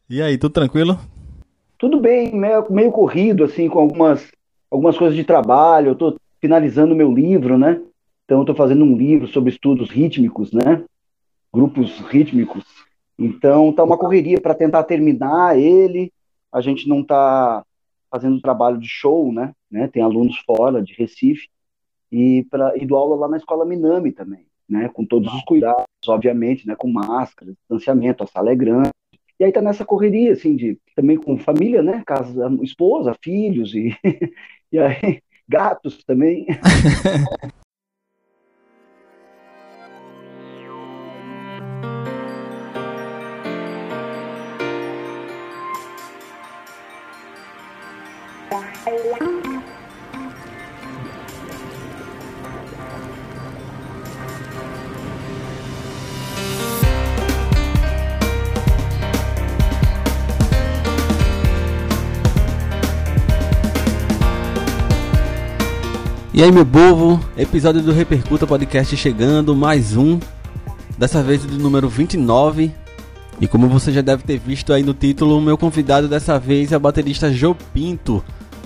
E aí, tudo tranquilo? Tudo bem, meio corrido, assim, com algumas coisas de trabalho. Eu estou finalizando meu livro, né? Então, eu estou fazendo um livro sobre estudos rítmicos, né? Grupos rítmicos. Então, tá uma correria para tentar terminar ele. A gente não está fazendo trabalho de show, né? Tem alunos fora de Recife e dou aula lá na escola Minami também, né? Com todos os cuidados, obviamente, né? Com máscara, distanciamento, a sala é grande. E aí tá nessa correria, assim, também com família, né? Casa, esposa, filhos e aí gatos também. E aí, meu povo, episódio do Repercuta Podcast chegando, mais um, dessa vez do número 29. E como você já deve ter visto aí no título, o meu convidado dessa vez é o baterista Jô Pinto.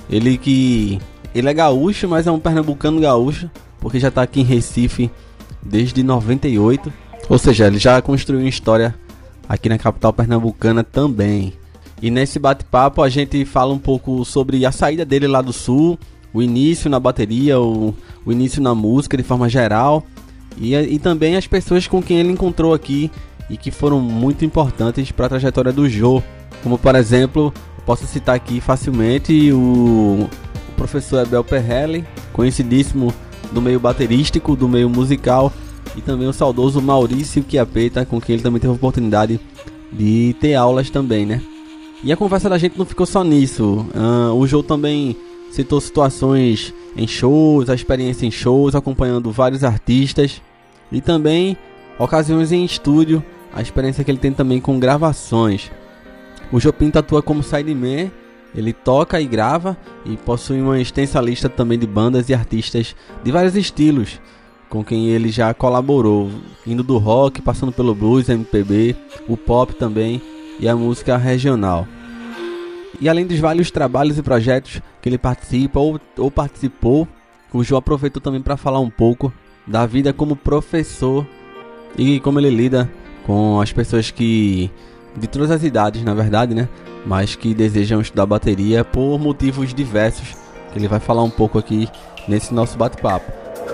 Ele é gaúcho, mas é um pernambucano gaúcho, porque já tá aqui em Recife desde 98. Ou seja, ele já construiu uma história aqui na capital pernambucana também. E nesse bate-papo a gente fala um pouco sobre a saída dele lá do sul, o início na bateria, o início na música de forma geral, e também as pessoas com quem ele encontrou aqui e que foram muito importantes para a trajetória do Jô. Como por exemplo, eu posso citar aqui facilmente o professor Abel Perrelli, conhecidíssimo do meio baterístico, do meio musical, e também o saudoso Maurício Chiappetta, com quem ele também teve a oportunidade de ter aulas também, né? E a conversa da gente não ficou só nisso. O Jô também citou situações em shows, a experiência em shows, acompanhando vários artistas. E também ocasiões em estúdio, a experiência que ele tem também com gravações. O Jô Pinto atua como sideman, ele toca e grava e possui uma extensa lista também de bandas e artistas de vários estilos, com quem ele já colaborou, indo do rock, passando pelo blues, MPB, o pop também e a música regional. E além dos vários trabalhos e projetos que ele participa ou participou, o Jô aproveitou também para falar um pouco da vida como professor e como ele lida com as pessoas que, de todas as idades na verdade, né, mas que desejam estudar bateria por motivos diversos, que ele vai falar um pouco aqui nesse nosso bate-papo.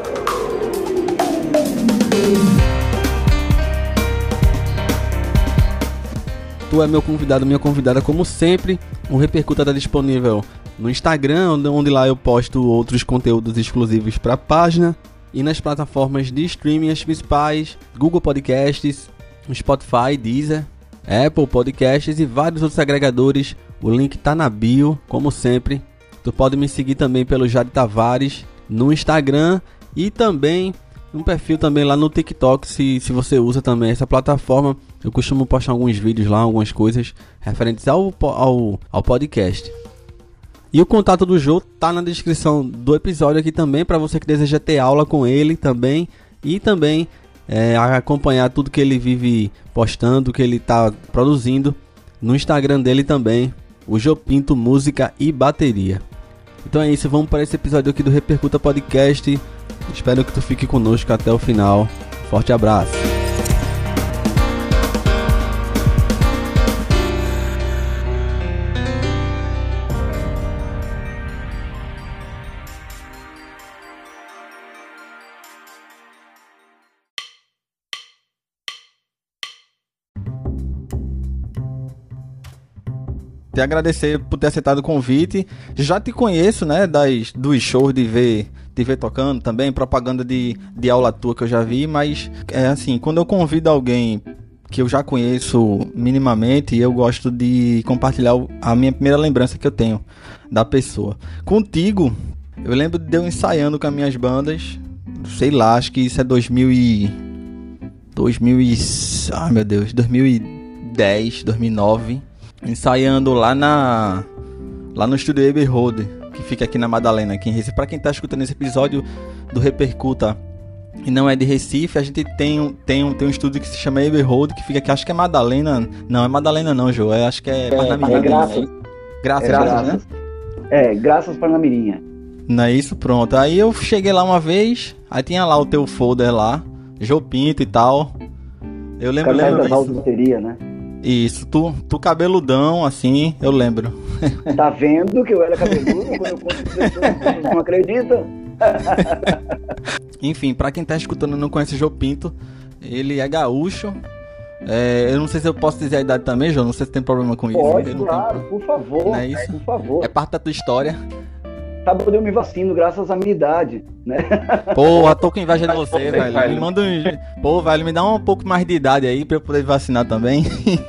Tu é meu convidado, minha convidada, como sempre. O Repercuta está disponível no Instagram, onde lá eu posto outros conteúdos exclusivos para a página, e nas plataformas de streaming as principais: Google Podcasts, Spotify, Deezer, Apple Podcasts e vários outros agregadores. O link tá na bio, como sempre. Tu pode me seguir também pelo Jade Tavares no Instagram e também um perfil também lá no TikTok, se você usa também essa plataforma. Eu costumo postar alguns vídeos lá, algumas coisas referentes ao podcast. E o contato do Jô tá na descrição do episódio aqui também, para você que deseja ter aula com ele também. E também acompanhar tudo que ele vive postando, que ele tá produzindo no Instagram dele também, o Jô Pinto Música e Bateria. Então é isso, vamos para esse episódio aqui do Repercuta Podcast. Espero que tu fique conosco até o final. Forte abraço. Te agradecer por ter aceitado o convite. Já te conheço, né, dos shows de ver tocando também, propaganda de aula tua que eu já vi, mas é assim, quando eu convido alguém que eu já conheço minimamente, eu gosto de compartilhar a minha primeira lembrança que eu tenho da pessoa. Contigo, eu lembro de eu ensaiando com as minhas bandas, sei lá, acho que isso é 2010, 2009, ensaiando lá no estúdio Abbey Road, que fica aqui na Madalena, aqui em Recife. Para quem tá escutando esse episódio do Repercuta e não é de Recife. A gente tem um estúdio que se chama Eberhold, que fica aqui, acho que é Madalena. Não, é Madalena não, Jô. Acho que é Parnamirim. É Graças, né? Graças Parnamirim. Não é isso? Pronto. Aí eu cheguei lá uma vez, aí tinha lá o teu folder lá, Jô Pinto e tal. Eu lembro das aulas disso. de bateria, né? Isso, tu cabeludão, assim, eu lembro. Tá vendo que eu era cabeludo? Quando eu conto vocês não acreditam? Enfim, pra quem tá escutando e não conhece Jô Pinto, ele é gaúcho. Eu não sei se eu posso dizer a idade também, Jô, não sei se tem problema com isso. Pode, claro, por favor. Não é isso? Por favor. É parte da tua história. Sábado eu me vacino graças à minha idade, né? Porra, tô com inveja de você, velho. Me manda um... Pô, velho, me dá um pouco mais de idade aí pra eu poder vacinar também.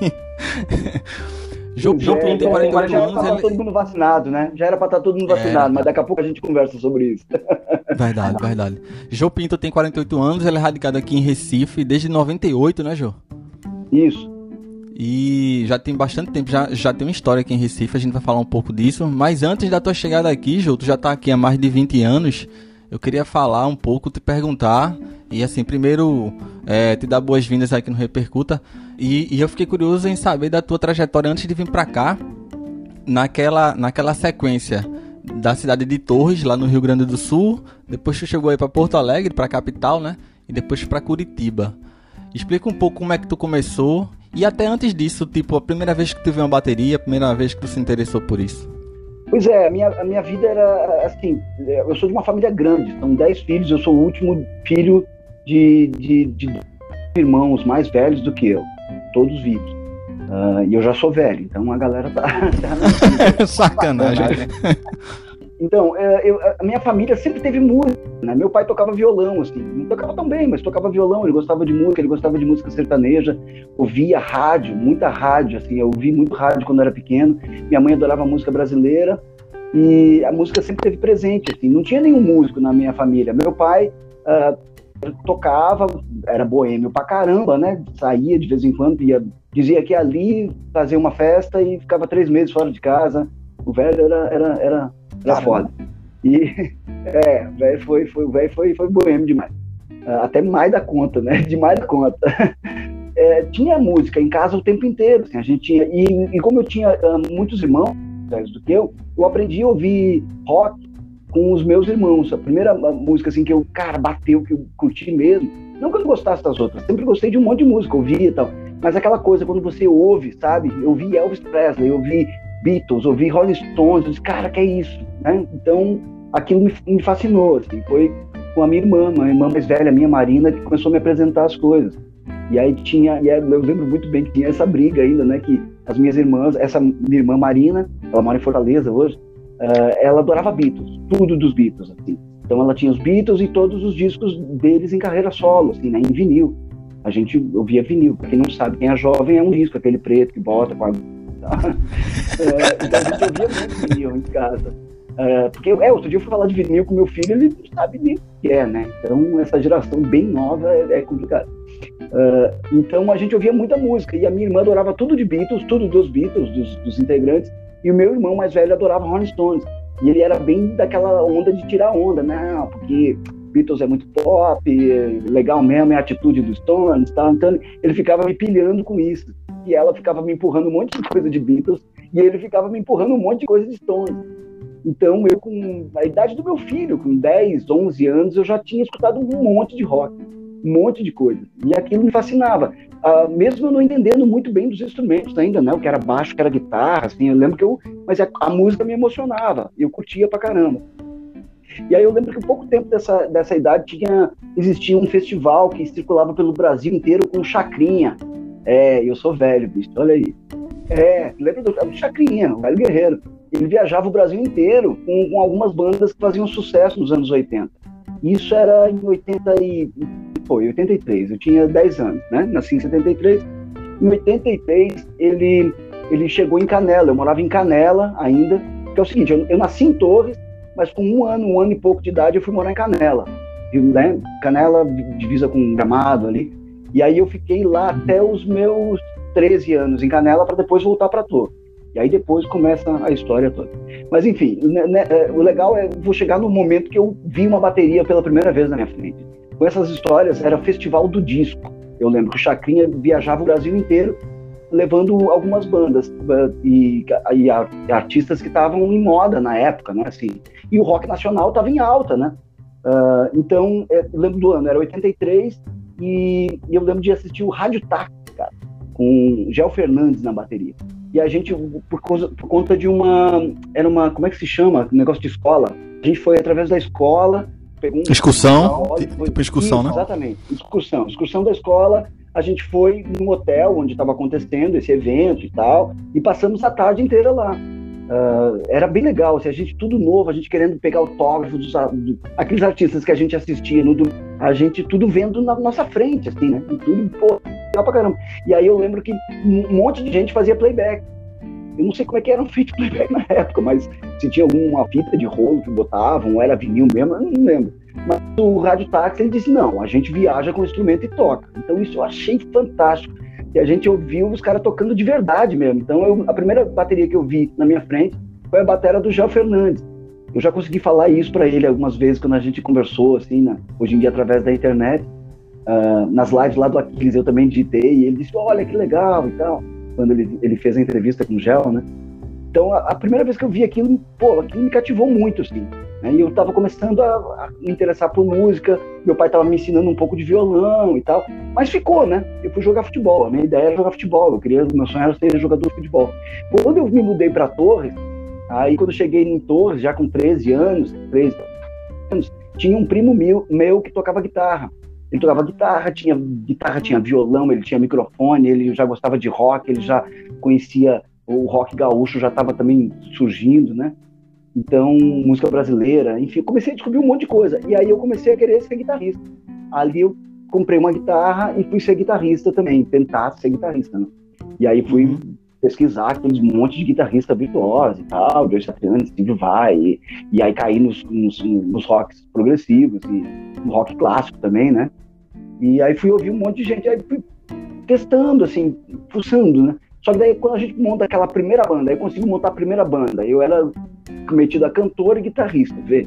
Jô Pinto tem 48 anos. Já era todo mundo vacinado, né? Já era pra estar todo mundo vacinado, mas daqui a pouco a gente conversa sobre isso. Verdade. Jô Pinto tem 48 anos, ele é radicado aqui em Recife desde 98, né, Jô? Isso. E já tem bastante tempo, já tem uma história aqui em Recife, a gente vai falar um pouco disso. Mas antes da tua chegada aqui, Jô, tu já tá aqui há mais de 20 anos. Eu queria falar um pouco, te perguntar. E assim, primeiro, te dar boas-vindas aqui no Repercuta. E eu fiquei curioso em saber da tua trajetória antes de vir pra cá. Naquela sequência da cidade de Torres, lá no Rio Grande do Sul. Depois tu chegou aí pra Porto Alegre, pra capital, né? E depois pra Curitiba. Explica um pouco como é que tu começou. E até antes disso, tipo, a primeira vez que tu viu uma bateria, a primeira vez que tu se interessou por isso. Pois é, a minha vida era assim, eu sou de uma família grande, são 10 filhos, eu sou o último filho de irmãos mais velhos do que eu, todos vivos. E eu já sou velho, então a galera tá Sacanagem. Então, a minha família sempre teve música, né? Meu pai tocava violão, assim, não tocava tão bem, mas tocava violão, ele gostava de música sertaneja, ouvia rádio, muita rádio, assim, eu ouvi muito rádio quando eu era pequeno, minha mãe adorava música brasileira, e a música sempre esteve presente, assim, não tinha nenhum músico na minha família. Meu pai tocava, era boêmio pra caramba, né, saía de vez em quando, dizia que ia ali fazer uma festa e ficava 3 meses fora de casa. O velho era foda. E o velho foi boêmio demais. Até mais da conta, né? Demais da conta. Tinha música em casa o tempo inteiro. Assim, a gente tinha, e como eu tinha muitos irmãos velhos do que eu aprendi a ouvir rock com os meus irmãos. A primeira música assim, que eu, bateu, que eu curti mesmo. Não que eu não gostasse das outras, sempre gostei de um monte de música, ouvia e tal. Mas aquela coisa, quando você ouve, sabe? Eu ouvi Elvis Presley, eu ouvi Beatles, ouvi Rolling Stones, eu disse, que é isso, né? Então, aquilo me fascinou, assim, foi com a minha irmã mais velha, a minha Marina, que começou a me apresentar as coisas. E aí eu lembro muito bem que tinha essa briga ainda, né, que as minhas irmãs, essa minha irmã Marina, ela mora em Fortaleza hoje, ela adorava Beatles, tudo dos Beatles, assim. Então ela tinha os Beatles e todos os discos deles em carreira solo, assim, né, em vinil. A gente ouvia vinil, pra quem não sabe, quem é jovem é um disco, aquele preto que bota com a... Então a gente ouvia muito vinil em casa. Porque outro dia eu fui falar de vinil com meu filho, ele não sabe nem o que é, né? Então essa geração bem nova é complicado. Então a gente ouvia muita música, e a minha irmã adorava tudo de Beatles, tudo dos Beatles, dos integrantes, e o meu irmão mais velho adorava Rolling Stones. E ele era bem daquela onda de tirar onda, né? Porque Beatles é muito pop, legal mesmo, é a atitude dos Stones, tá? Então ele ficava me pilhando com isso. E ela ficava me empurrando um monte de coisa de Beatles, e ele ficava me empurrando um monte de coisa de Stones. Então eu, com a idade do meu filho, com 10, 11 anos, eu já tinha escutado um monte de rock, um monte de coisa. E aquilo me fascinava. Mesmo eu não entendendo muito bem dos instrumentos ainda, né? O que era baixo, o que era guitarra, assim, eu lembro que mas a música me emocionava, eu curtia pra caramba. E aí eu lembro que pouco tempo dessa idade existia um festival que circulava pelo Brasil inteiro com chacrinha. Eu sou velho, bicho, olha aí. Lembra do Chacrinha, o velho guerreiro. Ele viajava o Brasil inteiro com algumas bandas que faziam sucesso nos anos 80. Isso era em 83, eu tinha 10 anos, né? Nasci em 73. Em 83, ele chegou em Canela, eu morava em Canela ainda, que é o seguinte, eu nasci em Torres, mas com um ano e pouco de idade eu fui morar em Canela, né? Canela divisa com Gramado ali, e aí eu fiquei lá até os meus 13 anos em Canela para depois voltar para Torres. E aí depois começa a história toda. Mas enfim, o legal vou chegar no momento que eu vi uma bateria pela primeira vez na minha frente. com essas histórias, era Festival do Disco. Eu lembro que o Chacrinha viajava o Brasil inteiro levando algumas bandas e artistas que estavam em moda na época, né? Assim, e o rock nacional estava em alta, né? Então, eu lembro do ano, era 83, e eu lembro de assistir o Rádio Táxi, cara, com Gel Fernandes na bateria. E a gente, por conta de como é que se chama? Um negócio de escola. A gente foi através da escola, pegou excursão, tipo excursão, né? Exatamente, excursão da escola. A gente foi num hotel onde estava acontecendo esse evento e tal, e passamos a tarde inteira lá. Era bem legal, assim, a gente tudo novo, a gente querendo pegar autógrafo aqueles artistas que a gente assistia, a gente tudo vendo na nossa frente, assim, né? E tudo, pô, legal pra caramba. E aí eu lembro que um monte de gente fazia playback. Eu não sei como é que eram feitos playback na época, mas se tinha alguma fita de rolo que botavam, ou era vinil mesmo, eu não lembro. Mas o Rádio Táxi, ele disse, não, a gente viaja com o instrumento e toca. Então isso eu achei fantástico. E a gente ouviu os caras tocando de verdade mesmo. Então a primeira bateria que eu vi na minha frente foi a bateria do Gel Fernandes. Eu já consegui falar isso para ele algumas vezes quando a gente conversou, assim, né? Hoje em dia através da internet. Nas lives lá do Aquiles eu também digitei, e ele disse, olha que legal e tal, quando ele fez a entrevista com o Gel, né? Então a primeira vez que eu vi aquilo, aquilo me cativou muito, assim, né? E eu estava começando a me interessar por música, meu pai estava me ensinando um pouco de violão e tal, mas ficou, né? Eu fui jogar futebol, a minha ideia era jogar futebol, meu sonho era ser jogador de futebol. Quando eu me mudei para Torres, aí quando eu cheguei em Torres, já com 13 anos, tinha um primo meu que tocava guitarra. Ele tocava guitarra, tinha violão, ele tinha microfone, ele já gostava de rock, ele já conhecia o rock gaúcho, já estava também surgindo, né? Então, música brasileira, enfim, comecei a descobrir um monte de coisa. E aí eu comecei a querer ser guitarrista. Ali eu comprei uma guitarra e fui ser guitarrista também, tentar ser guitarrista, né? E aí fui pesquisar aqueles monte de guitarrista virtuoso e tal, Joe Satriani, Steve Vai, e aí caí nos rocks progressivos e no rock clássico também, né? E aí fui ouvir um monte de gente, aí fui testando, assim, fuçando, né? Só que daí quando a gente monta aquela primeira banda, aí eu consegui montar a primeira banda, eu era metido a cantor e guitarrista, vê?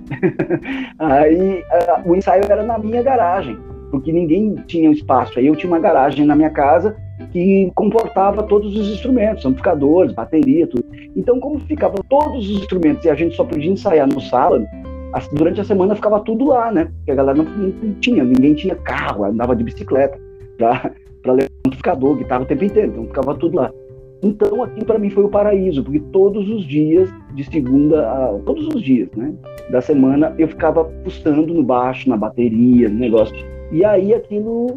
Aí o ensaio era na minha garagem, porque ninguém tinha espaço, aí eu tinha uma garagem na minha casa que comportava todos os instrumentos, amplificadores, bateria, tudo. Então, como ficavam todos os instrumentos e a gente só podia ensaiar no sábado, durante a semana ficava tudo lá, né? Porque a galera ninguém tinha carro, andava de bicicleta para levar amplificador, guitarra o tempo inteiro, então ficava tudo lá. Então, aqui para mim foi o paraíso, porque todos os dias, de segunda a... todos os dias, né, da semana, eu ficava pulsando no baixo, na bateria, no negócio. E aí aquilo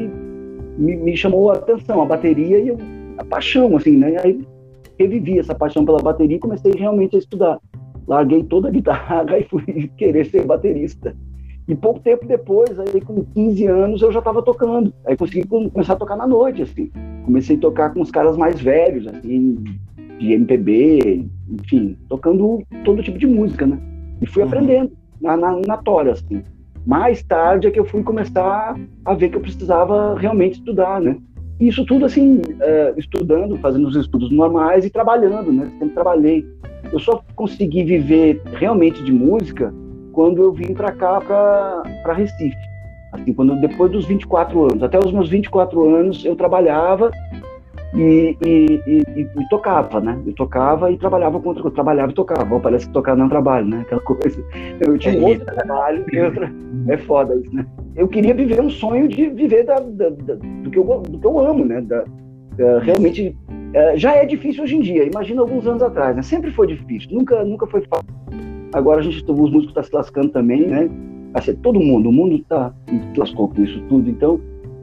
me chamou a atenção, a bateria e a paixão, assim, né? Aí revivi essa paixão pela bateria e comecei realmente a estudar. Larguei toda a guitarra e fui querer ser baterista. E pouco tempo depois, aí com 15 anos, eu já estava tocando. Aí consegui começar a tocar na noite, assim. Comecei a tocar com os caras mais velhos, assim, de MPB, enfim, tocando todo tipo de música, né? E fui aprendendo na tora, assim. Mais tarde é que eu fui começar a ver que eu precisava realmente estudar, né? E isso tudo, assim, estudando, fazendo os estudos normais e trabalhando, né? Sempre trabalhei. Eu só consegui viver realmente de música quando eu vim para cá, para Recife. Assim, depois dos 24 anos. Até os meus 24 anos eu trabalhava e tocava, né? Eu tocava e trabalhava com outra coisa. Trabalhava e tocava. Bom, parece que tocar não é um trabalho, né? Aquela coisa. Eu tinha outro trabalho e outra... É foda isso, né? Eu queria viver um sonho de viver do que eu amo, né? Realmente... já é difícil hoje em dia. Imagina alguns anos atrás, né? Sempre foi difícil. Nunca foi fácil. Agora os músicos estão se lascando também, né? Assim, o mundo se lascou com isso tudo, então...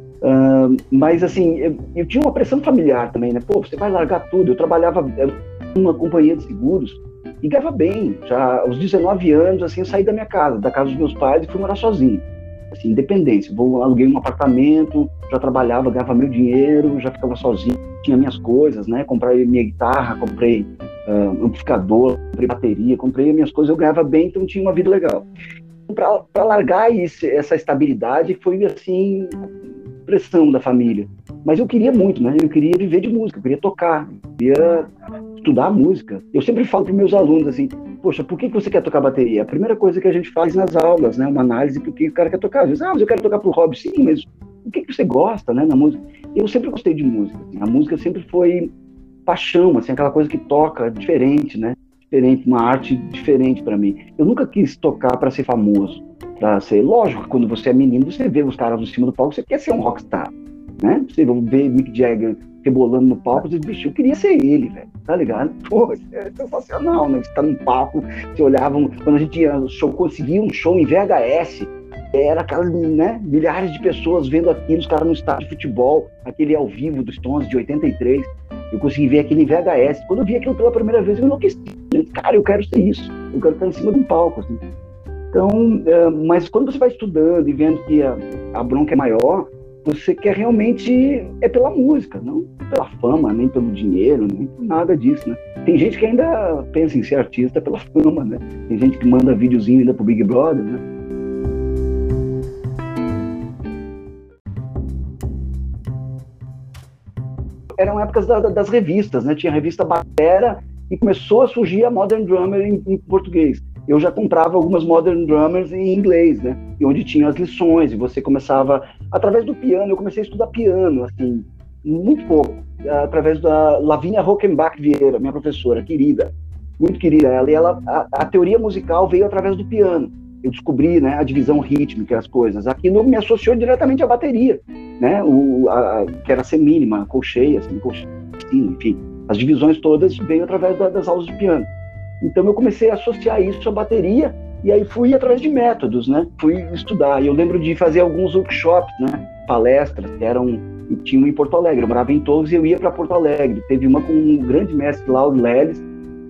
mas assim, eu tinha uma pressão familiar também, né? Pô, você vai largar tudo. Eu trabalhava numa companhia de seguros e ganhava bem. Já aos 19 anos, assim, eu saí da minha casa, da casa dos meus pais, e fui morar sozinho. Assim, independência. Aluguei um apartamento, já trabalhava, ganhava meu dinheiro, já ficava sozinho, tinha minhas coisas, né? Comprei minha guitarra, comprei amplificador, comprei bateria, comprei minhas coisas, eu ganhava bem, então tinha uma vida legal. Para largar essa estabilidade foi, assim, pressão da família. Mas eu queria muito, né? Eu queria viver de música, eu queria tocar, eu queria estudar música. Eu sempre falo para meus alunos, assim, poxa, por que você quer tocar bateria? A primeira coisa que a gente faz nas aulas, né? Uma análise por que o cara quer tocar. Às vezes, mas eu quero tocar pro hobby. Sim, mas o que você gosta, né, na música? Eu sempre gostei de música. Assim. A música sempre foi paixão, assim, aquela coisa que toca diferente, né? Diferente, uma arte diferente para mim. Eu nunca quis tocar para ser famoso, para ser... Lógico que quando você é menino, você vê os caras em cima do palco, você quer ser um rockstar, né? Você vê Mick Jagger rebolando no palco, você diz, bicho, eu queria ser ele, velho, tá ligado? Pô, é sensacional, né? Você tá no palco, você olhava, quando a gente ia show, conseguia um show em VHS, era aquelas, né, milhares de pessoas vendo aquilo, os caras no estádio de futebol, aquele ao vivo dos Stones de 83, eu consegui ver aquele em VHS. Quando eu vi aquilo pela primeira vez, eu enlouqueci. Cara, eu quero ser isso, eu quero estar em cima de um palco, assim. Então, mas quando você vai estudando e vendo que a bronca é maior, você quer realmente é pela música, não pela fama, nem pelo dinheiro, nem por nada disso, né? Tem gente que ainda pensa em ser artista pela fama, né? Tem gente que manda videozinho ainda pro Big Brother, né? Eram épocas das revistas, né? Tinha a revista Batera e começou a surgir a Modern Drummer em português. Eu já comprava algumas Modern Drummers em inglês, né? E onde tinha as lições, e você começava... Através do piano, eu comecei a estudar piano, assim, muito pouco. Através da Lavínia Rockenbach Vieira, minha professora, querida, muito querida ela. E a teoria musical veio através do piano. Eu descobri, né, a divisão rítmica, as coisas. Aquilo me associou diretamente à bateria, né? Que era semínima, colcheia, enfim. As divisões todas veio através das aulas de piano. Então eu comecei a associar isso à bateria e aí fui através de métodos, né? Fui estudar. E eu lembro de fazer alguns workshops, né? Palestras que tinham em Porto Alegre. Eu morava em Torres e eu ia para Porto Alegre. Teve uma com um grande mestre, Lauro Leles,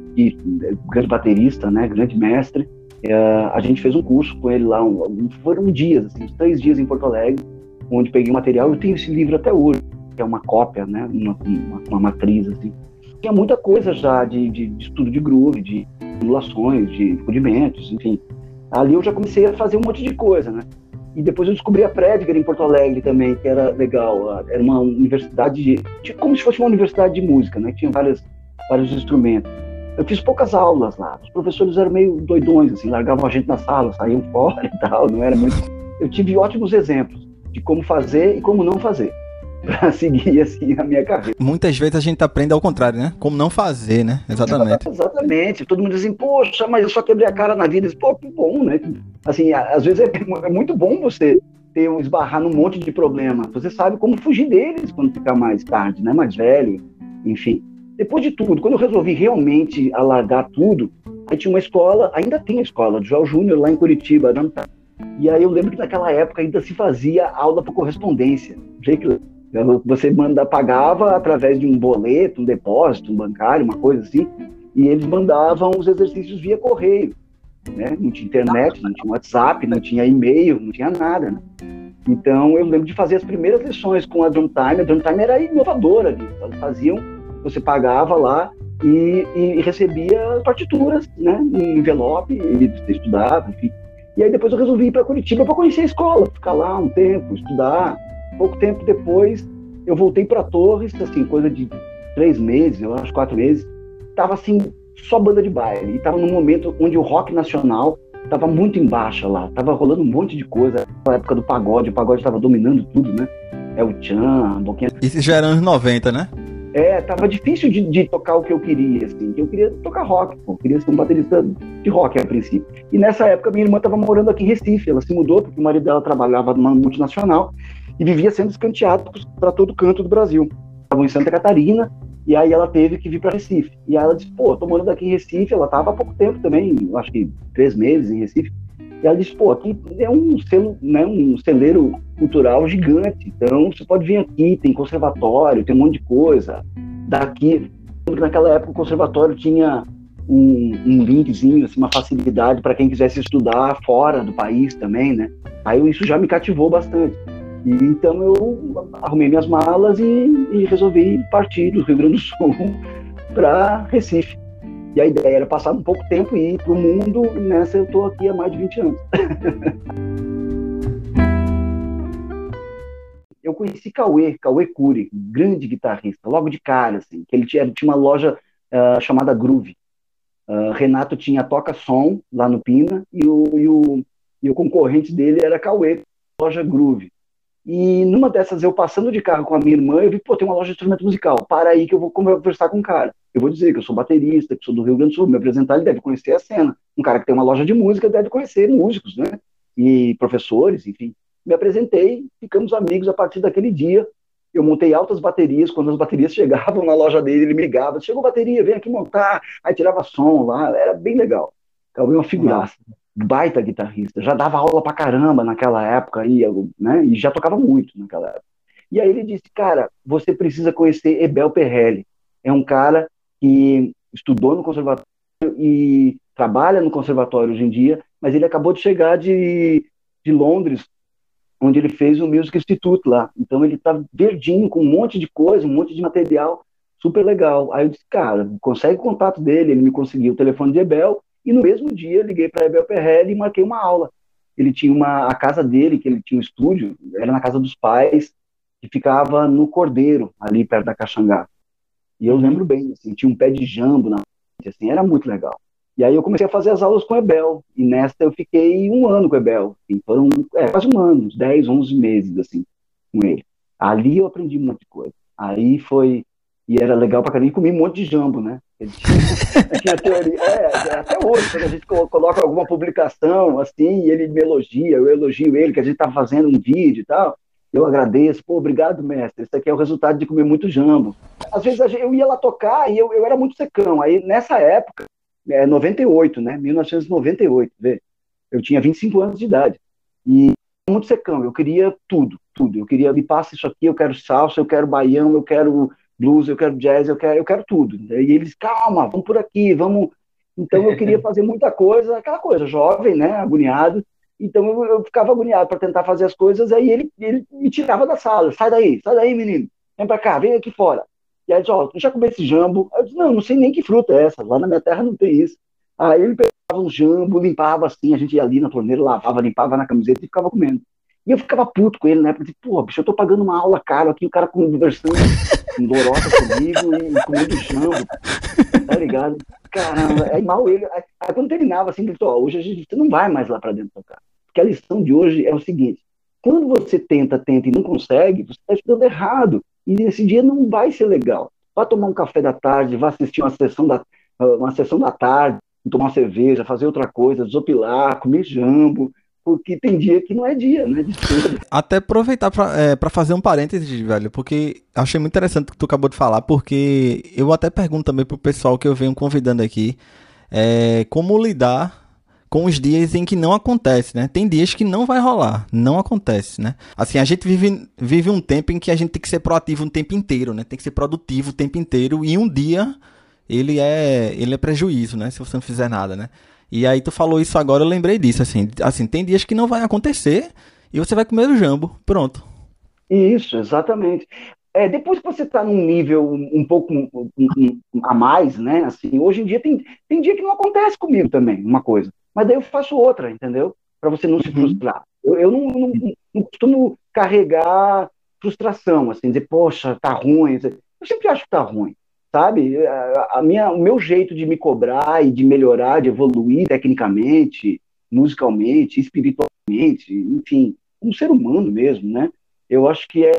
grande baterista, né? Grande mestre. A gente fez um curso com ele lá. Foram dias, assim, 3 dias em Porto Alegre, onde peguei o material. Eu tenho esse livro até hoje, que é uma cópia, né? Uma matriz, assim. Tinha muita coisa já de estudo de groove, de simulações, de rudimentos, enfim. Ali eu já comecei a fazer um monte de coisa, né? E depois eu descobri a Prediger em Porto Alegre também, que era legal. Era uma universidade, como se fosse uma universidade de música, né? Que tinha vários instrumentos. Eu fiz poucas aulas lá. Os professores eram meio doidões, assim, largavam a gente na sala, saíam fora e tal, não era muito... Eu tive ótimos exemplos de como fazer e como não fazer, para seguir, assim, a minha carreira. Muitas vezes a gente aprende ao contrário, né? Como não fazer, né? Exatamente. Exatamente. Todo mundo diz assim, poxa, mas eu só quebrei a cara na vida. Pô, que bom, né? Assim, às vezes é muito bom você esbarrar num monte de problemas. Você sabe como fugir deles quando ficar mais tarde, né? Mais velho, enfim. Depois de tudo, quando eu resolvi realmente alargar tudo, aí tinha uma escola, ainda tem a escola, do João Júnior, lá em Curitiba. E aí eu lembro que naquela época ainda se fazia aula por correspondência. Você pagava através de um boleto, um depósito, um bancário, uma coisa assim, e eles mandavam os exercícios via correio, né? Não tinha internet, não tinha WhatsApp, não tinha e-mail, não tinha nada, né? Então eu lembro de fazer as primeiras lições com a Drum Time. A Drum Time era inovadora ali. Elas faziam, você pagava lá e recebia partituras, né? Em envelope, e você estudava, enfim. E aí depois eu resolvi ir para Curitiba para conhecer a escola, ficar lá um tempo, estudar. Pouco tempo depois, eu voltei para Torres, assim, coisa de 3 meses, eu acho, 4 meses. Tava assim, só banda de baile. E tava num momento onde o rock nacional tava muito em baixa lá. Tava rolando um monte de coisa. Na época do pagode, o pagode tava dominando tudo, né? O Tchan, a Boquinha... Isso já era anos 90, né? Tava difícil de tocar o que eu queria, assim. Eu queria tocar rock, pô. Eu queria ser um baterista de rock, a princípio. E nessa época, minha irmã tava morando aqui em Recife. Ela se mudou porque o marido dela trabalhava numa multinacional e vivia sendo escanteado para todo canto do Brasil. Estavam em Santa Catarina, e aí ela teve que vir para Recife. E aí ela disse, pô, tô morando aqui em Recife. Ela estava há pouco tempo também, acho que 3 meses em Recife. E ela disse, pô, aqui é um selo, né, um celeiro cultural gigante. Então você pode vir aqui, tem conservatório, tem um monte de coisa. Daqui, naquela época o conservatório tinha um linkzinho, assim, uma facilidade para quem quisesse estudar fora do país também, né? Aí isso já me cativou bastante. E então eu arrumei minhas malas e resolvi partir do Rio Grande do Sul para Recife. E a ideia era passar um pouco tempo e ir para o mundo. Nessa eu estou aqui há mais de 20 anos. Eu conheci Cauê Cury, grande guitarrista, logo de cara, assim, que ele tinha uma loja chamada Groove. Renato tinha toca-som lá no Pina e o concorrente dele era Cauê, loja Groove. E numa dessas, eu passando de carro com a minha irmã, eu vi, pô, tem uma loja de instrumento musical, para aí que eu vou conversar com o cara. Eu vou dizer que eu sou baterista, que sou do Rio Grande do Sul, me apresentar, ele deve conhecer a cena. Um cara que tem uma loja de música deve conhecer músicos, né? E professores, enfim. Me apresentei, ficamos amigos a partir daquele dia. Eu montei altas baterias, quando as baterias chegavam na loja dele, ele me ligava, chegou bateria, vem aqui montar, aí tirava som lá, era bem legal. Cauê uma figuraça, baita guitarrista, já dava aula pra caramba naquela época, né, e já tocava muito naquela época. E aí ele disse, cara, você precisa conhecer Ebel Perrelli, é um cara que estudou no conservatório e trabalha no conservatório hoje em dia, mas ele acabou de chegar de Londres, onde ele fez o Music Institute lá. Então ele tá verdinho, com um monte de coisa, um monte de material, super legal. Aí eu disse, cara, consegue o contato dele, ele me conseguiu o telefone de Ebel, e no mesmo dia liguei para Ebel Perrelli e marquei uma aula. Ele tinha a casa dele, que ele tinha um estúdio, era na casa dos pais, que ficava no Cordeiro, ali perto da Caxangá. E eu lembro bem, assim, tinha um pé de jambo na frente, assim, era muito legal. E aí eu comecei a fazer as aulas com o Ebel, e nesta eu fiquei um ano com o Ebel, assim, foram quase um ano, uns 10, 11 meses, assim, com ele. Ali eu aprendi muita coisa. Aí foi, e era legal pra caramba, e comi um monte de jambo, né? Ele tinha teoria, até hoje, quando a gente coloca alguma publicação, assim, e ele me elogia, eu elogio ele, que a gente tá fazendo um vídeo e tal, eu agradeço, pô, obrigado, mestre, isso aqui é o resultado de comer muito jambo. Às vezes eu ia lá tocar e eu era muito secão, aí nessa época, 98, né, 1998, vê, eu tinha 25 anos de idade, e muito secão, eu queria tudo, eu queria, me passa isso aqui, eu quero salsa, eu quero baião, eu quero blues, eu quero jazz, eu quero tudo. E eles, calma, vamos por aqui, vamos. Então eu queria fazer muita coisa, aquela coisa, jovem, né, agoniado. Então eu ficava agoniado para tentar fazer as coisas, aí ele me tirava da sala, sai daí, menino, vem para cá, vem aqui fora. E aí ele disse, ó, tu já comeu esse jambo? Eu disse, não sei nem que fruta é essa, lá na minha terra não tem isso. Aí ele pegava um jambo, limpava assim, a gente ia ali na torneira, lavava, limpava na camiseta e ficava comendo. E eu ficava puto com ele, né? Porque, pô, bicho, eu tô pagando uma aula cara aqui, o cara conversando com lorota comigo e comendo jambo, tá ligado? Caramba, aí mal ele. Aí quando terminava assim, ele falou, ó, hoje você não vai mais lá pra dentro tocar. Porque a lição de hoje é o seguinte: quando você tenta e não consegue, você tá estudando errado. E esse dia não vai ser legal. Vá tomar um café da tarde, vá assistir uma sessão da tarde, tomar uma cerveja, fazer outra coisa, desopilar, comer jambo, porque tem dia que não é dia, né, de estudo. Até aproveitar pra fazer um parênteses, velho, porque achei muito interessante o que tu acabou de falar, porque eu até pergunto também pro pessoal que eu venho convidando aqui, como lidar com os dias em que não acontece, né? Tem dias que não vai rolar, não acontece, né? Assim, a gente vive um tempo em que a gente tem que ser proativo o tempo inteiro, né? Tem que ser produtivo o tempo inteiro, e um dia ele é prejuízo, né? Se você não fizer nada, né? E aí tu falou isso agora, eu lembrei disso, assim, tem dias que não vai acontecer e você vai comer o jambo, pronto. Isso, exatamente. Depois que você está num nível um pouco a mais, né? Assim, hoje em dia tem dia que não acontece comigo também, uma coisa. Mas daí eu faço outra, entendeu? Para você não se frustrar. Eu não costumo carregar frustração, assim, dizer, poxa, tá ruim. Eu sempre acho que tá ruim, sabe? O meu jeito de me cobrar e de melhorar, de evoluir tecnicamente, musicalmente, espiritualmente, enfim, como ser humano mesmo, né? Eu acho que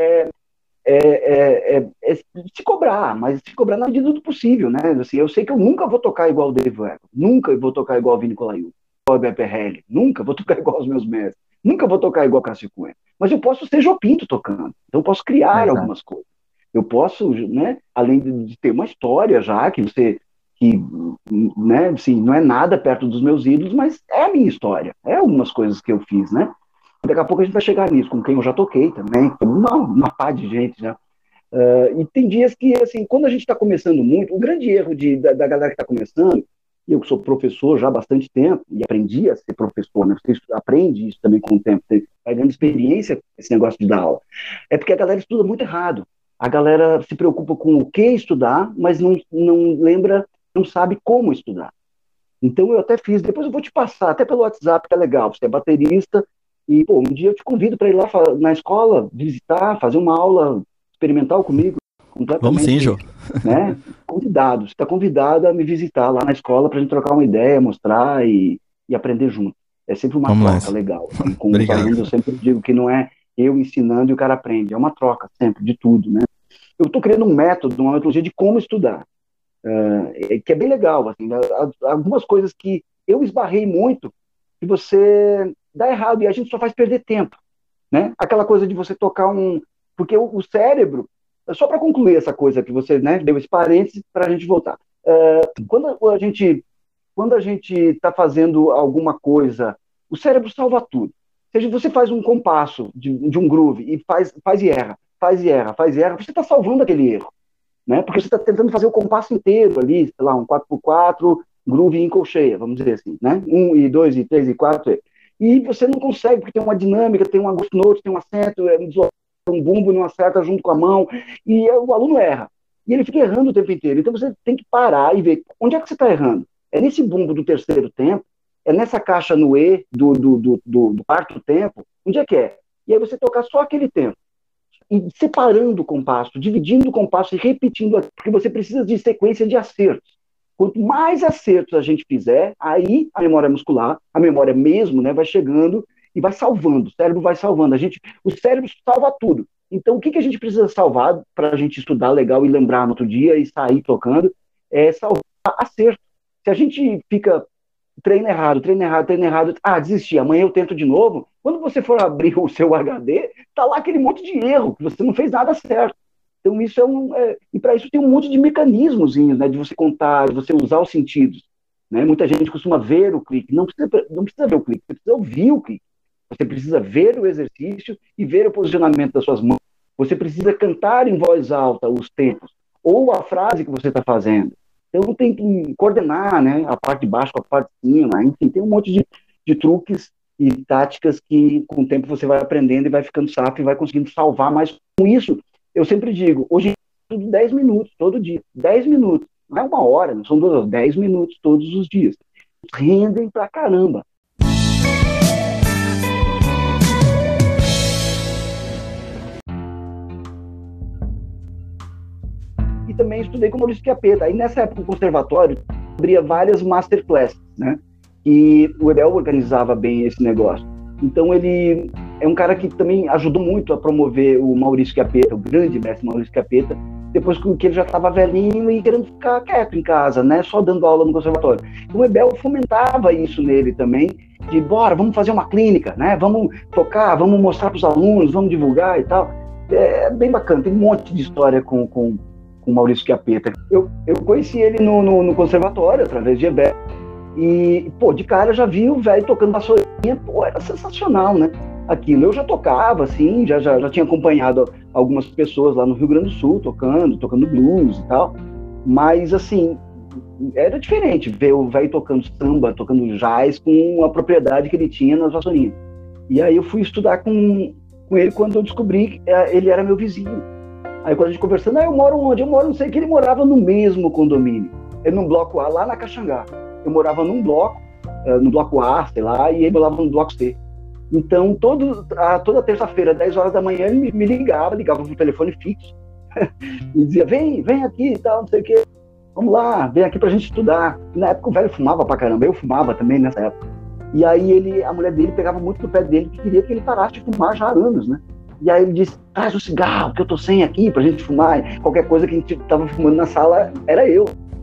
se cobrar, mas se cobrar na medida do possível, né? Assim, eu sei que eu nunca vou tocar igual o Dave Weckl, nunca vou tocar igual o Vini Colaiuta, igual o Beppe Helly, nunca vou tocar igual os meus mestres, nunca vou tocar igual o Cássio Cunha, mas eu posso ser Jopinto tocando, então eu posso criar algumas coisas. Eu posso, né, além de ter uma história já, né, assim, não é nada perto dos meus ídolos, mas é a minha história, é algumas coisas que eu fiz, né? Daqui a pouco a gente vai chegar nisso, com quem eu já toquei também, uma pá de gente já. E tem dias que, assim, quando a gente está começando muito, o grande erro da galera que está começando, eu que sou professor já há bastante tempo, e aprendi a ser professor, né? Você aprende isso também com o tempo, você vai ganhando experiência com esse negócio de dar aula, é porque a galera estuda muito errado. A galera se preocupa com o que estudar, mas não lembra, não sabe como estudar. Então eu até fiz, depois eu vou te passar, até pelo WhatsApp, que é legal, você é baterista, e, pô, um dia eu te convido para ir lá na escola, visitar, fazer uma aula experimental comigo. Vamos sim, Jô. né? Convidado, você está convidado a me visitar lá na escola para a gente trocar uma ideia, mostrar e aprender junto. É sempre uma Vamos troca nessa. legal. Assim, com os Obrigado. alunos eu sempre digo que não é eu ensinando e o cara aprende, é uma troca sempre de tudo, né? Eu estou criando um método, uma metodologia de como estudar, que é bem legal. Assim, né? Algumas coisas que eu esbarrei muito, que você dá errado e a gente só faz perder tempo, né? Aquela coisa de você tocar um... Porque o cérebro, só para concluir essa coisa que você, né, deu esse parênteses para a gente voltar. Quando a gente está fazendo alguma coisa, o cérebro salva tudo. Seja, você faz um compasso de um groove e faz e erra, faz e erra, faz e erra, você está salvando aquele erro, né? Porque você está tentando fazer o compasso inteiro ali, sei lá, um 4x4, groove em colcheia, vamos dizer assim, né? 1 e 2 e 3 e 4. E você não consegue, porque tem uma dinâmica, tem uma ghost note, tem um acento, um bumbo não acerta junto com a mão, e o aluno erra. E ele fica errando o tempo inteiro. Então você tem que parar e ver onde é que você está errando. É nesse bumbo do terceiro tempo, é nessa caixa no E do quarto tempo, onde é que é? E aí você tocar só aquele tempo. E separando o compasso, dividindo o compasso e repetindo, porque você precisa de sequência de acertos. Quanto mais acertos a gente fizer, aí a memória muscular, a memória mesmo, né, vai chegando e vai salvando, o cérebro vai salvando. O cérebro salva tudo. Então, o que a gente precisa salvar para a gente estudar legal e lembrar no outro dia e sair tocando? É salvar acerto. Se a gente fica treina errado, desisti, amanhã eu tento de novo. Quando você for abrir o seu HD, tá lá aquele monte de erro, que você não fez nada certo. Então isso e para isso tem um monte de mecanismos, né, de você contar, de você usar os sentidos, né? Muita gente costuma ver o clique, não precisa ver o clique, você precisa ouvir o clique. Você precisa ver o exercício e ver o posicionamento das suas mãos. Você precisa cantar em voz alta os tempos ou a frase que você está fazendo. Então tem que coordenar, né, a parte de baixo com a parte de cima, enfim, tem um monte de truques e táticas que com o tempo você vai aprendendo e vai ficando safo e vai conseguindo salvar mais. Com isso, eu sempre digo, hoje eu estudo 10 minutos, todo dia, 10 minutos, não é uma hora, não são 2 horas, 10 minutos todos os dias. Rendem pra caramba. E também estudei com o Maurício Chiappetta. Aí nessa época o conservatório abria várias masterclasses, né? E o Ebel organizava bem esse negócio. Então ele é um cara que também ajudou muito a promover o Maurício Chiappetta, o grande mestre Maurício Chiappetta, depois que ele já estava velhinho e querendo ficar quieto em casa, né? Só dando aula no conservatório. Então o Ebel fomentava isso nele também, de bora, vamos fazer uma clínica, né? Vamos tocar, vamos mostrar para os alunos, vamos divulgar e tal. É bem bacana, tem um monte de história com o Maurício Chiappetta. Eu conheci ele no conservatório, através de Ebel, e, pô, de cara eu já vi o velho tocando vassourinha, pô, era sensacional, né? Aquilo, eu já tocava, assim, já tinha acompanhado algumas pessoas lá no Rio Grande do Sul, tocando blues e tal, mas, assim, era diferente ver o velho tocando samba, tocando jazz com a propriedade que ele tinha nas vassourinhas. E aí eu fui estudar com ele quando eu descobri que ele era meu vizinho. Aí quando a gente conversando, eu moro onde? Eu moro, não sei, que ele morava no mesmo condomínio. Ele no bloco A, lá na Caxangá. Eu morava num bloco, no bloco A, sei lá, e ele morava no bloco C. Então, toda terça-feira, 10 horas da manhã, ele me ligava pro telefone fixo, e dizia, vem aqui e tal, não sei o quê. Vamos lá, vem aqui pra gente estudar. E na época o velho fumava pra caramba, eu fumava também nessa época. E aí a mulher dele pegava muito no pé dele, que queria que ele parasse de fumar já há anos, né? E aí ele disse, traz o cigarro, que eu tô sem aqui pra gente fumar. Qualquer coisa que a gente tava fumando na sala, era eu.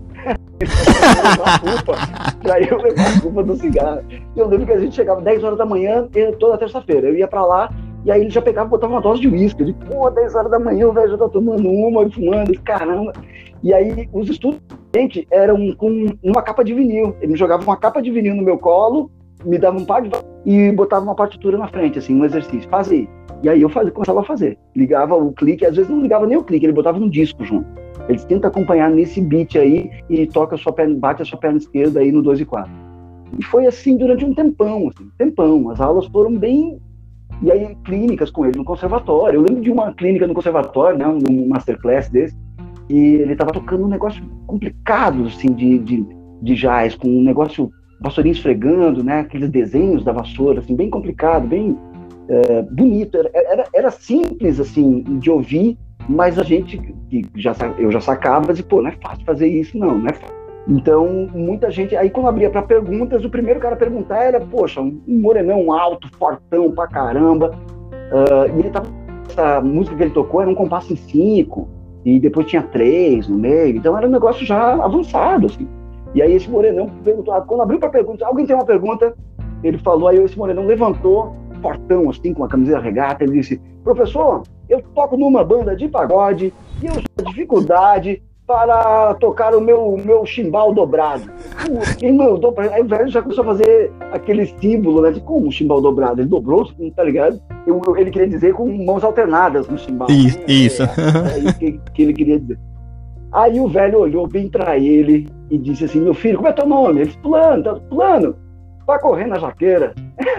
Pra eu levar a culpa do cigarro. Eu lembro que a gente chegava 10 horas da manhã, toda terça-feira. Eu ia pra lá, e aí ele já pegava e botava uma dose de uísque. Eu disse, pô, 10 horas da manhã, o velho já tá tomando uma e fumando, caramba. E aí os estudos, gente, eram com uma capa de vinil. Ele me jogava uma capa de vinil no meu colo, me dava um par de... e botava uma partitura na frente, assim, um exercício. Fazia. E aí eu começava a fazer. Ligava o clique, às vezes não ligava nem o clique, ele botava um disco junto. Eles tentam acompanhar nesse beat aí e toca a sua perna, bate a sua perna esquerda aí no 2 e 4. E foi assim durante um tempão, assim, As aulas foram bem... E aí, clínicas com ele no conservatório. Eu lembro de uma clínica no conservatório, né, um masterclass desse, e ele tava tocando um negócio complicado, assim, de jazz, com um negócio, vassourinha esfregando, né, aqueles desenhos da vassoura, assim, bem complicado, bem bonito. Era simples, assim, de ouvir, mas a gente, eu já sacava, mas, pô, não é fácil fazer isso, não é fácil. Então, muita gente, aí quando abria para perguntas, o primeiro cara a perguntar era, poxa, um morenão alto, fortão pra caramba, e ele tava, essa música que ele tocou era um compasso em 5, e depois tinha 3 no meio, então era um negócio já avançado, assim. E aí esse morenão perguntou, quando abriu para perguntar, alguém tem uma pergunta? Ele falou, aí esse morenão levantou, fortão, assim, com a camiseta regata, ele disse, professor, eu toco numa banda de pagode e eu tenho dificuldade para tocar o meu chimbal dobrado. Quem mandou pra... Aí o velho já começou a fazer aquele símbolo, né, de como um chimbal dobrado? Ele dobrou, tá ligado? Ele queria dizer com mãos alternadas no chimbal. Isso. É isso que ele queria dizer. Aí o velho olhou bem pra ele e disse assim, meu filho, como é teu nome? Ele disse, fulano, vai correr na jaqueira.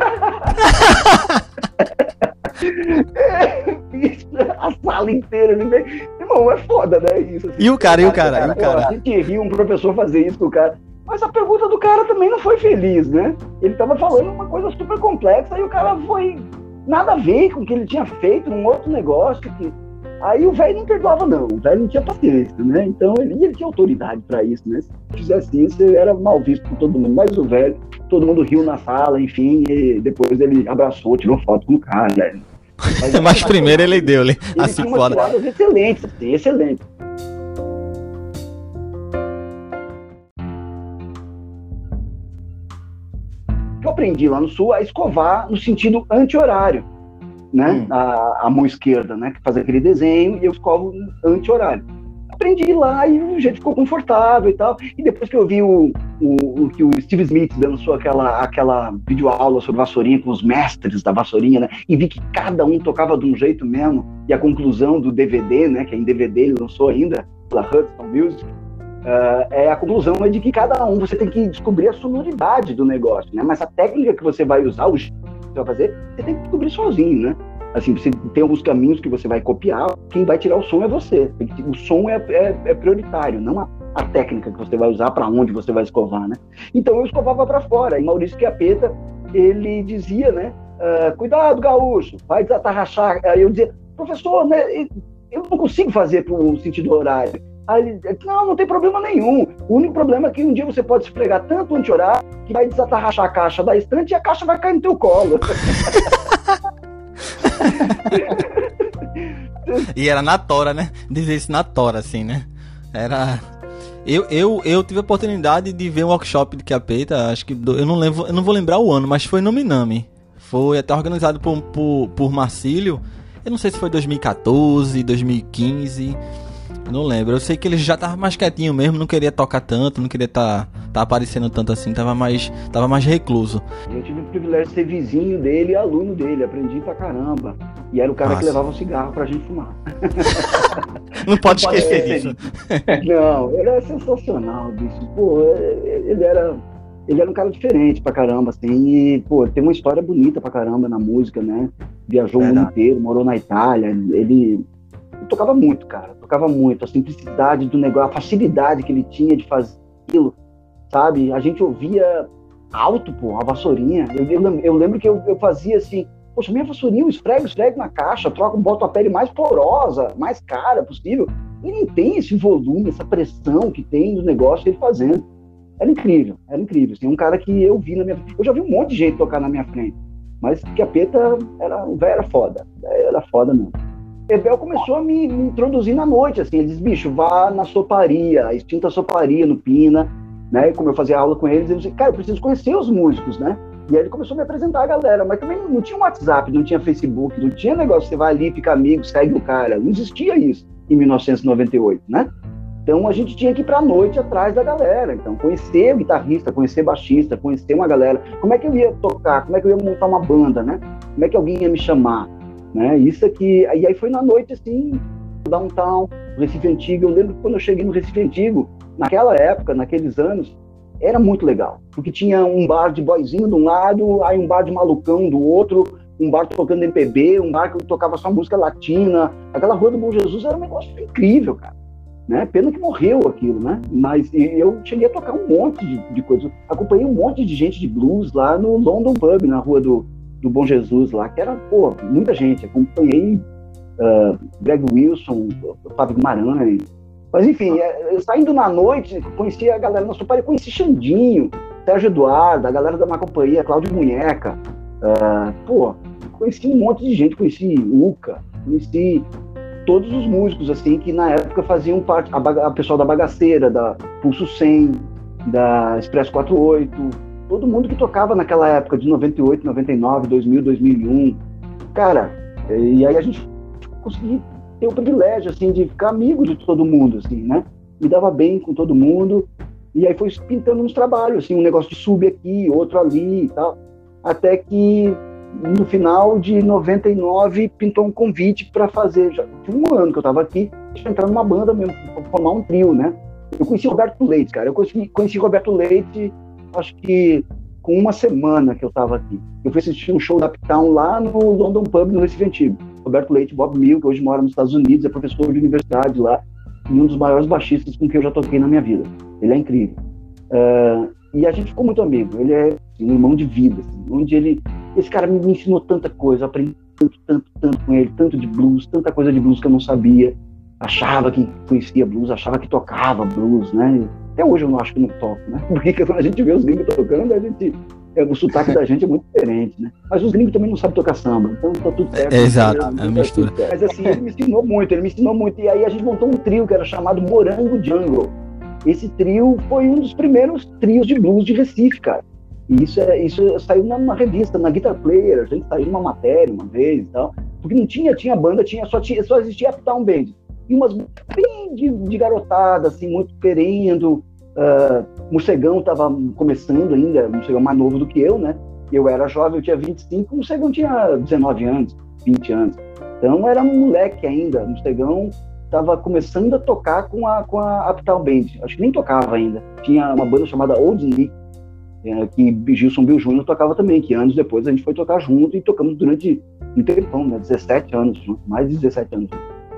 A sala inteira, irmão, é foda, né? Isso, assim, e o cara? A gente riu um professor fazer isso com o cara. Mas a pergunta do cara também não foi feliz, né? Ele tava falando uma coisa super complexa e o cara foi nada a ver com o que ele tinha feito num outro negócio. Aí o velho não perdoava, não. O velho não tinha paciência, né? Então ele tinha autoridade pra isso, né? Se fizesse isso, era mal visto por todo mundo. Mas o velho, todo mundo riu na sala, enfim, e depois ele abraçou, tirou foto com o cara, né? Mas primeiro ele deu-lhe a cinquada. Excelente, assim, excelente. Eu aprendi lá no Sul a escovar no sentido anti-horário, né? A mão esquerda, né? Que faz aquele desenho e eu escovo anti-horário. Aprendi lá e o jeito ficou confortável e tal. E depois que eu vi o que o Steve Smith dando aquela videoaula sobre vassourinha com os mestres da vassourinha, né? E vi que cada um tocava de um jeito mesmo. E a conclusão do DVD, né? Que é em DVD ele lançou ainda, pela Hudson Music, a conclusão é de que cada um, você tem que descobrir a sonoridade do negócio, né? Mas a técnica que você vai usar, o jeito que você vai fazer, você tem que descobrir sozinho, né? Assim, você tem alguns caminhos que você vai copiar, quem vai tirar o som é você. O som é prioritário, não a técnica que você vai usar para onde você vai escovar, né? Então eu escovava para fora, e Maurício Chiappetta, ele dizia, né? Cuidado, gaúcho, vai desatarrachar. Aí eu dizia, professor, né, eu não consigo fazer para o sentido horário. Aí ele disse, não tem problema nenhum. O único problema é que um dia você pode esfregar tanto anti-horário que vai desatarrachar a caixa da estante e a caixa vai cair no teu colo. E era na tora, né? Dizer isso na tora, assim, né? Era... Eu tive a oportunidade de ver um workshop de Chiappetta, acho que... Eu não vou lembrar o ano, mas foi no Minami. Foi até organizado por Marcílio. Eu não sei se foi 2014, 2015... Não lembro, eu sei que ele já tava mais quietinho mesmo, não queria tocar tanto, não queria tá aparecendo tanto assim, tava mais recluso. Eu tive o privilégio de ser vizinho dele e aluno dele, aprendi pra caramba. E era o cara que levava um cigarro pra gente fumar. Não pode esquecer disso. Não, ele era sensacional, bicho. Pô, ele era um cara diferente pra caramba, assim, e, pô, tem uma história bonita pra caramba na música, né? Viajou o mundo inteiro, morou na Itália, ele tocava muito, cara, a simplicidade do negócio, a facilidade que ele tinha de fazer aquilo, sabe? A gente ouvia alto, pô, a vassourinha. Eu lembro que eu fazia assim, poxa, minha vassourinha eu esfrego na caixa, boto a pele mais porosa, mais cara possível. E não tem esse volume, essa pressão que tem no negócio ele fazendo. Era incrível. Assim, um cara que eu vi na minha frente. Eu já vi um monte de gente tocar na minha frente, mas Chiappetta era foda mesmo. Bebel começou a me introduzir na noite, assim, ele disse, bicho, vá na soparia, a extinta soparia no Pina, né, como eu fazia aula com eles, ele disse, cara, eu preciso conhecer os músicos, né, e aí ele começou a me apresentar a galera, mas também não tinha WhatsApp, não tinha Facebook, não tinha negócio, você vai ali, fica amigo, segue o cara, não existia isso em 1998, né, então a gente tinha que ir pra noite atrás da galera, então conhecer o guitarrista, conhecer baixista, conhecer uma galera, como é que eu ia tocar, como é que eu ia montar uma banda, né, como é que alguém ia me chamar, né? Isso aqui, e aí foi na noite assim, downtown, Recife Antigo. Eu lembro que quando eu cheguei no Recife Antigo, naquela época, naqueles anos, era muito legal, porque tinha um bar de boyzinho de um lado, aí um bar de malucão do outro, um bar tocando MPB, um bar que tocava só música latina. Aquela Rua do Bom Jesus era um negócio incrível, cara, né? Pena que morreu aquilo, né? Mas eu cheguei a tocar um monte de coisas, acompanhei um monte de gente de blues lá no London Pub, na Rua do Bom Jesus lá, que era, pô, muita gente, acompanhei Greg Wilson, Flávio Guimarães. Mas enfim, saindo na noite, conheci a galera na Supai, conheci Xandinho, Sérgio Eduardo, a galera da má companhia, Cláudio Munheca. Conheci um monte de gente, conheci Uca, conheci todos os músicos, assim, que na época faziam parte, a pessoal da Bagaceira, da Pulso 100, da Expresso 48, todo mundo que tocava naquela época de 98, 99, 2000, 2001. Cara, e aí a gente conseguiu ter o privilégio, assim, de ficar amigo de todo mundo, assim, né? Me dava bem com todo mundo, e aí foi pintando uns trabalhos, assim, um negócio de sub aqui, outro ali e tal, até que no final de 99 pintou um convite para fazer, já tinha um ano que eu estava aqui, entrar numa banda mesmo, formar um trio, né? Eu conheci o Roberto Leite, cara, eu conheci o Roberto Leite, acho que com uma semana que eu estava aqui. Eu fui assistir um show da Uptown lá no London Pub, no Recife Antigo. Roberto Leite, Bob Mill, que hoje mora nos Estados Unidos, é professor de universidade lá, e um dos maiores baixistas com quem eu já toquei na minha vida. Ele é incrível. E a gente ficou muito amigo. Ele é um irmão de vida, assim, onde esse cara me ensinou tanta coisa, eu aprendi tanto com ele, tanto de blues, tanta coisa de blues que eu não sabia. Achava que conhecia blues, achava que tocava blues, né? Até hoje eu não acho que não toco, né? Porque quando a gente vê os gringos tocando, o sotaque da gente é muito diferente, né? Mas os gringos também não sabem tocar samba, então tá tudo certo. Exato, é a mistura. Mas assim, ele me ensinou muito. E aí a gente montou um trio que era chamado Morango Jungle. Esse trio foi um dos primeiros trios de blues de Recife, cara. E isso saiu numa revista, na Guitar Player, a gente saiu numa matéria uma vez e tal. Porque não tinha banda, só existia a Uptown Band. E umas bem de garotada, assim, muito querendo. Morcegão estava começando ainda, Morcegão mais novo do que eu, né? Eu era jovem, eu tinha 25, o Morcegão tinha 19 anos, 20 anos. Então eu era um moleque ainda. O Morcegão estava começando a tocar com a Uptown Band. Acho que nem tocava ainda. Tinha uma banda chamada Old Nick, que Gilson Bill Jr. tocava também, que anos depois a gente foi tocar junto e tocamos durante um tempão, né? 17 anos, mais de 17 anos.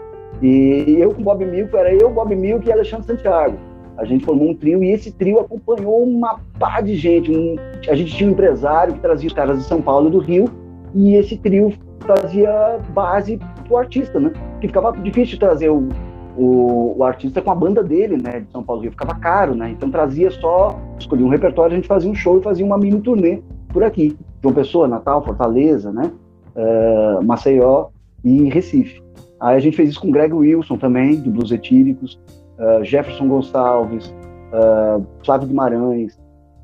E eu com o Bob Milk, era eu, Bob Milk e Alexandre Santiago. A gente formou um trio e esse trio acompanhou uma pá de gente. A gente tinha um empresário que trazia os caras de São Paulo e do Rio, e esse trio fazia base pro artista, né? Que ficava difícil de trazer o artista com a banda dele, né? De São Paulo e Rio, ficava caro, né? Então trazia escolhia um repertório, a gente fazia um show e fazia uma mini turnê por aqui. João Pessoa, Natal, Fortaleza, né? Maceió e Recife. Aí a gente fez isso com Greg Wilson também, do Blues Etíricos, Jefferson Gonçalves, Flávio Guimarães,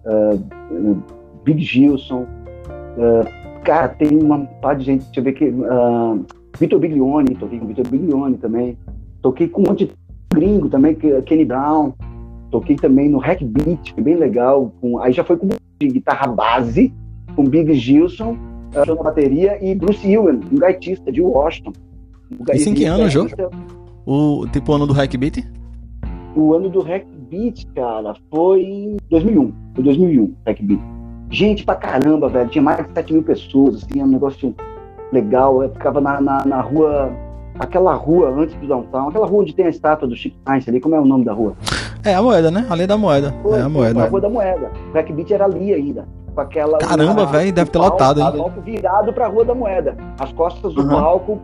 Big Gilson, cara, tem uma par de gente, deixa eu ver aqui, Vitor Biglione, toquei com Vitor Biglione também, toquei com um monte de gringo também, Kenny Brown, toquei também no Hack Beat, que é bem legal, aí já foi com guitarra base, com Big Gilson, na bateria, e Bruce Ewan, um gaitista de Washington. Isso em que ano, Jô? O ano do Hack Beat? O ano do Hack Beat, cara, foi em 2001. Foi 2001, Hack Beat. Gente pra caramba, velho. Tinha mais de 7 mil pessoas, assim, um negócio legal. Eu ficava na rua, aquela rua antes do Downtown, aquela rua onde tem a estátua do Chico Sainz ali. Como é o nome da rua? É a Moeda, né? Ali da Moeda. Foi, é a Moeda. A Rua da Moeda. O Hack Beat era ali ainda. Com aquela, caramba, velho, deve ter lotado, hein? O palco virado pra Rua da Moeda. As costas do palco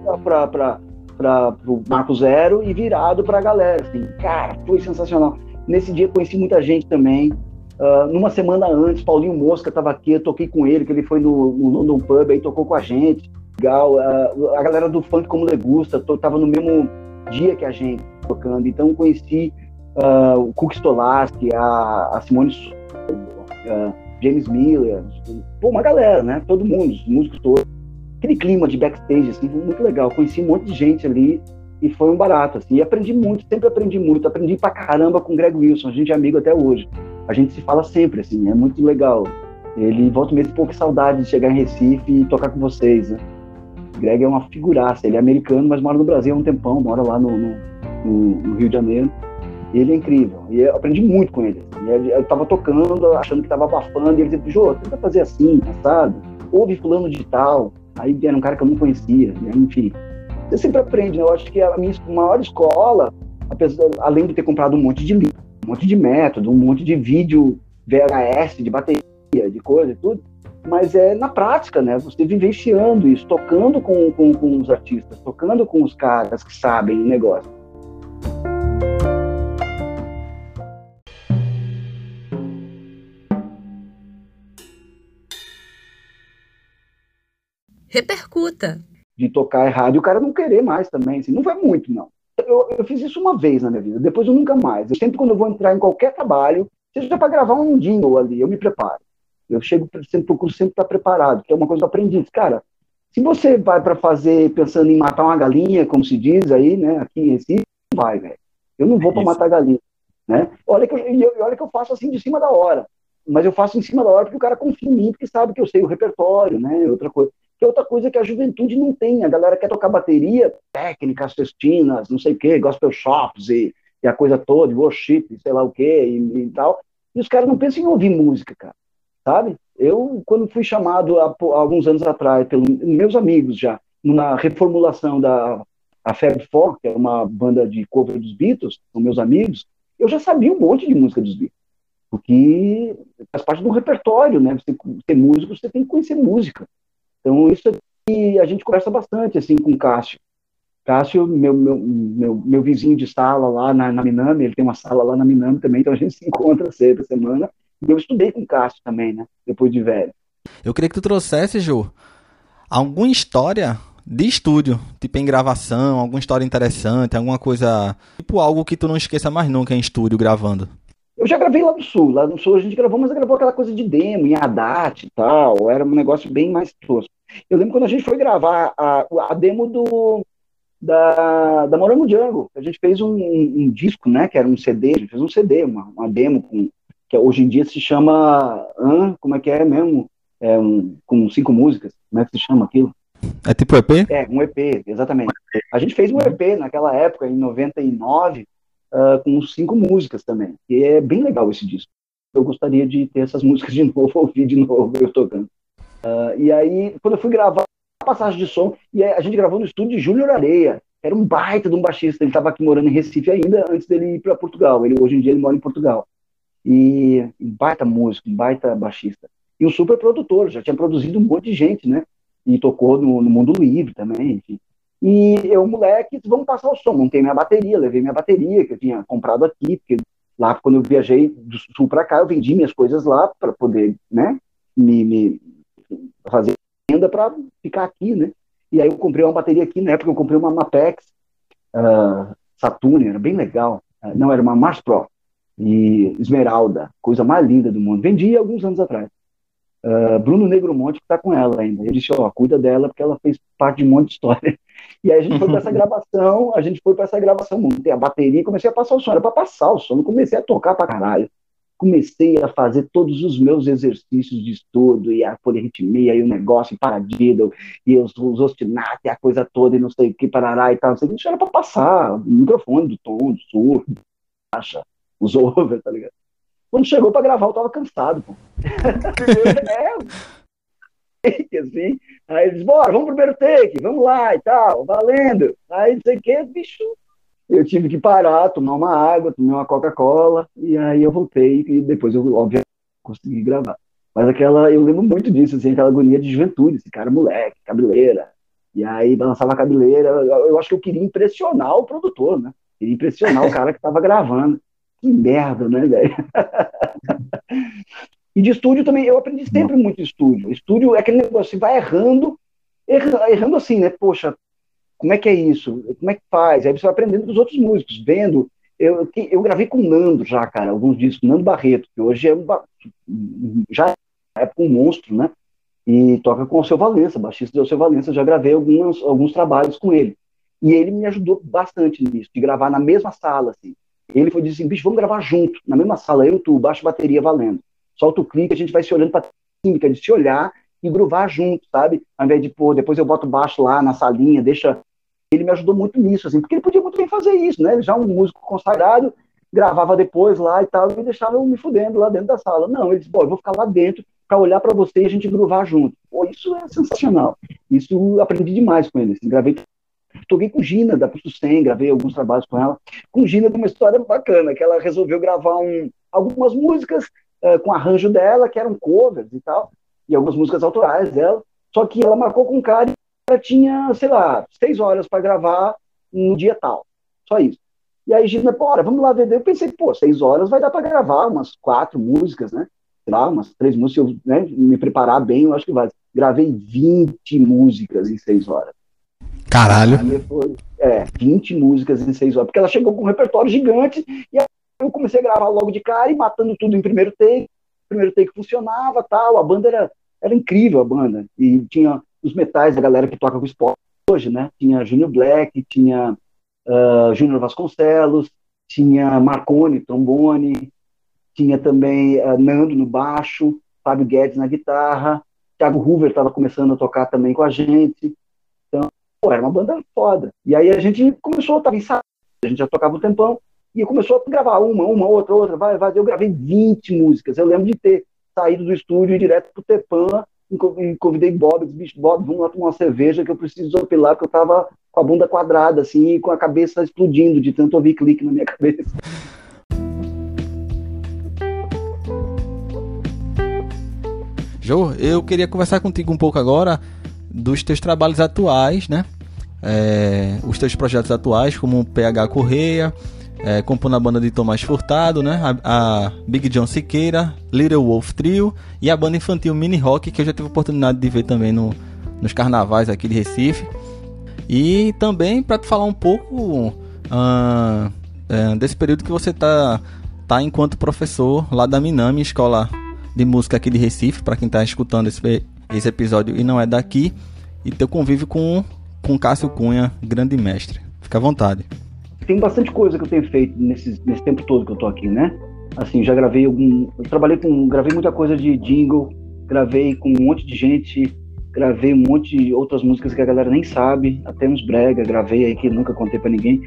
pro Marco Zero e virado pra galera, assim. Cara, foi sensacional. Nesse dia conheci muita gente também. Numa semana antes, Paulinho Mosca estava aqui, eu toquei com ele, que ele foi no London Pub, aí tocou com a gente. Legal. A galera do Funk Como Legusta tava no mesmo dia que a gente tocando. Então conheci o Cook Stolarski, a Simone James Miller, uma galera, né? Todo mundo, os músicos todos. Aquele clima de backstage, assim, foi muito legal. Conheci um monte de gente ali e foi um barato, assim. E aprendi muito, sempre aprendi muito. Aprendi pra caramba com o Greg Wilson, a gente é amigo até hoje. A gente se fala sempre, assim, é muito legal. Ele volta mesmo, pouco saudade de chegar em Recife e tocar com vocês, né? O Greg é uma figuraça, ele é americano, mas mora no Brasil há um tempão, mora lá no Rio de Janeiro. Ele é incrível, e eu aprendi muito com ele. Eu tava tocando, achando que tava abafando, e ele dizia, Jô, tenta fazer assim, sabe? Ouve fulano de tal. Aí era um cara que eu não conhecia, né? Enfim. Você sempre aprende, né? Eu acho que a minha maior escola, além de ter comprado um monte de livro, um monte de método, um monte de vídeo VHS, de bateria, de coisa e tudo, mas é na prática, né? Você vivenciando isso, tocando com os artistas, tocando com os caras que sabem o negócio. Repercuta. De tocar errado e o cara não querer mais também, assim, não vai muito, não. Eu fiz isso uma vez na minha vida, depois eu nunca mais. Eu sempre, quando eu vou entrar em qualquer trabalho, seja para gravar um jingle ali, eu me preparo. Eu chego, sempre procuro sempre estar preparado, que é uma coisa que eu aprendi. Cara, se você vai para fazer pensando em matar uma galinha, como se diz aí, né, aqui em Recife, não vai, velho. Eu não vou para matar galinha, né? Olha que eu faço assim de cima da hora, mas eu faço em cima da hora porque o cara confia em mim, porque sabe que eu sei o repertório, né? Outra coisa. Que é outra coisa que a juventude não tem. A galera quer tocar bateria, técnicas cestinas, não sei o quê, gospel shops e a coisa toda, worship, sei lá o quê e tal. E os caras não pensam em ouvir música, cara. Sabe? Eu, quando fui chamado há alguns anos atrás, pelos meus amigos já, numa reformulação da Fab Four, que é uma banda de cover dos Beatles, são meus amigos, eu já sabia um monte de música dos Beatles. Porque faz parte do repertório, né? Você ser músico, você tem que conhecer música. Então, isso aqui a gente conversa bastante, assim, com o Cássio. Cássio, meu vizinho de sala lá na Minami, ele tem uma sala lá na Minami também, então a gente se encontra sempre semana. E eu estudei com o Cássio também, né? Depois de velho. Eu queria que tu trouxesse, Jô, alguma história de estúdio, tipo em gravação, alguma história interessante, alguma coisa, tipo algo que tu não esqueça mais nunca em estúdio gravando. Eu já gravei lá no Sul. Lá no Sul a gente gravou, mas gravou aquela coisa de demo, em ADAT e tal. Era um negócio bem mais tosco. Eu lembro quando a gente foi gravar a demo da Morango Jungle. A gente fez um disco, né? Que era um CD. A gente fez um CD, uma demo, que hoje em dia se chama... como é que é mesmo? Com 5 músicas. Como é que se chama aquilo? É tipo EP? É, um EP, exatamente. A gente fez um EP naquela época, em 99, com 5 músicas também. E é bem legal esse disco. Eu gostaria de ter essas músicas de novo, ouvir de novo eu tocando. E aí, quando eu fui gravar a passagem de som, e a gente gravou no estúdio de Júnior Areia. Era um baita de um baixista. Ele estava aqui morando em Recife ainda, antes dele ir para Portugal. Hoje em dia ele mora em Portugal. E um baita músico, um baita baixista. E um super produtor, já tinha produzido um monte de gente, né? E tocou no Mundo Livre também, enfim. E eu, moleque, vamos passar o som. Montei minha bateria, levei minha bateria, que eu tinha comprado aqui, porque lá, quando eu viajei do sul para cá, eu vendi minhas coisas lá para poder, né, me fazer renda para ficar aqui, né? E aí eu comprei uma bateria aqui, na época eu comprei uma Mapex Saturn, era bem legal. Não, era uma Mars Pro. E Esmeralda, coisa mais linda do mundo. Vendi alguns anos atrás. Bruno Negromonte, que está com ela ainda. Eu disse, cuida dela, porque ela fez parte de um monte de história. E aí a gente foi para essa gravação, montei a bateria e comecei a passar o som. Era para passar o som, não comecei a tocar para caralho. Comecei a fazer todos os meus exercícios de estudo, e a polirritmia, e o negócio, e paradiddle, e os ostinatos, e a coisa toda, e não sei o que, parará e tal. Isso era para passar o microfone do tom, do surdo, os over, tá ligado? Quando chegou para gravar, eu tava cansado, pô. Assim, aí eles, bora, vamos pro primeiro take, vamos lá e tal, valendo. Aí não sei o que, bicho, eu tive que parar, tomar uma água, tomar uma Coca-Cola, e aí eu voltei, e depois eu, obviamente, consegui gravar. Mas eu lembro muito disso, assim, aquela agonia de juventude, esse cara moleque, cabeleira, e aí balançava a cabeleira, eu acho que eu queria impressionar o produtor, né? Queria impressionar o cara que tava gravando. Que merda, né, velho? E de estúdio também, eu aprendi sempre muito de estúdio. Estúdio é aquele negócio, você vai errando assim, né? Poxa, como é que é isso? Como é que faz? Aí você vai aprendendo dos outros músicos, vendo. Eu gravei com o Nando já, cara, alguns discos, Nando Barreto, que hoje já é um monstro, né? E toca com o Alceu Valença, baixista do Alceu Valença, já gravei alguns trabalhos com ele. E ele me ajudou bastante nisso, de gravar na mesma sala, assim. Ele foi dizer assim, bicho, vamos gravar junto, na mesma sala, eu e tu, baixo bateria valendo. Solta o clique, a gente vai se olhando pra química, de se olhar e groovar junto, sabe? Ao invés de, depois eu boto baixo lá na salinha, deixa... Ele me ajudou muito nisso, assim, porque ele podia muito bem fazer isso, né? Ele já é um músico consagrado, gravava depois lá e tal, e deixava eu me fudendo lá dentro da sala. Não, ele disse, eu vou ficar lá dentro pra olhar pra você e a gente groovar junto. Pô, isso é sensacional. Isso eu aprendi demais com ele, assim, gravei... Toquei com Gina, da Pulso 100, gravei alguns trabalhos com ela. Com Gina tem uma história bacana, que ela resolveu gravar algumas músicas com arranjo dela, que eram covers e tal. e algumas músicas autorais dela, só que ela marcou com um cara e ela tinha, sei lá, 6 horas para gravar no dia tal, só isso. E aí, Gina, bora, vamos lá ver. Eu pensei, 6 horas vai dar para gravar umas 4 músicas, né? Sei lá, umas 3 músicas, se eu, né, me preparar bem, eu acho que vai. Gravei 20 músicas em 6 horas. Caralho! 20 músicas em 6 horas, porque ela chegou com um repertório gigante, e aí eu comecei a gravar logo de cara e matando tudo em primeiro take. Primeiro take funcionava, tal, a banda era incrível, a banda, e tinha os metais, a galera que toca com esporte hoje, né? Tinha Junior Black, tinha Júnior Vasconcelos, tinha Marconi, trombone, tinha também Nando no baixo, Fábio Guedes na guitarra, Thiago Hoover estava começando a tocar também com a gente. Então, era uma banda foda. E aí a gente começou, estava ensaiando, a gente já tocava um tempão, e começou a gravar uma, outra, vai. Eu gravei 20 músicas. Eu lembro de ter saído do estúdio e direto pro Tepan, e convidei Bob, disse, Bob, vamos lá tomar uma cerveja que eu preciso desopilar, porque eu tava com a bunda quadrada, assim, e com a cabeça explodindo de tanto ouvir clique na minha cabeça. Jô, eu queria conversar contigo um pouco agora dos teus trabalhos atuais, né? Os teus projetos atuais, como o PH Correia, compondo a banda de Tomás Furtado, né? A Big John Siqueira, Little Wolf Trio e a banda infantil Mini Rock, que eu já tive a oportunidade de ver também nos carnavais aqui de Recife. E também para tu falar um pouco desse período que você tá enquanto professor lá da Minami, escola de música aqui de Recife, para quem tá escutando esse episódio e não é daqui, e teu convívio com Cássio Cunha, grande mestre. Fica à vontade. Tem bastante coisa que eu tenho feito nesse tempo todo que eu tô aqui, né? Assim, já gravei gravei muita coisa de jingle, gravei com um monte de gente, gravei um monte de outras músicas que a galera nem sabe, até uns brega, gravei aí que nunca contei pra ninguém.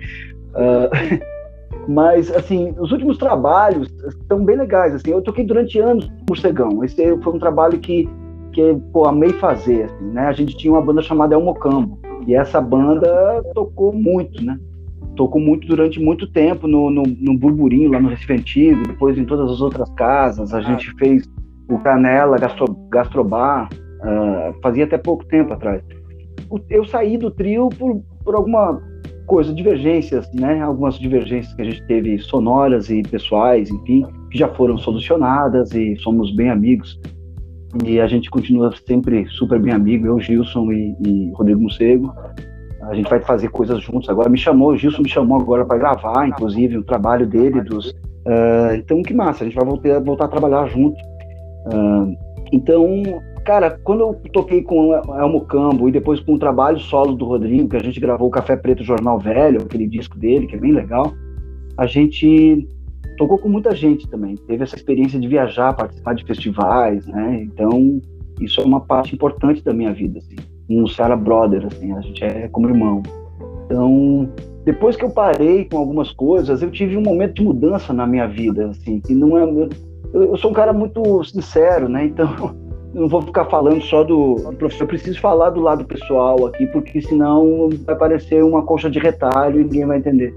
Mas, assim, os últimos trabalhos estão bem legais, assim, eu toquei durante anos no Morcegão. Esse foi um trabalho que amei fazer, assim, né? A gente tinha uma banda chamada El Mocambo, e essa banda tocou muito, né? Tocou muito durante muito tempo no Burburinho, lá no Recife Antigo, depois em todas as outras casas. A gente fez o Canela Gastrobar, fazia até pouco tempo atrás. Eu saí do trio por alguma coisa, divergências, né? Algumas divergências que a gente teve sonoras e pessoais, enfim, que já foram solucionadas e somos bem amigos. E a gente continua sempre super bem amigo, eu, Gilson e Rodrigo Morcego. A gente vai fazer coisas juntos agora. O Gilson me chamou agora para gravar, inclusive, o trabalho dele. Então, que massa, a gente vai voltar a trabalhar junto. Então, cara, quando eu toquei com o El Mocambo e depois com o trabalho solo do Rodrigo, que a gente gravou o Café Preto Jornal Velho, aquele disco dele, que é bem legal, a gente tocou com muita gente também. Teve essa experiência de viajar, participar de festivais, né? Então, isso é uma parte importante da minha vida, assim. Um Sarah Brother, assim, a gente é como irmão. Então, depois que eu parei com algumas coisas, eu tive um momento de mudança na minha vida, assim, que não é... Eu sou um cara muito sincero, né? Então, eu não vou ficar falando só do professor, eu preciso falar do lado pessoal aqui, porque senão vai parecer uma colcha de retalho e ninguém vai entender.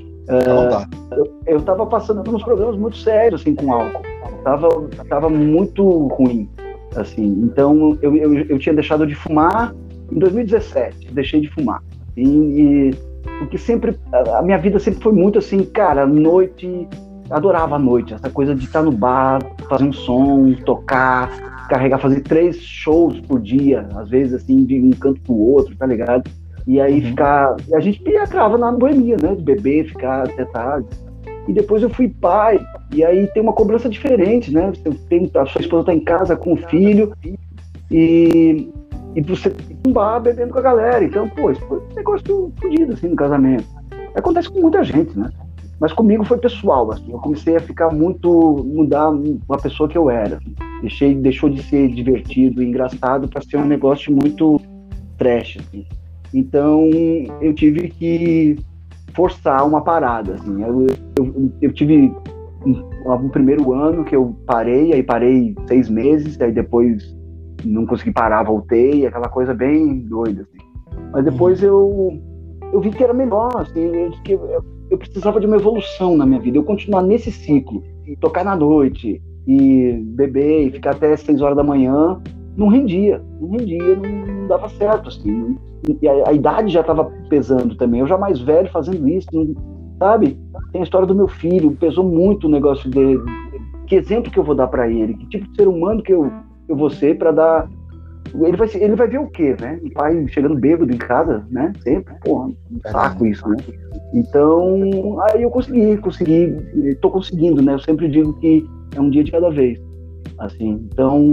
Eu tava passando por uns problemas muito sérios, assim, com álcool. Tava muito ruim, assim. Então, eu tinha deixado de fumar em 2017. Deixei de fumar. Porque sempre... A minha vida sempre foi muito assim, cara, noite... Adorava a noite. Essa coisa de estar no bar, fazer um som, tocar, carregar, fazer 3 shows por dia. Às vezes, assim, de um canto pro outro, tá ligado? E aí a gente piacava na boemia, né? De beber, ficar até tarde. E depois eu fui pai, e aí tem uma cobrança diferente, né? A sua esposa tá em casa com o filho, e você tem um bar bebendo com a galera. Então, isso foi um negócio fodido, assim, no casamento. Acontece com muita gente, né? Mas comigo foi pessoal, assim. Eu comecei a mudar uma pessoa que eu era. Deixou de ser divertido e engraçado para ser um negócio muito trash, assim. Então, eu tive que forçar uma parada, assim. Eu tive um primeiro ano que eu parei, aí parei 6 meses, aí depois não consegui parar, voltei, aquela coisa bem doida, assim. Mas depois eu vi que era melhor, assim, eu precisava de uma evolução na minha vida, eu continuar nesse ciclo, e tocar na noite, e beber, e ficar até 6 horas da manhã, não rendia, não dava certo, assim. E a idade já estava pesando também. Eu já mais velho fazendo isso, sabe? Tem a história do meu filho, pesou muito o negócio dele. Que exemplo que eu vou dar para ele? Que tipo de ser humano que eu vou ser para dar... Ele vai ver o quê, né? O pai chegando bêbado em casa, né? Sempre, porra, um saco isso, né? Então, aí eu consegui, tô conseguindo, né? Eu sempre digo que é um dia de cada vez, assim. Então,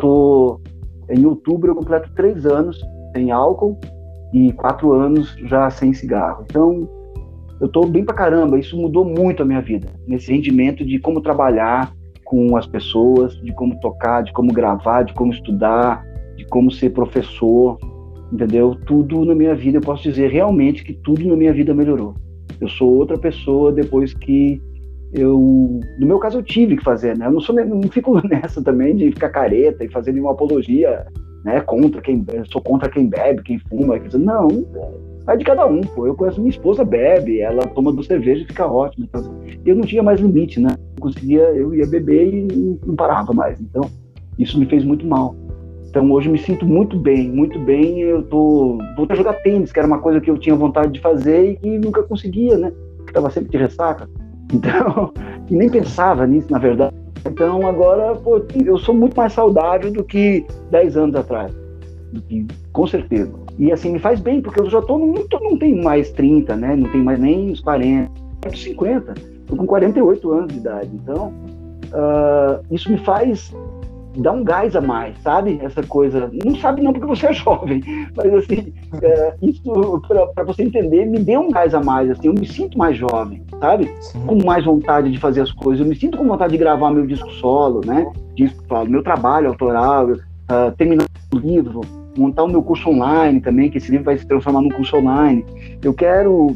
em outubro eu completo 3 anos sem álcool e 4 anos já sem cigarro. Então, eu tô bem pra caramba, isso mudou muito a minha vida, nesse rendimento de como trabalhar com as pessoas, de como tocar, de como gravar, de como estudar, de como ser professor, entendeu? Tudo na minha vida, eu posso dizer realmente que tudo na minha vida melhorou. Eu sou outra pessoa depois que no meu caso eu tive que fazer, né? Eu não fico nessa também de ficar careta e fazer nenhuma apologia, né? Sou contra quem bebe, quem fuma, não, vai de cada um, pô. Eu conheço minha esposa bebe, ela toma 2 cervejas e fica ótimo. Então, eu não tinha mais limite, né? Eu ia beber e não parava mais. Então, isso me fez muito mal. Então, hoje eu me sinto muito bem, muito bem. Eu voltei a jogar tênis, que era uma coisa que eu tinha vontade de fazer e que nunca conseguia, né? Porque estava sempre de ressaca. Então, e nem pensava nisso, na verdade. Então, agora, pô, eu sou muito mais saudável do que 10 anos atrás. Com certeza. E assim, me faz bem, porque eu já não tenho mais 30, né? Não tenho mais nem os 40, 50. Estou com 48 anos de idade. Então, isso me faz dar um gás a mais, sabe? Essa coisa. Não sabe não porque você é jovem, mas assim, isso, para você entender, me deu um gás a mais. Assim, eu me sinto mais jovem, sabe? Sim. Com mais vontade de fazer as coisas. Eu me sinto com vontade de gravar meu disco solo, né? Meu trabalho autoral, terminar o livro, montar o meu curso online também, que esse livro vai se transformar num curso online. Eu quero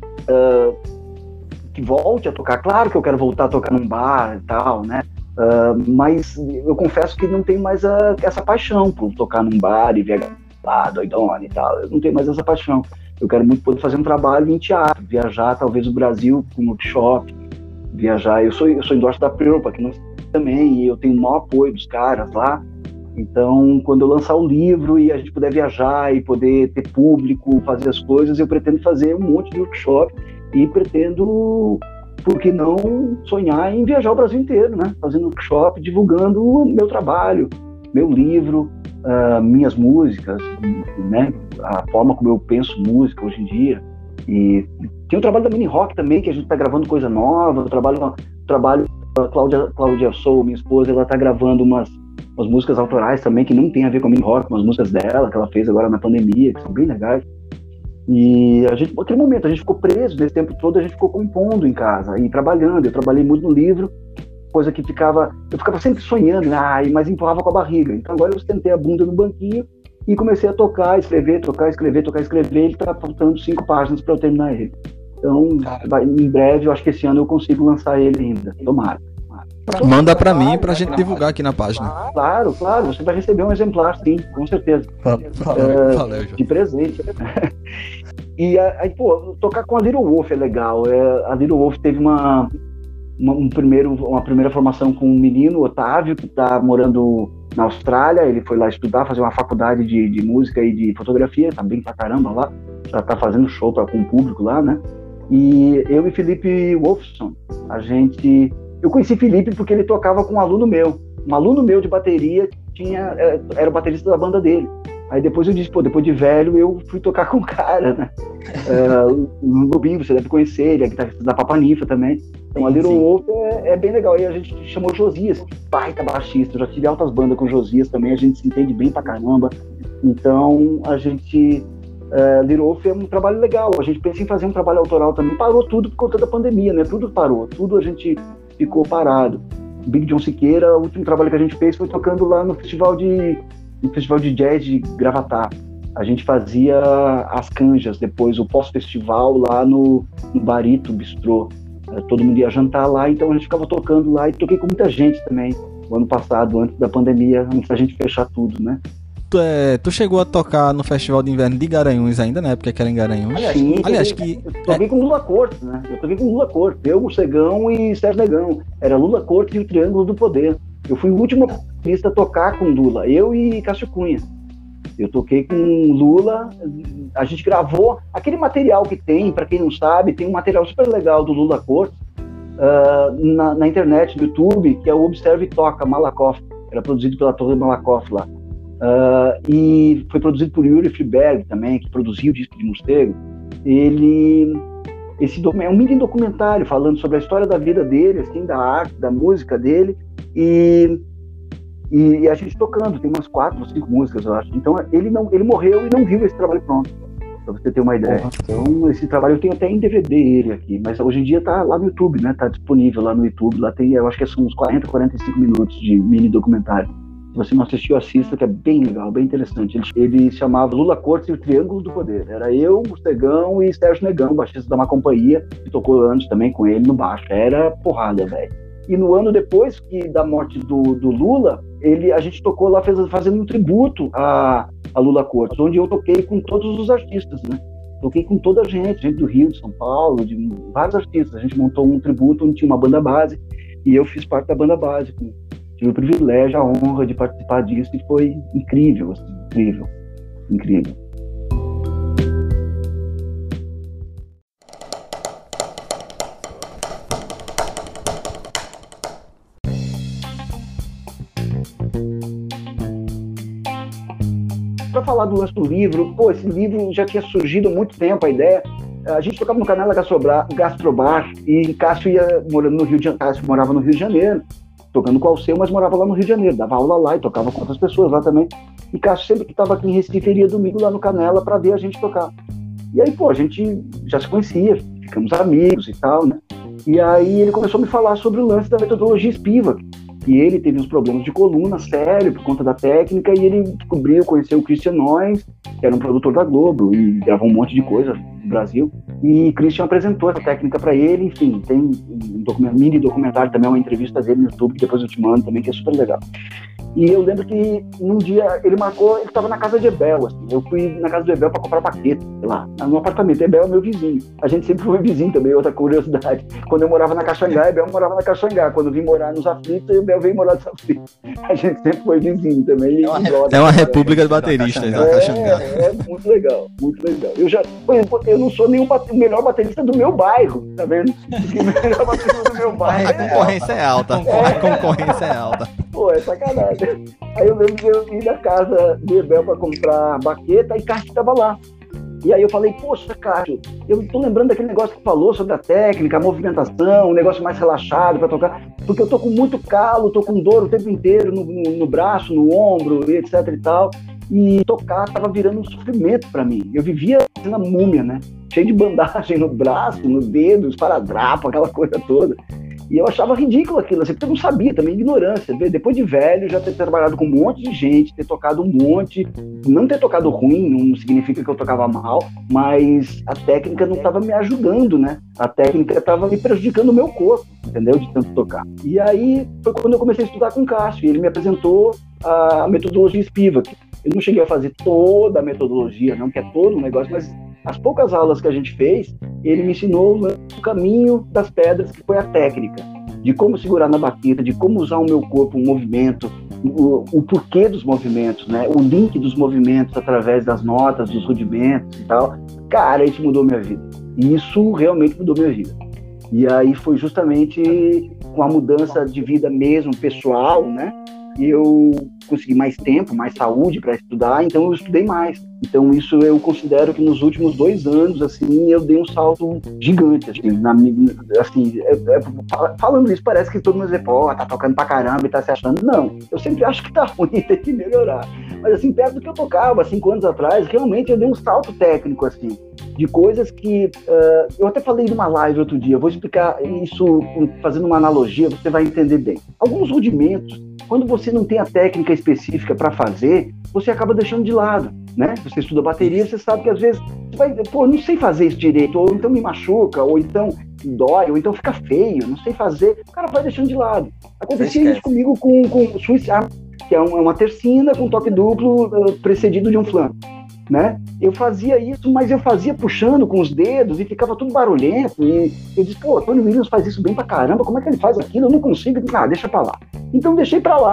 que volte a tocar. Claro que eu quero voltar a tocar num bar e tal, né? Mas eu confesso que não tenho mais essa paixão por tocar num bar e ver doidona e tal. Eu não tenho mais essa paixão. Eu quero muito poder fazer um trabalho em teatro, viajar talvez o Brasil com um workshop, viajar. Eu sou endorse da Pearl, que não também, e eu tenho o maior apoio dos caras lá. Então, quando eu lançar o livro e a gente puder viajar e poder ter público, fazer as coisas, eu pretendo fazer um monte de workshop e pretendo, por que não, sonhar em viajar o Brasil inteiro, né? Fazendo workshop, divulgando o meu trabalho, meu livro, minhas músicas, né? A forma como eu penso música hoje em dia. E tem o trabalho da Mini Rock também, que a gente está gravando coisa nova. Eu trabalho a Cláudia Sou, minha esposa, ela está gravando umas músicas autorais também, que não tem a ver com a Mini Rock, umas músicas dela, que ela fez agora na pandemia, que são bem legais. E naquele momento, a gente ficou preso, nesse tempo todo a gente ficou compondo em casa e trabalhando. Eu trabalhei muito no livro, coisa que eu ficava sempre sonhando, mas empurrava com a barriga. Então agora eu sentei a bunda no banquinho e comecei a tocar, escrever. Ele tá faltando 5 páginas para eu terminar ele. Então, em breve, eu acho que esse ano eu consigo lançar ele ainda. Tomara. Manda pra mim pra gente divulgar aqui na página. Claro, você vai receber um exemplar, sim, com certeza. Valeu, de presente. E aí, pô, tocar com a Little Wolf é legal. A Little Wolf teve uma primeira formação com um menino, Otávio, que tá morando na Austrália. Ele foi lá estudar, fazer uma faculdade de música e de fotografia, tá bem pra caramba lá, já tá fazendo show com o público lá, né? E eu e Felipe Wolfson, eu conheci Felipe porque ele tocava com um aluno meu de bateria, era o baterista da banda dele. Aí depois eu disse, depois de velho eu fui tocar com o cara, né? O Lubinho, você deve conhecer, ele é guitarrista da Papanifa também. Então a Little Wolf é bem legal. Aí a gente chamou Josias, baita baixista. Eu já tive altas bandas com Josias também, a gente se entende bem pra caramba. Então Little Wolf é um trabalho legal. A gente pensa em fazer um trabalho autoral também. Parou tudo por conta da pandemia, né? Tudo parou, tudo a gente ficou parado. Big John Siqueira, o último trabalho que a gente fez foi tocando lá no festival de jazz de Gravatá. A gente fazia as canjas, depois o pós-festival lá no Barito Bistrô. Todo mundo ia jantar lá, então a gente ficava tocando lá e toquei com muita gente também. O ano passado, antes da pandemia, antes da gente fechar tudo, né? Tu chegou a tocar no Festival de Inverno de Garanhuns ainda, na época que era em Garanhuns? Aliás, eu toquei com Lula Corte, né? Eu, o Cegão e Sérgio Negão. Era Lula Corte e o Triângulo do Poder. Eu fui o último baterista tocar com Lula, eu e Cássio Cunha. Eu toquei com Lula, a gente gravou aquele material que tem, para quem não sabe, tem um material super legal do Lula Cortes na internet, no YouTube, que é o Observe e Toca, Malakoff. Era produzido pela Torre Malakoff lá. E foi produzido por Yuri Friedberg também, que produziu o disco de Mostego. É um mini documentário falando sobre a história da vida dele, assim, da arte, da música dele, e a gente tocando, tem umas 4 ou 5 músicas, eu acho. Então ele morreu e não viu esse trabalho pronto, pra você ter uma ideia. Então esse trabalho eu tenho até em DVD ele aqui, mas hoje em dia tá lá no YouTube, né? Tá disponível lá no YouTube, lá tem, eu acho que são uns 40, 45 minutos de mini documentário. Se você não assistiu, assista, que é bem legal, bem interessante. Ele chamava Lula Cortes e o Triângulo do Poder. Era eu, Mostegão e Sérgio Negão, baixista da Má Companhia, que tocou anos também com ele no baixo. Era porrada, velho. E no ano depois da morte do Lula, a gente tocou lá fazendo um tributo a Lula Cortes, onde eu toquei com todos os artistas, né? Toquei com toda a gente do Rio, de São Paulo, de vários artistas. A gente montou um tributo onde tinha uma banda base e eu fiz parte da banda base. Tive o privilégio, a honra de participar disso e foi incrível, assim, incrível. Para falar do lance do livro, esse livro já tinha surgido há muito tempo, a ideia. A gente tocava no Canela Gastrobar e Cássio Cássio morava no Rio de Janeiro, tocando com o Alceu, mas morava lá no Rio de Janeiro, dava aula lá e tocava com outras pessoas lá também. E Cássio sempre que estava aqui em Recife, ele ia domingo lá no Canela para ver a gente tocar. E aí, a gente já se conhecia, ficamos amigos e tal, né? E aí ele começou a me falar sobre o lance da metodologia Spivak. E ele teve uns problemas de coluna, sério, por conta da técnica, e ele conheceu o Christian Noyes, que era um produtor da Globo, e gravou um monte de coisa no Brasil. E Christian apresentou essa técnica para ele, enfim, tem um mini documentário também, uma entrevista dele no YouTube, que depois eu te mando também, que é super legal. E eu lembro que num dia ele estava na casa de Ebel, assim, eu fui na casa do Ebel para comprar baqueta, lá, no apartamento. Ebel é meu vizinho, a gente sempre foi vizinho também, outra curiosidade. Quando eu morava na Caxangá, Ebel morava na Caxangá. Quando eu vim morar nos Aflitos, Ebel veio morar nos Aflitos. A gente sempre foi vizinho também. É uma república de bateristas, na Caxangá. É muito legal, muito legal. Eu não sou nem o melhor baterista do meu bairro, tá vendo? O melhor baterista do meu bairro. A concorrência é alta. A concorrência é alta. É sacanagem. Aí eu lembro que eu ia na casa do Ebel pra comprar baqueta e Cássio tava lá. E aí eu falei, poxa, Cássio, eu tô lembrando daquele negócio que falou sobre a técnica, a movimentação, um negócio mais relaxado pra tocar, porque eu tô com muito calo, tô com dor o tempo inteiro no braço, no ombro, etc e tal. E tocar tava virando um sofrimento pra mim. Eu vivia na múmia, né? Cheio de bandagem no braço, no dedo, esparadrapo, aquela coisa toda. E eu achava ridículo aquilo, assim, porque eu não sabia também, ignorância. Depois de velho, já ter trabalhado com um monte de gente, ter tocado um monte. Não ter tocado ruim não significa que eu tocava mal, mas a técnica não estava me ajudando, né? A técnica estava me prejudicando o meu corpo, entendeu? De tanto tocar. E aí foi quando eu comecei a estudar com o Cássio, e ele me apresentou a metodologia Spivak. Eu não cheguei a fazer toda a metodologia, não, que é todo um negócio, mas as poucas aulas que a gente fez, ele me ensinou o caminho das pedras, que foi a técnica, de como segurar na baqueta, de como usar o meu corpo, o movimento, o porquê dos movimentos, né? O link dos movimentos através das notas, dos rudimentos e tal. Cara, isso mudou minha vida. Isso realmente mudou minha vida. E aí foi justamente com a mudança de vida mesmo, pessoal, né? Eu consegui mais tempo, mais saúde para estudar, então eu estudei mais. Então isso eu considero que nos últimos 2 anos, assim, eu dei um salto gigante, assim, falando isso parece que todo mundo diz, tá tocando pra caramba e tá se achando. Não, eu sempre acho que tá ruim, tem que melhorar. Mas assim, perto do que eu tocava 5 anos atrás, realmente eu dei um salto técnico, assim, de coisas que... eu até falei numa live outro dia, eu vou explicar isso fazendo uma analogia, você vai entender bem. Alguns rudimentos, quando você não tem a técnica específica para fazer, você acaba deixando de lado, né? Você estuda bateria, você sabe que às vezes você vai, não sei fazer isso direito, ou então me machuca, ou então dói, ou então fica feio, não sei fazer, o cara vai deixando de lado. Acontecia isso comigo com Swiss Army, que é uma tercina com toque duplo precedido de um flanco, né? Eu fazia isso, mas eu fazia puxando com os dedos e ficava tudo barulhento, e eu disse, Tony Williams faz isso bem pra caramba, como é que ele faz aquilo? Eu não consigo, deixa pra lá. Então deixei pra lá.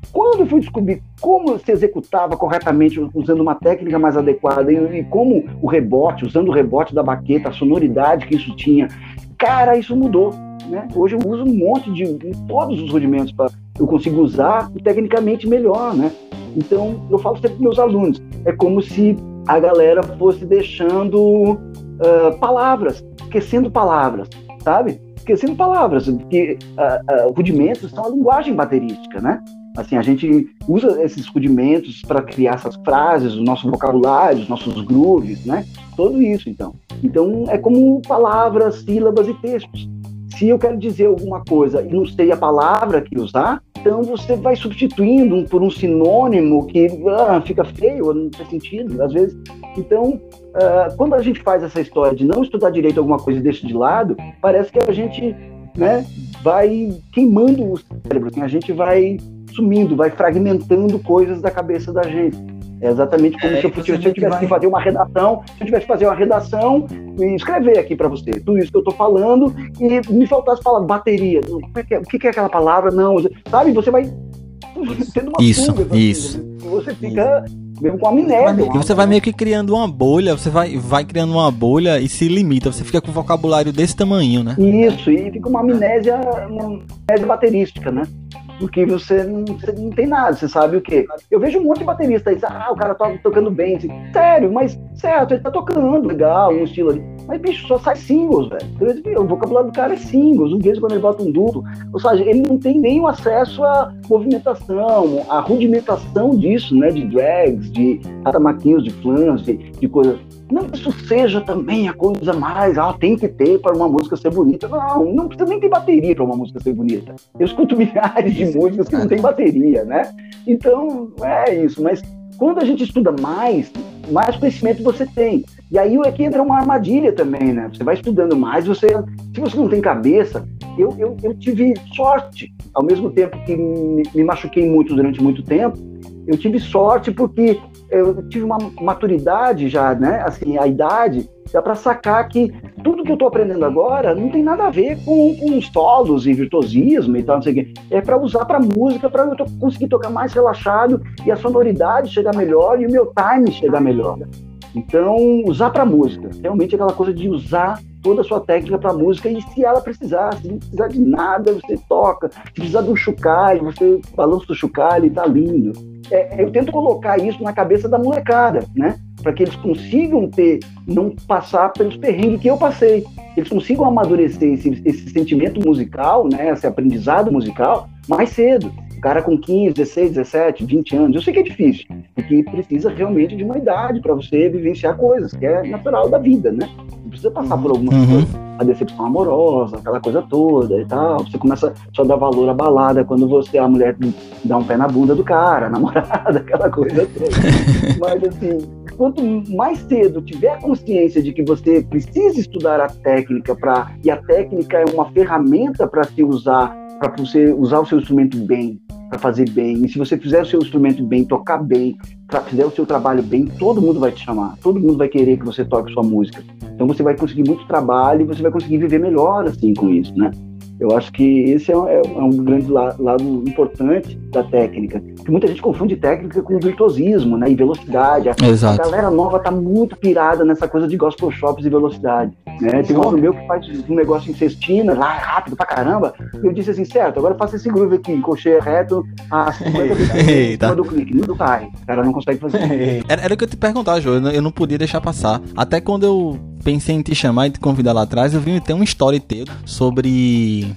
Quando eu fui descobrir como se executava corretamente, usando uma técnica mais adequada, e como o rebote, usando o rebote da baqueta, a sonoridade que isso tinha, cara, isso mudou, né? Hoje eu uso um monte de todos os rudimentos para eu consigo usar tecnicamente melhor, né? Então eu falo sempre para meus alunos, é como se a galera fosse deixando palavras, esquecendo palavras, sabe? Esquecendo palavras, porque rudimentos são a linguagem baterística, né? Assim, a gente usa esses rudimentos para criar essas frases, o nosso vocabulário, os nossos grooves, né? Tudo isso, então. Então, é como palavras, sílabas e textos. Se eu quero dizer alguma coisa e não sei a palavra que usar, então você vai substituindo por um sinônimo que fica feio, não faz sentido, às vezes. Então, quando a gente faz essa história de não estudar direito alguma coisa e deixa de lado, parece que a gente, né, vai queimando o cérebro, assim, a gente vai sumindo, vai fragmentando coisas da cabeça da gente. É exatamente como se eu tivesse que fazer uma redação, se eu tivesse que fazer uma redação e escrever aqui para você tudo isso que eu estou falando e me faltasse falar bateria. O que é aquela palavra? Não, sabe? Você vai tendo uma fuga. Isso. Você fica mesmo com amnésia. E você vai meio que criando uma bolha, você vai criando uma bolha e se limita, você fica com um vocabulário desse tamanho, né? Isso, e fica uma amnésia baterística, né? Porque você não tem nada, você sabe o quê? Eu vejo um monte de baterista aí, o cara tá tocando bem, assim, sério, mas certo, ele tá tocando, legal, um estilo ali, mas bicho, só sai singles, velho. O vocabulário do cara é singles, um vez quando ele bota um duplo, ou seja, ele não tem nenhum acesso à movimentação, à rudimentação disso, né, de drags, de atamaquinhos, de flans, de coisas. Não que isso seja também a coisa mais, tem que ter para uma música ser bonita. Não precisa nem ter bateria para uma música ser bonita. Eu escuto milhares de músicas que não tem bateria, né? Então, é isso. Mas quando a gente estuda mais conhecimento você tem. E aí é que entra uma armadilha também, né? Você vai estudando mais, se você não tem cabeça... Eu tive sorte, ao mesmo tempo que me machuquei muito durante muito tempo, eu tive sorte porque eu tive uma maturidade já, né? Assim, a idade, dá para sacar que tudo que eu tô aprendendo agora não tem nada a ver com solos e virtuosismo e tal, não sei o quê. É para usar para música, para eu conseguir tocar mais relaxado e a sonoridade chegar melhor e o meu time chegar melhor. Então, usar para música, realmente é aquela coisa de usar toda a sua técnica para música e se ela precisar, se não precisar de nada, você toca. Se precisar de um chocalho, você balança o chocalho e tá lindo. Eu tento colocar isso na cabeça da molecada, né? Para que eles consigam não passar pelos perrengues que eu passei. Eles consigam amadurecer esse sentimento musical, né? Esse aprendizado musical mais cedo. O cara com 15, 16, 17, 20 anos, eu sei que é difícil, porque precisa realmente de uma idade para você vivenciar coisas, que é natural da vida, né? Você precisa passar por algumas coisas, a decepção amorosa, aquela coisa toda e tal. Você começa só a dar valor à balada quando a mulher dá um pé na bunda do cara, a namorada, aquela coisa toda. Mas assim, quanto mais cedo tiver consciência de que você precisa estudar a técnica e a técnica é uma ferramenta para se usar, para você usar o seu instrumento bem, para fazer bem. E se você fizer o seu instrumento bem, tocar bem, fizer o seu trabalho bem, todo mundo vai te chamar, todo mundo vai querer que você toque sua música. Então você vai conseguir muito trabalho e você vai conseguir viver melhor assim com isso, né? Eu acho que esse é um grande lado importante da técnica. Porque muita gente confunde técnica com virtuosismo, né? E velocidade. Exato. A galera nova tá muito pirada nessa coisa de gospel shops e velocidade, né? Tem um amigo meu que faz um negócio em sextina, lá rápido pra caramba. E eu disse assim, certo, agora faça esse groove aqui, cocheia reto a 50 em cima do clique. Não cai. O cara não consegue fazer. Era o que eu te perguntar, Jô. Eu não podia deixar passar. Até quando eu pensei em te chamar e te convidar lá atrás, eu vi ter uma story teu sobre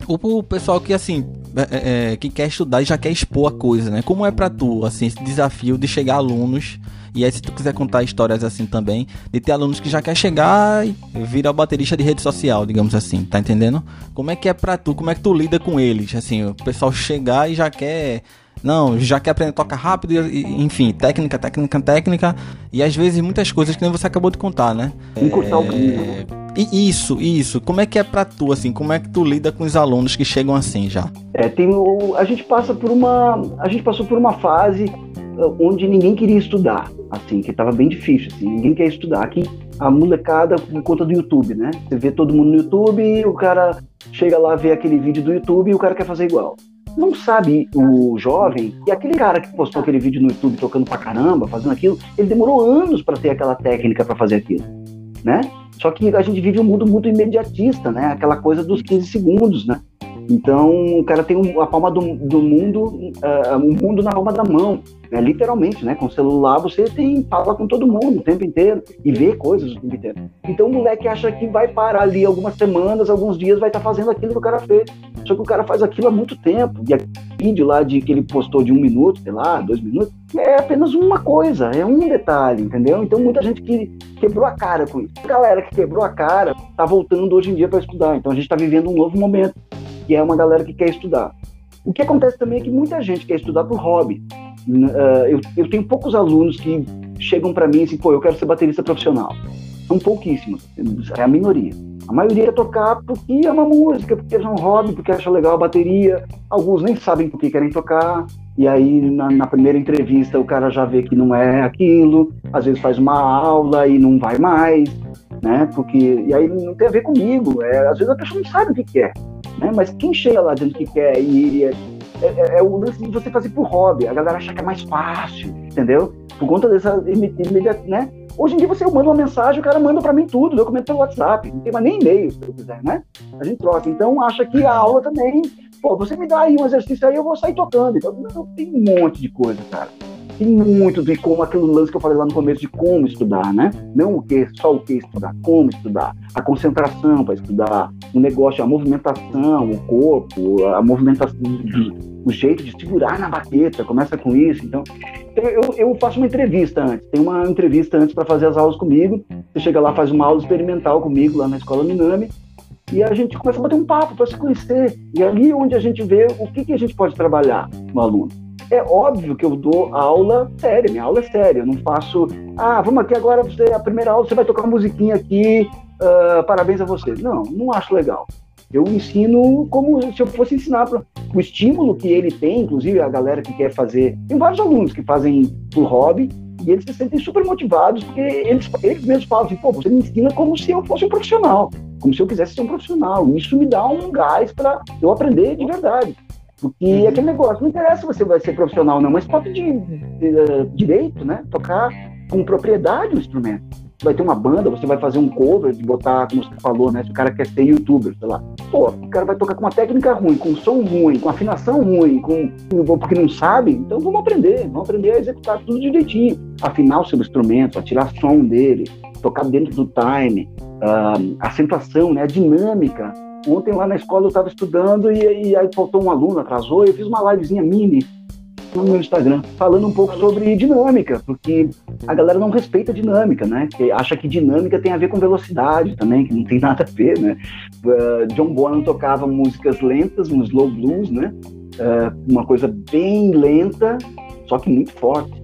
o pessoal que, assim, que quer estudar e já quer expor a coisa, né? Como é pra tu, assim, esse desafio de chegar a alunos, e aí se tu quiser contar histórias assim também, de ter alunos que já quer chegar e virar o baterista de rede social, digamos assim, tá entendendo? Como é que é pra tu, como é que tu lida com eles, assim, o pessoal chegar e já quer aprender a tocar rápido, enfim, técnica, e às vezes muitas coisas que nem você acabou de contar, né? Encurtar o caminho. Isso, como é que é pra tu, assim, como é que tu lida com os alunos que chegam assim já? A gente passou por uma fase onde ninguém queria estudar, assim, que tava bem difícil, assim, ninguém quer estudar. Aqui a molecada por conta do YouTube, né? Você vê todo mundo no YouTube, o cara chega lá, vê aquele vídeo do YouTube e o cara quer fazer igual. Não sabe o jovem que aquele cara que postou aquele vídeo no YouTube tocando pra caramba, fazendo aquilo, ele demorou anos para ter aquela técnica para fazer aquilo, né? Só que a gente vive um mundo muito imediatista, né? Aquela coisa dos 15 segundos, né? Então, o cara tem a palma do mundo, o mundo na palma da mão, né? Literalmente, né? Com o celular você fala com todo mundo o tempo inteiro e vê coisas o tempo inteiro. Então, o moleque acha que vai parar ali algumas semanas, alguns dias, vai estar fazendo aquilo que o cara fez. Só que o cara faz aquilo há muito tempo. E aquele vídeo lá que ele postou de 1 minuto, sei lá, 2 minutos, é apenas uma coisa, é um detalhe, entendeu? Então, muita gente que quebrou a cara com isso. A galera que quebrou a cara tá voltando hoje em dia para estudar. Então, a gente está vivendo um novo momento, que é uma galera que quer estudar. O que acontece também é que muita gente quer estudar por hobby. Eu tenho poucos alunos que chegam para mim assim, pô, eu quero ser baterista profissional. São pouquíssimos, é a minoria. A maioria quer tocar porque ama música, porque é um hobby, porque acha legal a bateria. Alguns nem sabem por que querem tocar. E aí, na primeira entrevista, o cara já vê que não é aquilo. Às vezes faz uma aula e não vai mais, né? E aí não tem a ver comigo. Às vezes a pessoa não sabe o que quer. Né? Mas quem chega lá dizendo que quer é o lance de você fazer por hobby. A galera acha que é mais fácil, entendeu? Por conta dessa imediatez, né? Hoje em dia você manda uma mensagem, o cara manda pra mim tudo, documento pelo WhatsApp, não tem mais nem e-mail, se eu quiser, né? A gente troca. Então acha que a aula também, pô, você me dá aí um exercício aí, eu vou sair tocando. Então, não, tem um monte de coisa, cara. Tem muito de como aquele lance que eu falei lá no começo de como estudar, né? Não só o que estudar, como estudar. A concentração para estudar, o negócio, a movimentação, o corpo, a movimentação, o jeito de segurar na baqueta, começa com isso. Então eu faço uma entrevista antes. Tem uma entrevista antes para fazer as aulas comigo. Você chega lá, faz uma aula experimental comigo lá na Escola Minami. E a gente começa a bater um papo para se conhecer. E ali onde a gente vê o que a gente pode trabalhar no aluno. É óbvio que eu dou aula séria, minha aula é séria, eu não faço, vamos aqui agora, a primeira aula você vai tocar uma musiquinha aqui, parabéns a você. Não acho legal. Eu ensino como se eu fosse ensinar o estímulo que ele tem, inclusive a galera que quer fazer, tem vários alunos que fazem por hobby, e eles se sentem super motivados, porque eles mesmos falam assim, pô, você me ensina como se eu fosse um profissional, como se eu quisesse ser um profissional, isso me dá um gás para eu aprender de verdade. Porque aquele negócio, não interessa se você vai ser profissional ou não, mas pode de direito, né? Tocar com propriedade o instrumento. Você vai ter uma banda, você vai fazer um cover, de botar, como você falou, né? Se o cara quer ser youtuber, sei lá. Pô, o cara vai tocar com uma técnica ruim, com um som ruim, com afinação ruim, porque não sabe, então vamos aprender a executar tudo direitinho. Afinar o seu instrumento, a tirar som dele, tocar dentro do time, a acentuação, né? A dinâmica. Ontem lá na escola eu estava estudando e aí faltou um aluno, atrasou, e eu fiz uma livezinha mini no meu Instagram, falando um pouco sobre dinâmica, porque a galera não respeita a dinâmica, né? Que acha que dinâmica tem a ver com velocidade também, que não tem nada a ver, né? John Bonham tocava músicas lentas, um slow blues, né? Uma coisa bem lenta, só que muito forte.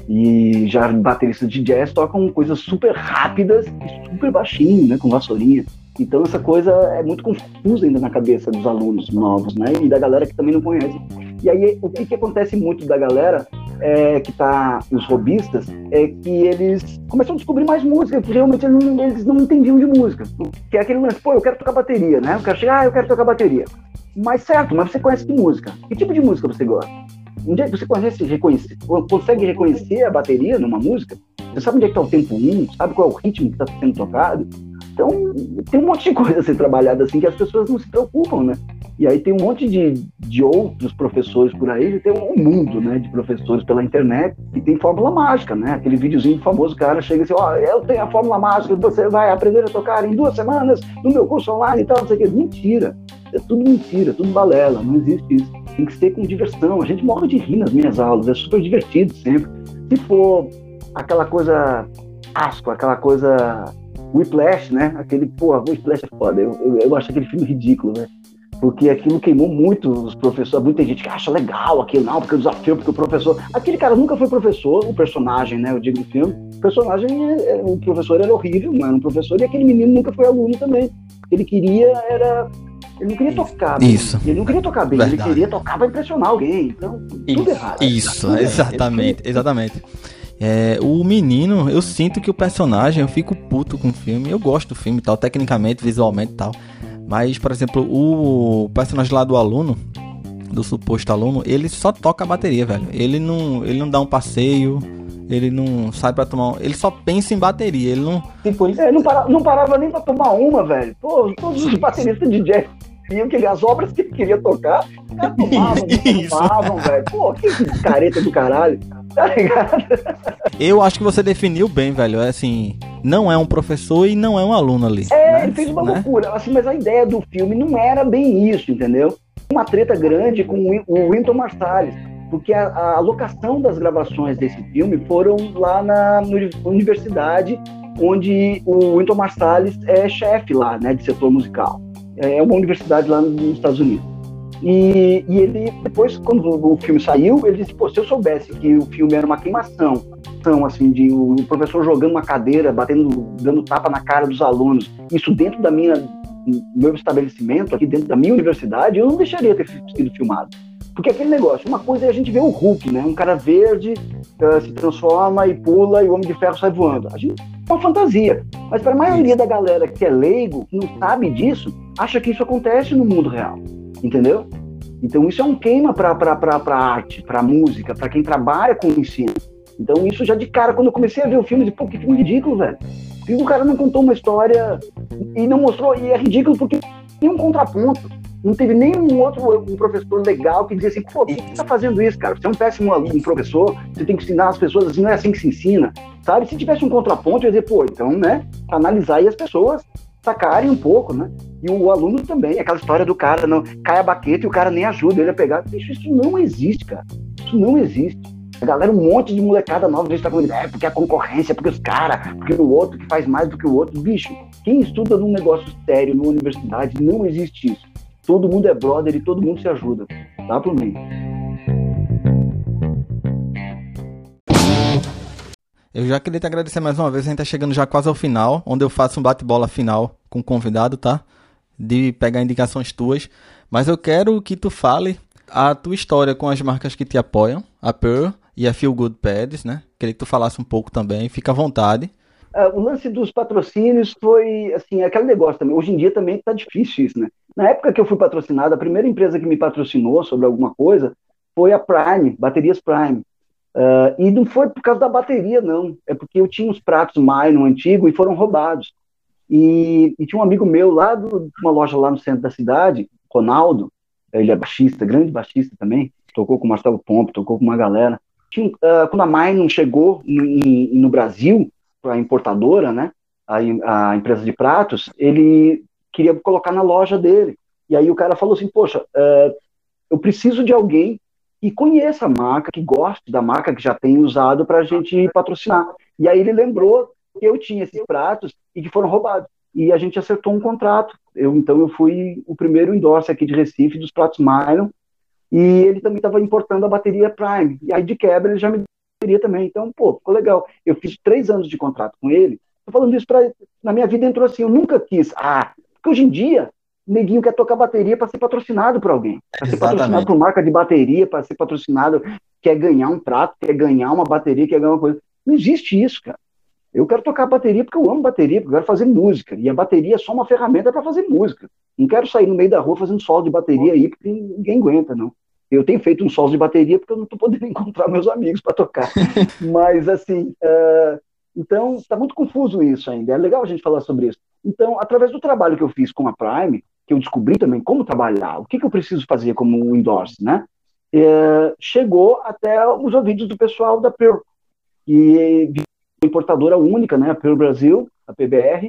E já bateristas de jazz tocam coisas super rápidas e super baixinho, né? Com vassourinha. Então essa coisa é muito confusa ainda na cabeça dos alunos novos, né? E da galera que também não conhece. E aí o que acontece muito da galera que tá, os robistas, é que eles começam a descobrir mais música, porque realmente eles não entendiam de música. Que é aquele lance, pô, eu quero tocar bateria, né? O cara chega, eu quero tocar bateria. Mas certo, mas você conhece que música? Que tipo de música você gosta? Onde é que você consegue reconhecer a bateria numa música? Você sabe onde é que está o tempo 1? Sabe qual é o ritmo que está sendo tocado? Então, tem um monte de coisa a ser trabalhada assim que as pessoas não se preocupam, né? E aí tem um monte de outros professores por aí, tem um mundo, né, de professores pela internet, e tem fórmula mágica, né? Aquele videozinho famoso, o cara chega e diz, eu tenho a fórmula mágica, você vai aprender a tocar em 2 semanas no meu curso online e tal, não sei o que. Mentira, é tudo mentira, tudo balela, não existe isso. Tem que ser com diversão, a gente morre de rir nas minhas aulas, é super divertido sempre. Se for aquela coisa asco, aquela coisa Whiplash, né? Whiplash é foda, eu acho aquele filme ridículo, né? Porque aquilo queimou muito os professores. Muita gente que acha legal aquilo, não, porque o desafio, porque o professor. Aquele cara nunca foi professor, o personagem, né? Eu digo no filme. O personagem, o professor era horrível, não era um professor, e aquele menino nunca foi aluno também. Ele não queria tocar bem. Isso. Ele não queria tocar bem, verdade. Ele queria tocar pra impressionar alguém. Então, tudo errado. Isso, exatamente. O menino, eu sinto que o personagem, eu fico puto com o filme. Eu gosto do filme e tal, tecnicamente, visualmente e tal. Mas, por exemplo, o personagem lá do aluno, do suposto aluno, ele só toca a bateria, velho. Ele não dá um passeio, ele não sai pra tomar... Ele só pensa em bateria, ele não... Tipo, não parava nem pra tomar uma, velho. Pô, todos os bateristas de jazz viam que as obras que ele queria tocar, os caras tomavam, velho. Pô, que careta do caralho. Tá ligado? Eu acho que você definiu bem, velho. É assim, não é um professor e não é um aluno ali. Né? Ele fez uma loucura. Assim, mas a ideia do filme não era bem isso, entendeu? Uma treta grande com o Wynton Marsalis, porque a locação das gravações desse filme foram lá na universidade, onde o Wynton Marsalis é chefe lá, né, de setor musical. É uma universidade lá nos Estados Unidos. E ele, depois, quando o filme saiu, ele disse, pô, se eu soubesse que o filme era uma queimação, assim, de o professor jogando uma cadeira, dando tapa na cara dos alunos, isso dentro do meu estabelecimento, aqui dentro da minha universidade, eu não deixaria ter sido filmado. Porque aquele negócio, uma coisa é a gente ver o Hulk, né? Um cara verde se transforma e pula e o Homem de Ferro sai voando. A gente é uma fantasia. Mas para a maioria da galera que é leigo, que não sabe disso, acha que isso acontece no mundo real. Entendeu? Então isso é um queima para arte, para música, para quem trabalha com o ensino. Então isso já de cara, quando eu comecei a ver o filme, eu disse, pô, que filme ridículo, velho. Porque o cara não contou uma história e não mostrou, e é ridículo porque tem um contraponto. Não teve nenhum outro professor legal que dizia assim, pô, por que você tá fazendo isso, cara? Você é um péssimo aluno, professor, você tem que ensinar as pessoas assim, não é assim que se ensina, sabe? Se tivesse um contraponto, eu ia dizer, pô, então, né, analisar aí as pessoas sacarem um pouco, né? E o aluno também, aquela história do cara, não, cai a baqueta e o cara nem ajuda ele a pegar. Bicho, isso não existe, cara. Isso não existe. A galera, um monte de molecada nova, a gente tá falando, porque a concorrência, porque os caras, porque o outro que faz mais do que o outro. Bicho, quem estuda num negócio sério, numa universidade, não existe isso. Todo mundo é brother e todo mundo se ajuda. Dá pro mim. Eu já queria te agradecer mais uma vez, a gente tá chegando já quase ao final, onde eu faço um bate-bola final com o convidado, tá? De pegar indicações tuas. Mas eu quero que tu fale a tua história com as marcas que te apoiam, a Pearl e a Feel Good Pads, né? Queria que tu falasse um pouco também, fica à vontade. O lance dos patrocínios foi, assim, aquele negócio também. Hoje em dia também tá difícil isso, né? Na época que eu fui patrocinado, a primeira empresa que me patrocinou sobre alguma coisa foi a Prime, Baterias Prime. E não foi por causa da bateria, não. É porque eu tinha uns pratos Maino antigo e foram roubados. E tinha um amigo meu lá de uma loja lá no centro da cidade, Ronaldo, ele é baixista, grande baixista também, tocou com o Marcelo Pomp, tocou com uma galera. Quando a Maino chegou no Brasil, a importadora, né, a empresa de pratos, ele queria colocar na loja dele. E aí o cara falou assim, poxa, eu preciso de alguém que conheça a marca, que goste da marca, que já tem usado para a gente patrocinar. E aí ele lembrou que eu tinha esses pratos e que foram roubados. E a gente acertou um contrato. Então eu fui o primeiro endorse aqui de Recife dos pratos Mylon, e ele também estava importando a bateria Prime. E aí de quebra ele já me bateria também. Então, pô, ficou legal. Eu fiz 3 anos de contrato com ele. Tô falando isso na minha vida entrou assim, eu nunca quis. Porque hoje em dia neguinho quer tocar bateria para ser patrocinado por alguém, para ser patrocinado por marca de bateria, para ser patrocinado, quer ganhar um prato, quer ganhar uma bateria, quer ganhar uma coisa. Não existe isso, cara. Eu quero tocar bateria porque eu amo bateria, porque eu quero fazer música. E a bateria é só uma ferramenta para fazer música. Não quero sair no meio da rua fazendo solo de bateria aí, porque ninguém aguenta, não. Eu tenho feito um solo de bateria porque eu não estou podendo encontrar meus amigos para tocar. Mas, assim, então, está muito confuso isso ainda. É legal a gente falar sobre isso. Então, através do trabalho que eu fiz com a Prime, que eu descobri também como trabalhar, o que eu preciso fazer como um endorse, né? Chegou até os ouvidos do pessoal da Pearl, e a importadora única, né? A Pearl Brasil, a PBR,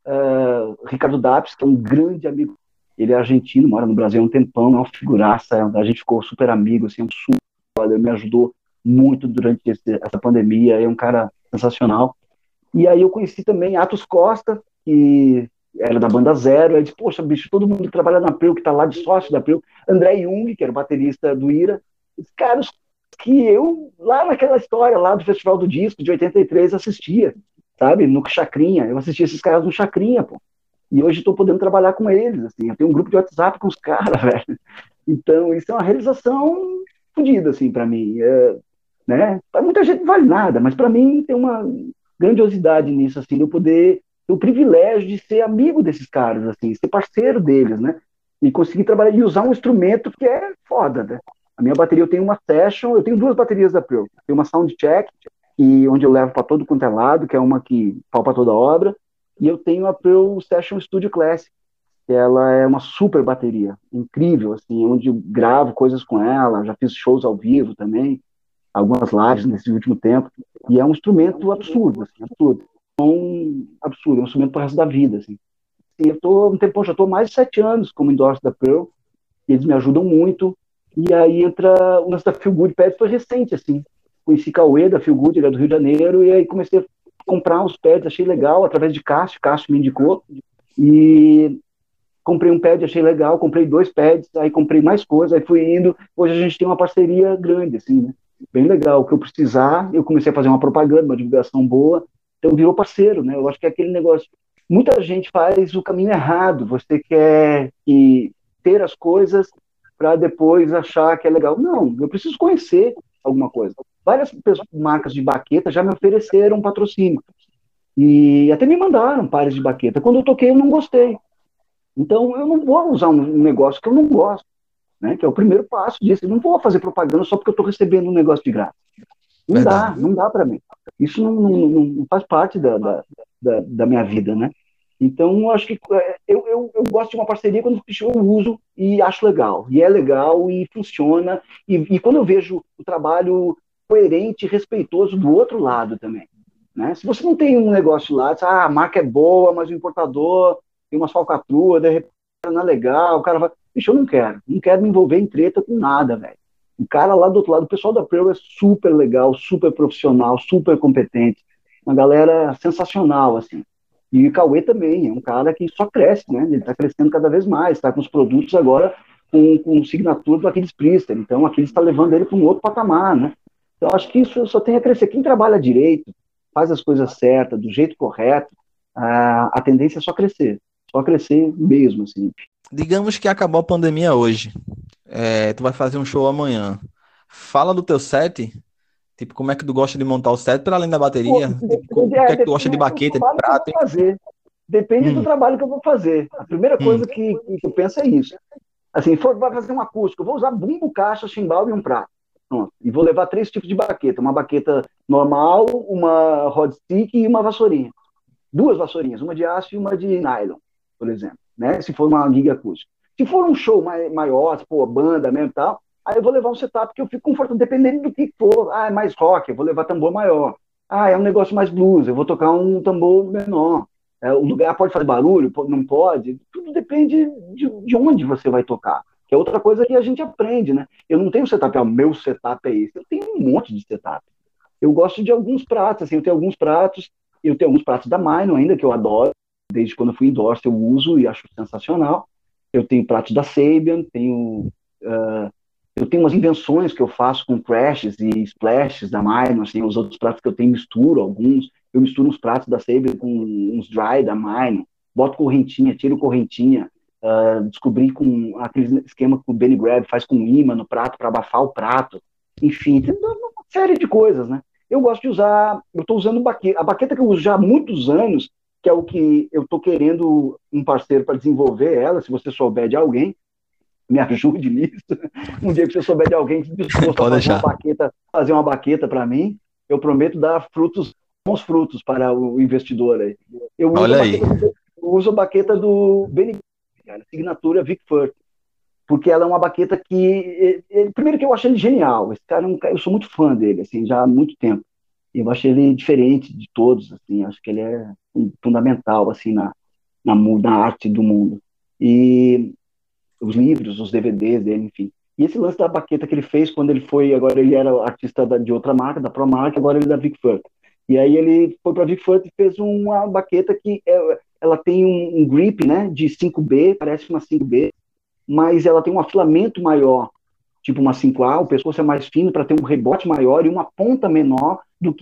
Ricardo Dapes, que é um grande amigo, ele é argentino, mora no Brasil há um tempão, é uma figuraça, a gente ficou super amigo, assim, um super, ele me ajudou muito durante essa pandemia, é um cara sensacional. E aí eu conheci também Atos Costa, que era da banda Zero, aí disse, poxa, bicho, todo mundo que trabalha na Pearl, que tá lá de sócio da Pearl, André Jung, que era o baterista do Ira, esses caras que eu, lá naquela história, lá do Festival do Disco, de 83, assistia, sabe, no Chacrinha, eu assistia esses caras no Chacrinha, pô, e hoje estou podendo trabalhar com eles, assim, eu tenho um grupo de WhatsApp com os caras, velho, então isso é uma realização fodida, assim, pra mim, né, pra muita gente não vale nada, mas pra mim tem uma grandiosidade nisso, assim, de eu poder ter o privilégio de ser amigo desses caras, assim, ser parceiro deles, né? e conseguir trabalhar e usar um instrumento que é foda, né? A minha bateria, eu tenho uma Session, eu tenho duas baterias da Pearl. Tem uma Soundcheck, onde eu levo para todo quanto é lado, que é uma que palpa toda a obra, e eu tenho a Pearl Session Studio Classic, que ela é uma super bateria, incrível, assim, onde eu gravo coisas com ela, já fiz shows ao vivo também, algumas lives nesse último tempo, e é um instrumento absurdo, assim, absurdo. Absurdo, é um instrumento para o resto da vida, assim. E eu tô um tempo, já estou mais de 7 anos como endorse da Pearl, e eles me ajudam muito. E aí entra o lance da Feel Good Pads, foi recente, assim. Conheci Cauê da Feel Good, ele é do Rio de Janeiro, e aí comecei a comprar os pads, achei legal, através de Cássio me indicou, e comprei um pad, achei legal, comprei 2 pads, aí comprei mais coisas, aí fui indo, hoje a gente tem uma parceria grande, assim, né? Bem legal, o que eu precisar, eu comecei a fazer uma propaganda, uma divulgação boa, então virou parceiro, né? Eu acho que é aquele negócio, muita gente faz o caminho errado, você quer ter as coisas para depois achar que é legal. Não, eu preciso conhecer alguma coisa. Várias marcas de baqueta já me ofereceram patrocínio, e até me mandaram pares de baqueta. Quando eu toquei, eu não gostei. Então, eu não vou usar um negócio que eu não gosto, né? Que é o primeiro passo disso. Eu não vou fazer propaganda só porque eu estou recebendo um negócio de graça. Não Verdade. dá, não dá para mim. Isso não faz parte da minha vida, né? Então, eu acho que eu gosto de uma parceria quando eu uso e acho legal. E é legal e funciona. E quando eu vejo o trabalho coerente e respeitoso do outro lado também. Né? Se você não tem um negócio lá, diz, a marca é boa, mas o importador tem umas falcatruas, de repente não é legal, o cara vai. Bicho, eu não quero me envolver em treta com nada, velho. O cara lá do outro lado, o pessoal da Pearl é super legal, super profissional, super competente, uma galera sensacional, assim. E o Cauê também, é um cara que só cresce, né? Ele está crescendo cada vez mais, está com os produtos agora com assinatura do Aquiles Priester, então o Aquiles está levando ele para um outro patamar, né? Então acho que isso só tem a crescer. Quem trabalha direito, faz as coisas certas, do jeito correto, a tendência é só crescer mesmo, assim. Digamos que acabou a pandemia hoje. Tu vai fazer um show amanhã. Fala do teu set. Tipo, como é que tu gosta de montar o set para além da Pô, bateria? Tipo, o que é que tu gosta de depende do baqueta, de trabalho que eu vou prato? fazer. Depende do Hum, trabalho que eu vou fazer. A primeira hum. coisa que eu penso é isso. Assim, vai fazer um acústico, eu vou usar bumbo, caixa, chimbal e um prato. Pronto. E vou levar 3 tipos de baqueta. Uma baqueta normal, uma rod stick e uma vassourinha. 2 vassourinhas, uma de aço e uma de nylon, por exemplo, né? Se for uma gig acústica. Se for um show maior, pô, banda mesmo e tal, aí eu vou levar um setup que eu fico confortável, dependendo do que for. Ah, é mais rock, eu vou levar tambor maior. Ah, é um negócio mais blues, eu vou tocar um tambor menor. O lugar pode fazer barulho, não pode. Tudo depende de onde você vai tocar. Que é outra coisa que a gente aprende, né? Eu não tenho setup, o meu setup é esse. Eu tenho um monte de setup. Eu gosto de alguns pratos, assim, eu tenho alguns pratos da Mino ainda, que eu adoro, desde quando eu fui endorse eu uso e acho sensacional. Eu tenho pratos da Sabian, eu tenho umas invenções que eu faço com crashes e splashes da Mino, assim, os outros pratos que eu tenho misturo alguns, eu misturo uns pratos da Sabian com uns dry da Mino, boto correntinha, tiro correntinha, descobri com aquele esquema que o Benny Grab faz com imã no prato para abafar o prato, enfim, tem uma série de coisas, né? Eu gosto de usar, eu estou usando a baqueta que eu uso já há muitos anos, que é o que eu estou querendo um parceiro para desenvolver ela, se você souber de alguém, me ajude nisso. Um dia que você souber de alguém que disposto a Pode deixar. fazer uma baqueta para mim, eu prometo dar bons frutos para o investidor aí. Olha aí. Eu uso a baqueta do Benny, cara, Signatura Vic Firth, porque ela é uma baqueta que, primeiro que eu acho ele genial, esse cara, eu sou muito fã dele, assim, já há muito tempo, eu acho ele diferente de todos, assim, acho que ele é fundamental, assim, na arte do mundo, e os livros, os DVDs dele, enfim, e esse lance da baqueta que ele fez quando agora ele era artista de outra marca, da ProMark, agora ele é da Vic Firth, e aí ele foi para a Vic Firth e fez uma baqueta que ela tem um grip, né, de 5B, parece uma 5B, mas ela tem um afilamento maior, tipo uma 5A, o pescoço é mais fino para ter um rebote maior e uma ponta menor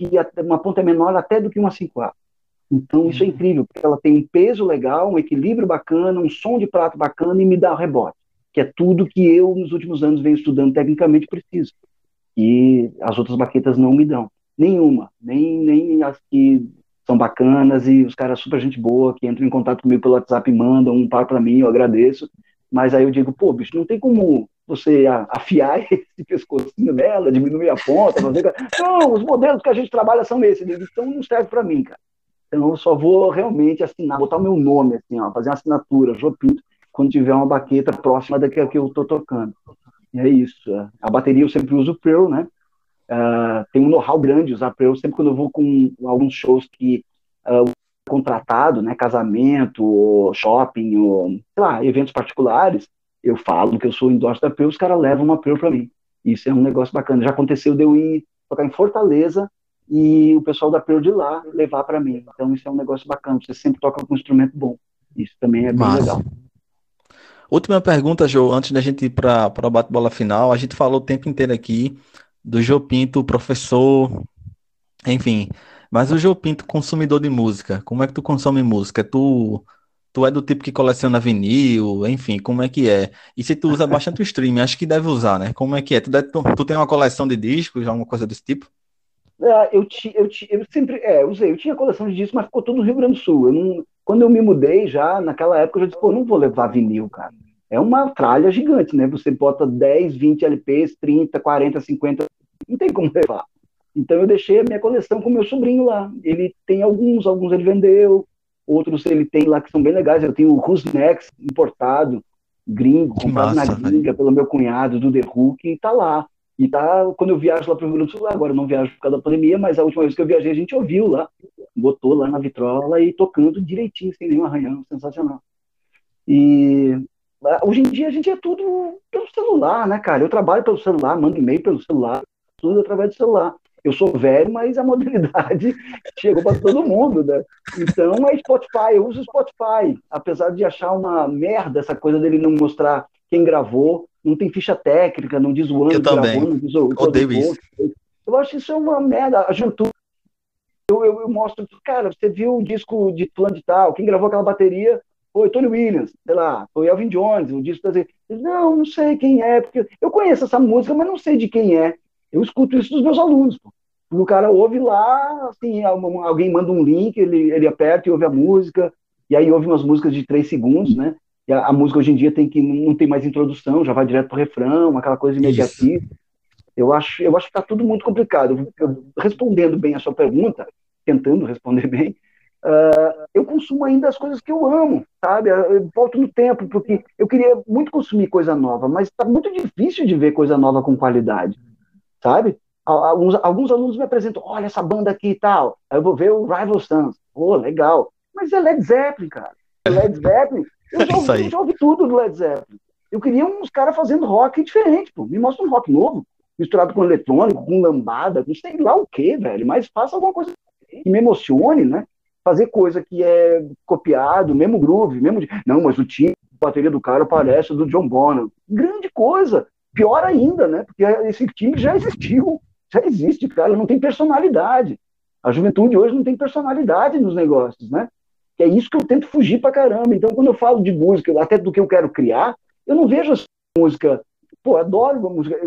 até do que uma 5A. Então isso é incrível, porque ela tem um peso legal, um equilíbrio bacana, um som de prato bacana e me dá rebote, que é tudo que eu nos últimos anos venho estudando tecnicamente preciso. E as outras baquetas não me dão. Nenhuma, nem as que são bacanas e os caras super gente boa que entram em contato comigo pelo WhatsApp e mandam um par para mim, eu agradeço, Mas aí eu digo, pô, bicho, não tem como você afiar esse pescocinho dela, diminuir a ponta, fazer... Não, os modelos que a gente trabalha são esses. Eu digo, então não serve para mim, cara. Então eu só vou realmente assinar, botar o meu nome, assim, ó, fazer uma assinatura, Jô Pinto, quando tiver uma baqueta próxima da que eu tô tocando. E é isso. A bateria eu sempre uso Pearl, né? Tem um know-how grande usar Pearl, sempre quando eu vou com alguns shows que contratado, né, casamento, ou shopping, ou, sei lá, eventos particulares, eu falo que eu sou endorse da Pearl, os caras levam uma Pearl para mim. Isso é um negócio bacana. Já aconteceu de eu ir tocar em Fortaleza e o pessoal da Pearl de lá levar para mim. Então isso é um negócio bacana. Você sempre toca com um instrumento bom. Isso também é bem Massa. legal. Última pergunta, Jô, antes da gente ir para o bate-bola final. A gente falou o tempo inteiro aqui do Jô Pinto, professor, enfim. Mas o Jô Pinto, consumidor de música, como é que tu consome música? Tu é do tipo que coleciona vinil, enfim, como é que é? E se tu usa bastante o streaming, acho que deve usar, né? Como é que é? Tu tem uma coleção de discos, alguma coisa desse tipo? Eu sempre usei. Eu tinha coleção de discos, mas ficou tudo no Rio Grande do Sul. Quando eu me mudei já, naquela época, eu já disse, pô, não vou levar vinil, cara. É uma tralha gigante, né? Você bota 10, 20 LPs, 30, 40, 50, não tem como levar. Então eu deixei a minha coleção com o meu sobrinho lá. Ele tem alguns ele vendeu, outros ele tem lá que são bem legais. Eu tenho o Who's Next importado, gringo, Que comprado na massa, velho. gringa pelo meu cunhado do The Hook, e tá lá. E tá, quando eu viajo lá para o Rio Grande do Sul, agora eu não viajo por causa da pandemia, mas a última vez que eu viajei a gente ouviu lá, botou lá na vitrola e tocando direitinho, sem nenhum arranhão, sensacional. E hoje em dia a gente é tudo pelo celular, né, cara? Eu trabalho pelo celular, mando e-mail pelo celular, tudo através do celular. Eu sou velho, mas a modernidade chegou para todo mundo, né? Então é Spotify, eu uso Spotify, apesar de achar uma merda essa coisa dele não mostrar quem gravou, não tem ficha técnica, não diz o Eu ano que gravou, também. não diz o Odeio produtor. isso. Eu acho isso uma merda. A juntura, eu mostro, cara, você viu o disco de fulano de tal, quem gravou aquela bateria foi Tony Williams, sei lá, foi Elvin Jones, o disco das... Não sei quem é, porque eu conheço essa música, mas não sei de quem é. Eu escuto isso dos meus alunos, pô. O cara ouve lá, assim, alguém manda um link, ele aperta e ouve a música, e aí ouve umas músicas de 3 segundos, né? E a música hoje em dia não tem mais introdução, já vai direto pro refrão, aquela coisa Isso. imediatista. Eu acho que está tudo muito complicado. Respondendo bem a sua pergunta, tentando responder bem, eu consumo ainda as coisas que eu amo, sabe? Eu volto no tempo, porque eu queria muito consumir coisa nova, mas está muito difícil de ver coisa nova com qualidade, sabe? Alguns alunos me apresentam, olha essa banda aqui e tal, aí eu vou ver o Rival Sons, pô, legal, mas é Led Zeppelin, cara. Led Zeppelin, eu É já isso ouvi, eu aí. já ouvi tudo do Led Zeppelin. Eu queria uns caras fazendo rock diferente, pô. Me mostra um rock novo, misturado com eletrônico, com lambada, não sei lá o que, velho, mas faça alguma coisa que me emocione, né? Fazer coisa que é copiado, mesmo groove, mesmo. Não, mas o time, a bateria do cara parece do John Bonham. Grande coisa. Pior ainda, né? Porque esse time já existiu, já existe, cara, não tem personalidade. A juventude hoje não tem personalidade nos negócios, né? Que é isso que eu tento fugir pra caramba. Então, quando eu falo de música, até do que eu quero criar, eu não vejo essa música. Pô, adoro uma música.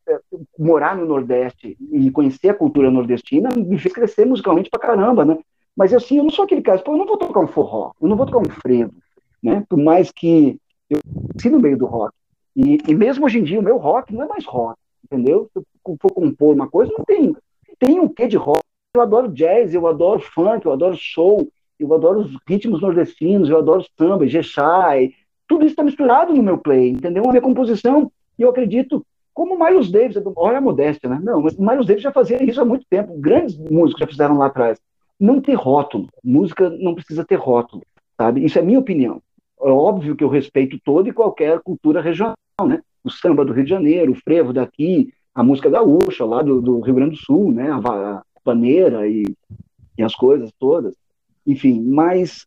Morar no Nordeste e conhecer a cultura nordestina me fez crescer musicalmente pra caramba, né? Mas assim, eu não sou aquele cara, pô, eu não vou tocar um forró, eu não vou tocar um frevo, né? Por mais que eu cresci no meio do rock. E mesmo hoje em dia, o meu rock não é mais rock, entendeu? Se eu for compor uma coisa, não tem um quê de rock. Eu adoro jazz, eu adoro funk, eu adoro soul, eu adoro os ritmos nordestinos, eu adoro samba, jexá, tudo isso está misturado no meu play, entendeu? A minha composição, e eu acredito, como o Miles Davis, olha a modéstia, né? Não, mas o Miles Davis já fazia isso há muito tempo, grandes músicos já fizeram lá atrás. Não ter rótulo, música não precisa ter rótulo, sabe? Isso é minha opinião. É óbvio que eu respeito toda e qualquer cultura regional, né? O samba do Rio de Janeiro, o frevo daqui, a música gaúcha lá do Rio Grande do Sul, né? A paneira e as coisas todas. Enfim, mas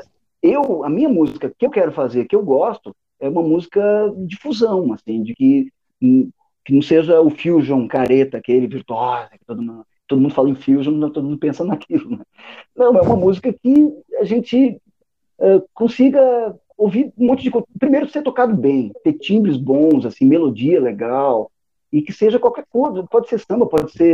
a minha música que eu quero fazer, que eu gosto, é uma música de fusão, assim, que não seja o fusion careta, aquele virtuoso, que todo mundo fala em fusion, todo mundo pensa naquilo, né? Não, é uma música que a gente consiga ouvir um monte de coisa. Primeiro, ser tocado bem, ter timbres bons, assim, melodia legal, e que seja qualquer coisa. Pode ser samba,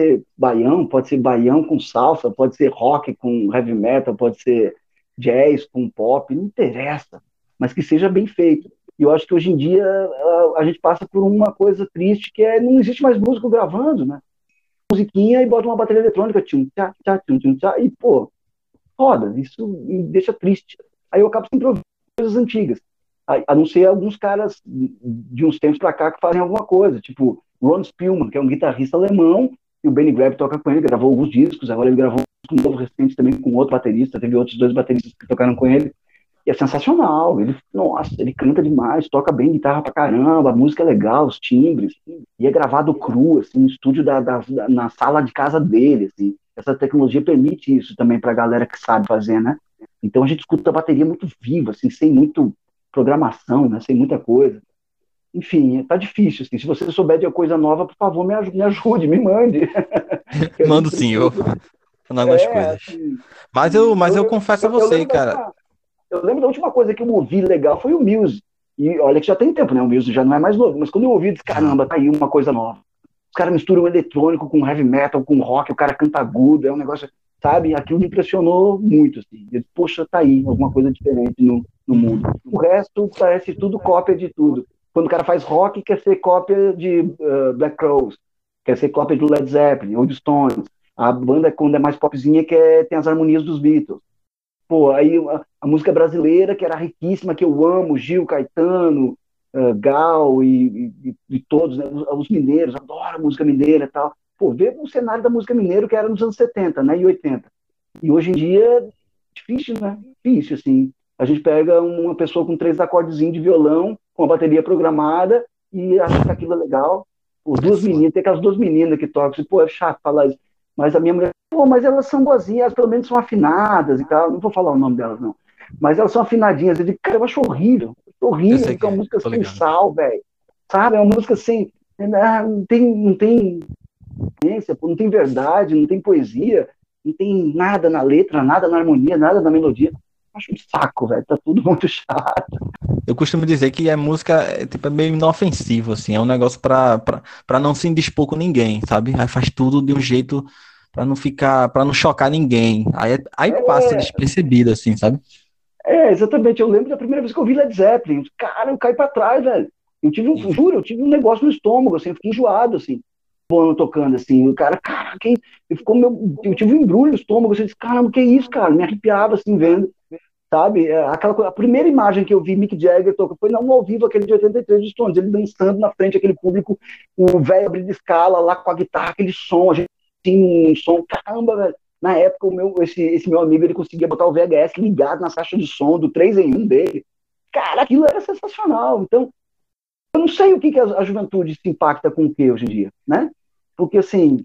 pode ser baião com salsa, pode ser rock com heavy metal, pode ser jazz com pop, não interessa, mas que seja bem feito. E eu acho que hoje em dia a gente passa por uma coisa triste que não existe mais músico gravando, né? Musiquinha e bota uma bateria eletrônica, tchum, tchá, tchá, tchum, tchum, tchá, e pô, foda, isso me deixa triste. Aí eu acabo sempre ouvindo coisas antigas, a não ser alguns caras de uns tempos pra cá que fazem alguma coisa, tipo Ron Spillman, que é um guitarrista alemão, e o Benny Greb toca com ele, gravou alguns discos, agora ele gravou um disco novo recente também com outro baterista, teve outros dois bateristas que tocaram com ele, e é sensacional, nossa, ele canta demais, toca bem guitarra pra caramba, a música é legal, os timbres, e é gravado cru, assim, no estúdio na sala de casa dele, assim. Essa tecnologia permite isso também pra galera que sabe fazer, né? Então a gente escuta a bateria muito viva, assim, sem muito programação, né, sem muita coisa. Enfim, tá difícil, assim, se você souber de coisa nova, por favor, me ajude, me mande. Que a gente Mando sim, eu precisa. falando algumas coisas. Assim, Mas eu confesso a você, lembro cara. eu lembro da última coisa que eu ouvi legal foi o Muse. E olha que já tem tempo, né? O Muse já não é mais novo. Mas quando eu ouvi, eu disse, caramba, tá aí uma coisa nova. Os caras misturam eletrônico com heavy metal, com rock, o cara canta agudo, é um negócio, sabe? Aquilo me impressionou muito, assim. Eu disse, poxa, tá aí, alguma coisa diferente no mundo. O resto parece tudo cópia de tudo. Quando o cara faz rock, quer ser cópia de Black Crowes, quer ser cópia do Led Zeppelin ou de Stones. A banda, quando é mais popzinha, tem as harmonias dos Beatles. Pô, aí a música brasileira, que era riquíssima, que eu amo, Gil, Caetano, Gal e todos, né, os mineiros, adoro a música mineira e tal. Pô, vê o cenário da música mineira que era nos anos 70, né, e 80. E hoje em dia é difícil, né? Difícil, assim. A gente pega uma pessoa com 3 acordezinhos de violão, com a bateria programada, e acha que aquilo é legal. Pô, duas meninas, tem aquelas duas meninas que tocam, pô, é chato falar isso. Mas a minha mulher, pô, mas elas são boazinhas, elas pelo menos são afinadas e tal. Não vou falar o nome delas, não. Mas elas são afinadinhas. Eu digo, cara, eu acho horrível. Eu Horrível, sei porque que é uma é, música tô sem ligado. sal, velho. Sabe? É uma música sem. Não tem essência, não tem verdade, não tem poesia, não tem nada na letra, nada na harmonia, nada na melodia. Acho um saco, velho. Tá tudo muito chato. Eu costumo dizer que a música tipo, é meio inofensivo, assim, é um negócio pra não se indispor com ninguém, sabe? Aí faz tudo de um jeito pra não chocar ninguém. Aí passa É, despercebido, assim, sabe? exatamente. Eu lembro da primeira vez que eu vi Led Zeppelin. Cara, eu caí pra trás, velho. Juro, eu tive um negócio no estômago, assim, eu fiquei enjoado, assim, tocando, assim. O cara, eu tive um embrulho no estômago, assim, eu disse, caramba, que isso, cara? Me arrepiava, assim, vendo, sabe? A primeira imagem que eu vi Mick Jagger tocando foi não ao vivo, aquele de 83 de Stones, ele dançando na frente, aquele público, o velho abrindo escala lá com a guitarra, aquele som, a gente tinha um som, caramba, velho. Na época, esse meu amigo, ele conseguia botar o VHS ligado nas caixas de som do 3 em 1 dele. Cara, aquilo era sensacional. Então, eu não sei o que a juventude se impacta com o que hoje em dia, né? Porque, assim,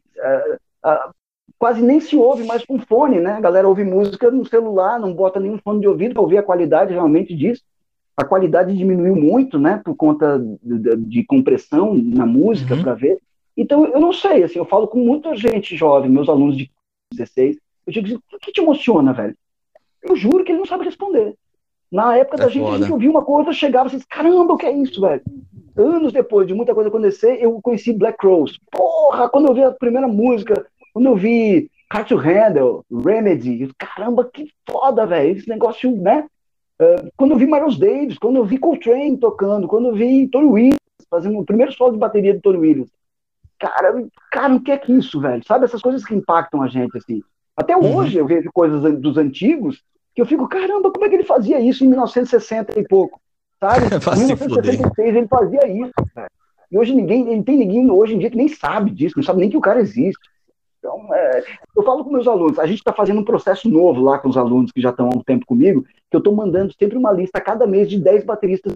quase nem se ouve mais com fone, né? A galera ouve música no celular, não bota nenhum fone de ouvido para ouvir a qualidade realmente disso. A qualidade diminuiu muito, né? Por conta de compressão na música, Uhum. para ver. Então, eu não sei, assim, eu falo com muita gente jovem, meus alunos de 16, eu digo assim, o que te emociona, velho? Eu juro que ele não sabe responder. Na época É da gente, a gente foda. ouvia uma coisa, chegava assim, caramba, o que é isso, velho? Anos depois de muita coisa acontecer, eu conheci Black Rose. Porra, quando eu vi a primeira música, quando eu vi Hard to Handle, Remedy, caramba, que foda, velho, esse negócio, né? Quando eu vi Miles Davis, quando eu vi Coltrane tocando, quando eu vi Tony Williams fazendo o primeiro solo de bateria do Tony Williams. Cara, o que é que isso, velho? Sabe, essas coisas que impactam a gente, assim. Até Uhum. hoje eu vejo coisas dos antigos que eu fico, caramba, como é que ele fazia isso em 1960 e pouco? Sabe? Pra Em se fuder. 1966 ele fazia isso, velho. E hoje não tem ninguém hoje em dia que nem sabe disso, não sabe nem que o cara existe. Então, eu falo com meus alunos, a gente está fazendo um processo novo lá com os alunos que já estão há um tempo comigo, que eu estou mandando sempre uma lista a cada mês de 10 bateristas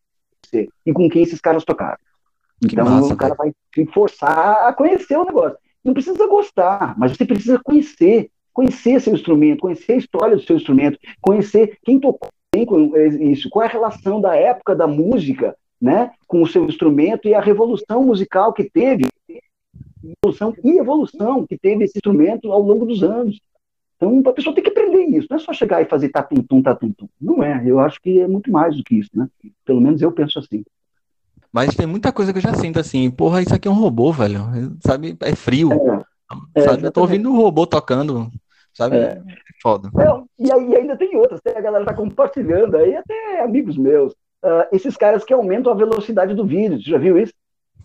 e com quem esses caras tocaram. Que Então massa, o cara velho. vai se forçar a conhecer o negócio. Não precisa gostar, mas você precisa conhecer seu instrumento, conhecer a história do seu instrumento, conhecer quem tocou bem com isso, qual é a relação da época da música, né, com o seu instrumento e a revolução musical que teve, evolução que teve esse instrumento ao longo dos anos. Então a pessoa tem que aprender isso, não é só chegar e fazer tatum-tum, tatum-tum. Não é, eu acho que é muito mais do que isso, né? Pelo menos eu penso assim. Mas tem muita coisa que eu já sinto assim, porra, isso aqui é um robô, velho. Sabe? É frio, sabe? Eu tô Exatamente. ouvindo um robô tocando, sabe? É foda. E aí ainda tem outras, a galera tá compartilhando aí, até amigos meus. esses caras que aumentam a velocidade do vídeo. Você já viu isso?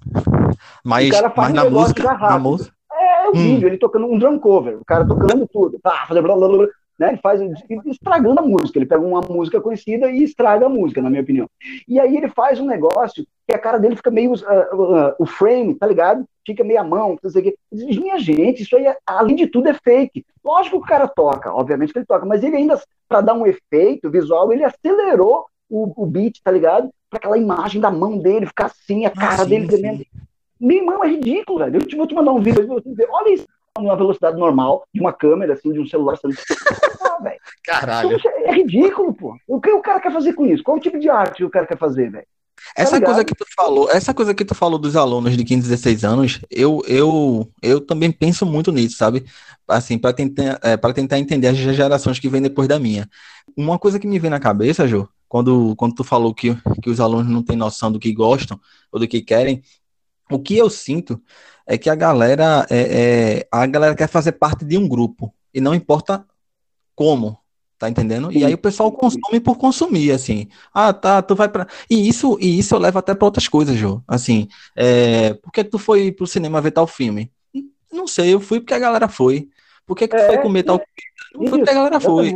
Mas, o cara faz mas um negócio já rápido. É o vídeo, ele tocando um drum cover, o cara tocando tudo, fazendo blá, blá, blá, blá, né? Ele faz estragando a música, ele pega uma música conhecida e estraga a música, na minha opinião. E aí ele faz um negócio que a cara dele fica meio, o frame, tá ligado? Fica meio à mão, não sei o quê. Minha gente, isso aí, além de tudo, é fake. Lógico que o cara toca, obviamente que ele toca, mas ele ainda, para dar um efeito visual, ele acelerou o beat, tá ligado? Para aquela imagem da mão dele ficar assim, a cara dele tremendo. Meu irmão, é ridículo, velho. Eu vou te mandar um vídeo, olha isso, numa velocidade normal, de uma câmera, assim, de um celular. Velho. Caralho. É ridículo, pô. O que o cara quer fazer com isso? Qual o tipo de arte o cara quer fazer, velho? Essa coisa que tu falou dos alunos de 15, 16 anos, eu também penso muito nisso, sabe? Assim, para tentar entender as gerações que vêm depois da minha. Uma coisa que me vem na cabeça, Jô, quando tu falou que os alunos não têm noção do que gostam ou do que querem, o que eu sinto é que a galera quer fazer parte de um grupo, e não importa como, tá entendendo? E aí o pessoal consome por consumir, assim. Ah, tá, tu vai pra... E isso eu levo até pra outras coisas, Jô. Assim, por que tu foi pro cinema ver tal filme? Não sei, eu fui porque a galera foi. Por que tu foi comer tal comida? Não foi porque a galera foi.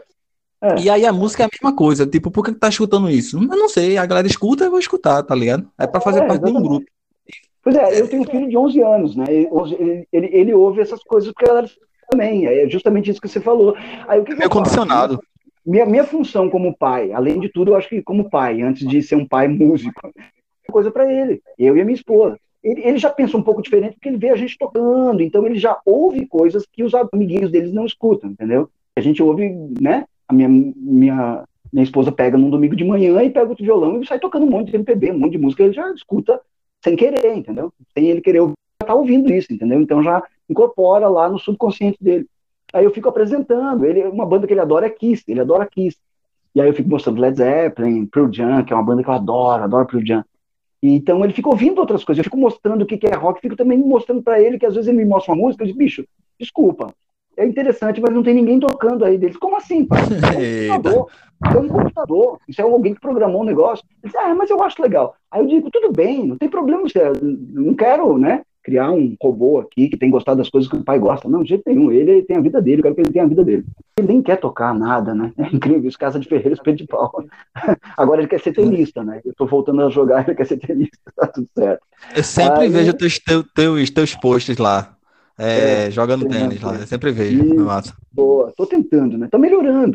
E aí a música é a mesma coisa, tipo, por que tu tá escutando isso? Eu não sei, a galera escuta, eu vou escutar, tá ligado? É pra fazer parte de um grupo. Pois é, eu tenho um filho de 11 anos, né? Ele ouve essas coisas porque a galera também, é justamente isso que você falou. Aí, o que meio condicionado. Minha função como pai, além de tudo, eu acho que como pai, antes de ser um pai músico, é coisa para ele, eu e a minha esposa. Ele já pensa um pouco diferente porque ele vê a gente tocando, então ele já ouve coisas que os amiguinhos deles não escutam, entendeu? A gente ouve, né? A minha esposa pega num domingo de manhã e pega outro violão e sai tocando um monte de MPB, um monte de música, ele já escuta sem querer, entendeu? Sem ele querer ouvir, já tá ouvindo isso, entendeu? Então já incorpora lá no subconsciente dele. Aí eu fico apresentando, uma banda que ele adora é Kiss, ele adora Kiss. E aí eu fico mostrando Led Zeppelin, Pearl Jam, que é uma banda que eu adoro Pearl Jam. E então ele fica ouvindo outras coisas, eu fico mostrando o que é rock, fico também mostrando para ele, que às vezes ele me mostra uma música, eu digo, bicho, desculpa, é interessante, mas não tem ninguém tocando aí deles. Como assim, pai? É um computador, isso é alguém que programou um negócio. Ele diz, mas eu acho legal. Aí eu digo, tudo bem, não tem problema, não quero, né, criar um robô aqui que tem gostado das coisas que o pai gosta. Não, de jeito nenhum, ele tem a vida dele, eu quero que ele tenha a vida dele. Ele nem quer tocar nada, né? É incrível, isso, Casa de Ferreira, Espeto de Pau. Agora ele quer ser tenista, né? Eu tô voltando a jogar, ele quer ser tenista, tá tudo certo. Eu sempre vejo teus posts lá. Jogando tênis lá, eu sempre vejo. Massa. Boa, tô tentando, né? Tô melhorando.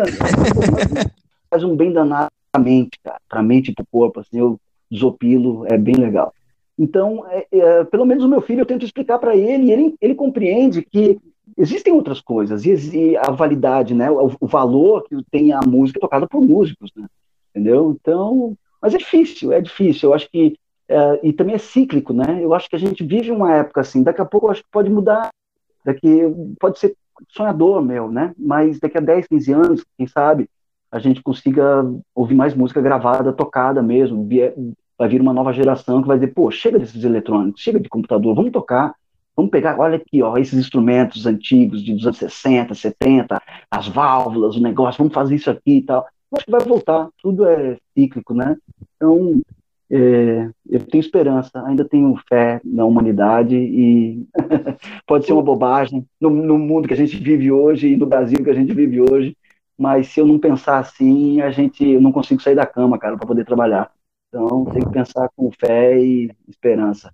Faz um bem danado pra mente, cara, pra mente e pro corpo, assim, eu desopilo, é bem legal. Então, pelo menos o meu filho, eu tento explicar para ele, e ele compreende que existem outras coisas, e a validade, né? O valor que tem a música tocada por músicos, né? Entendeu? Então, mas é difícil, eu acho que e também é cíclico, né? Eu acho que a gente vive uma época assim, daqui a pouco eu acho que pode mudar, pode ser sonhador meu, né? Mas daqui a 10, 15 anos, quem sabe, a gente consiga ouvir mais música gravada, tocada mesmo, vai vir uma nova geração que vai dizer, pô, chega desses eletrônicos, chega de computador, vamos tocar, vamos pegar, olha aqui, ó, esses instrumentos antigos dos anos 60, 70, as válvulas, o negócio, vamos fazer isso aqui e tal. Eu acho que vai voltar, tudo é cíclico, né? Então, eu tenho esperança, ainda tenho fé na humanidade e pode ser uma bobagem no mundo que a gente vive hoje e no Brasil que a gente vive hoje, mas se eu não pensar assim, eu não consigo sair da cama, cara, para poder trabalhar. Então tem que pensar com fé e esperança.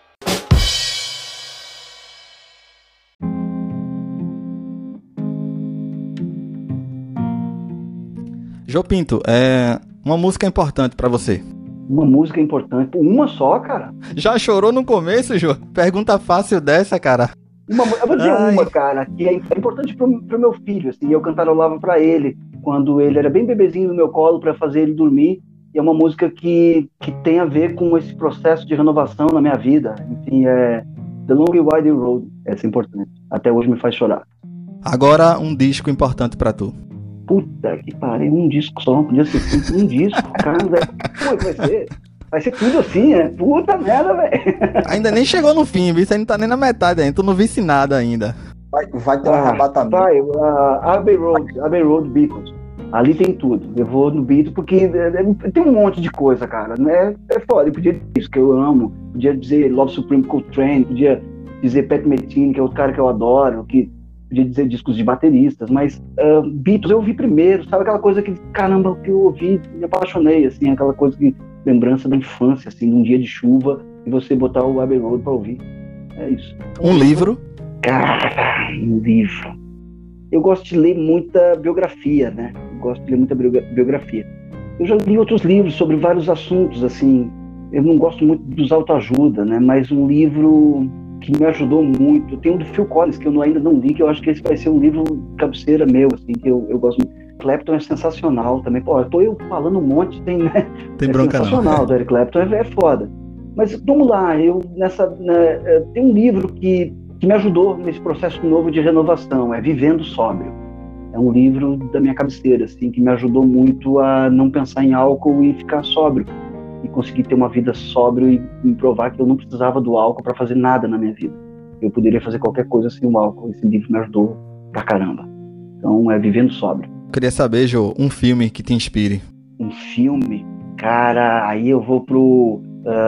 Jô Pinto, uma música importante para você. Uma música importante. Uma só, cara? Já chorou no começo, Jô? Pergunta fácil dessa, cara. Eu vou dizer uma, cara, que é importante pro meu filho, assim, eu cantarolava pra ele quando ele era bem bebezinho no meu colo para fazer ele dormir, e é uma música que tem a ver com esse processo de renovação na minha vida. Enfim, The Long and Winding Road, essa é importante. Até hoje me faz chorar. Agora, um disco importante pra tu. Puta que pariu, um disco só, não podia ser um disco, cara, velho. Como é que vai ser? Vai ser tudo assim, Puta merda, velho. Ainda nem chegou no fim, viu? Você não tá nem na metade ainda, tu não visse nada ainda. Vai ter um arrebatamento. Abbey Road Beatles. Ali tem tudo. Eu vou no Beatles porque tem um monte de coisa, cara, né? É foda. Eu podia dizer isso que eu amo, podia dizer Love Supreme Coltrane, podia dizer Pat Metheny, que é outro cara que eu adoro, podia dizer discos de bateristas, mas Beatles eu ouvi primeiro, sabe? Aquela coisa que, caramba, que eu ouvi, me apaixonei, assim, aquela coisa que, lembrança da infância, assim, de um dia de chuva, e você botar o Abbey Road pra ouvir. É isso. Um livro? Cara, um livro. Eu gosto de ler muita biografia, né? Biografia. Eu já li outros livros sobre vários assuntos, assim. Eu não gosto muito dos autoajuda, né? Mas um livro que me ajudou muito. Tem um do Phil Collins, que eu ainda não li, que eu acho que esse vai ser um livro cabeceira meu, assim, que eu gosto muito. Clapton é sensacional também. Pô, eu falando um monte, né? Tem bronca sensacional, não. Do Eric Clapton é foda. Mas vamos lá, tem um livro que me ajudou nesse processo novo de renovação, é Vivendo Sóbrio. É um livro da minha cabeceira, assim, que me ajudou muito a não pensar em álcool e ficar sóbrio. E conseguir ter uma vida sóbrio e me provar que eu não precisava do álcool para fazer nada na minha vida. Eu poderia fazer qualquer coisa sem o álcool. Esse livro me ajudou pra caramba. Então, é Vivendo Sóbrio. Queria saber, Jô, um filme que te inspire. Um filme? Cara, aí eu vou pro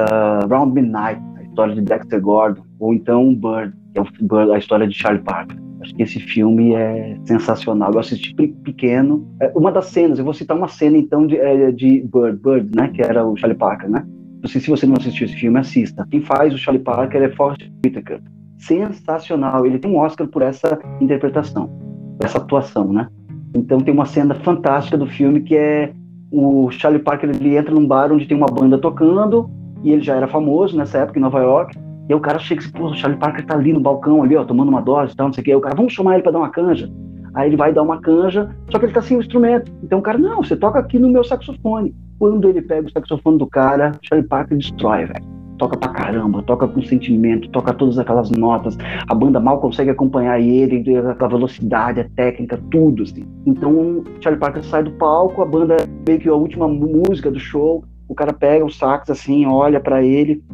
Round Midnight, a história de Dexter Gordon. Ou então Bird, que é a história de Charlie Parker. Acho que esse filme é sensacional. Eu assisti pequeno. Uma das cenas, eu vou citar uma cena então de Bird, né? Que era o Charlie Parker, né? Não sei se você não assistiu esse filme, assista. Quem faz o Charlie Parker é Forrest Whitaker. Sensacional. Ele tem um Oscar por essa interpretação, essa atuação, né? Então tem uma cena fantástica do filme que é o Charlie Parker, ele entra num bar onde tem uma banda tocando e ele já era famoso nessa época em Nova York. E aí o cara chega e diz, pô, o Charlie Parker tá ali no balcão, ali, ó, tomando uma dose e tal, não sei o que. Aí o cara, vamos chamar ele pra dar uma canja. Aí ele vai dar uma canja, só que ele tá sem o instrumento. Então o cara, não, você toca aqui no meu saxofone. Quando ele pega o saxofone do cara, Charlie Parker destrói, velho. Toca pra caramba, toca com sentimento, toca todas aquelas notas. A banda mal consegue acompanhar ele, aquela velocidade, a técnica, tudo, assim. Então Charlie Parker sai do palco, a banda meio que a última música do show, o cara pega o sax assim, olha pra ele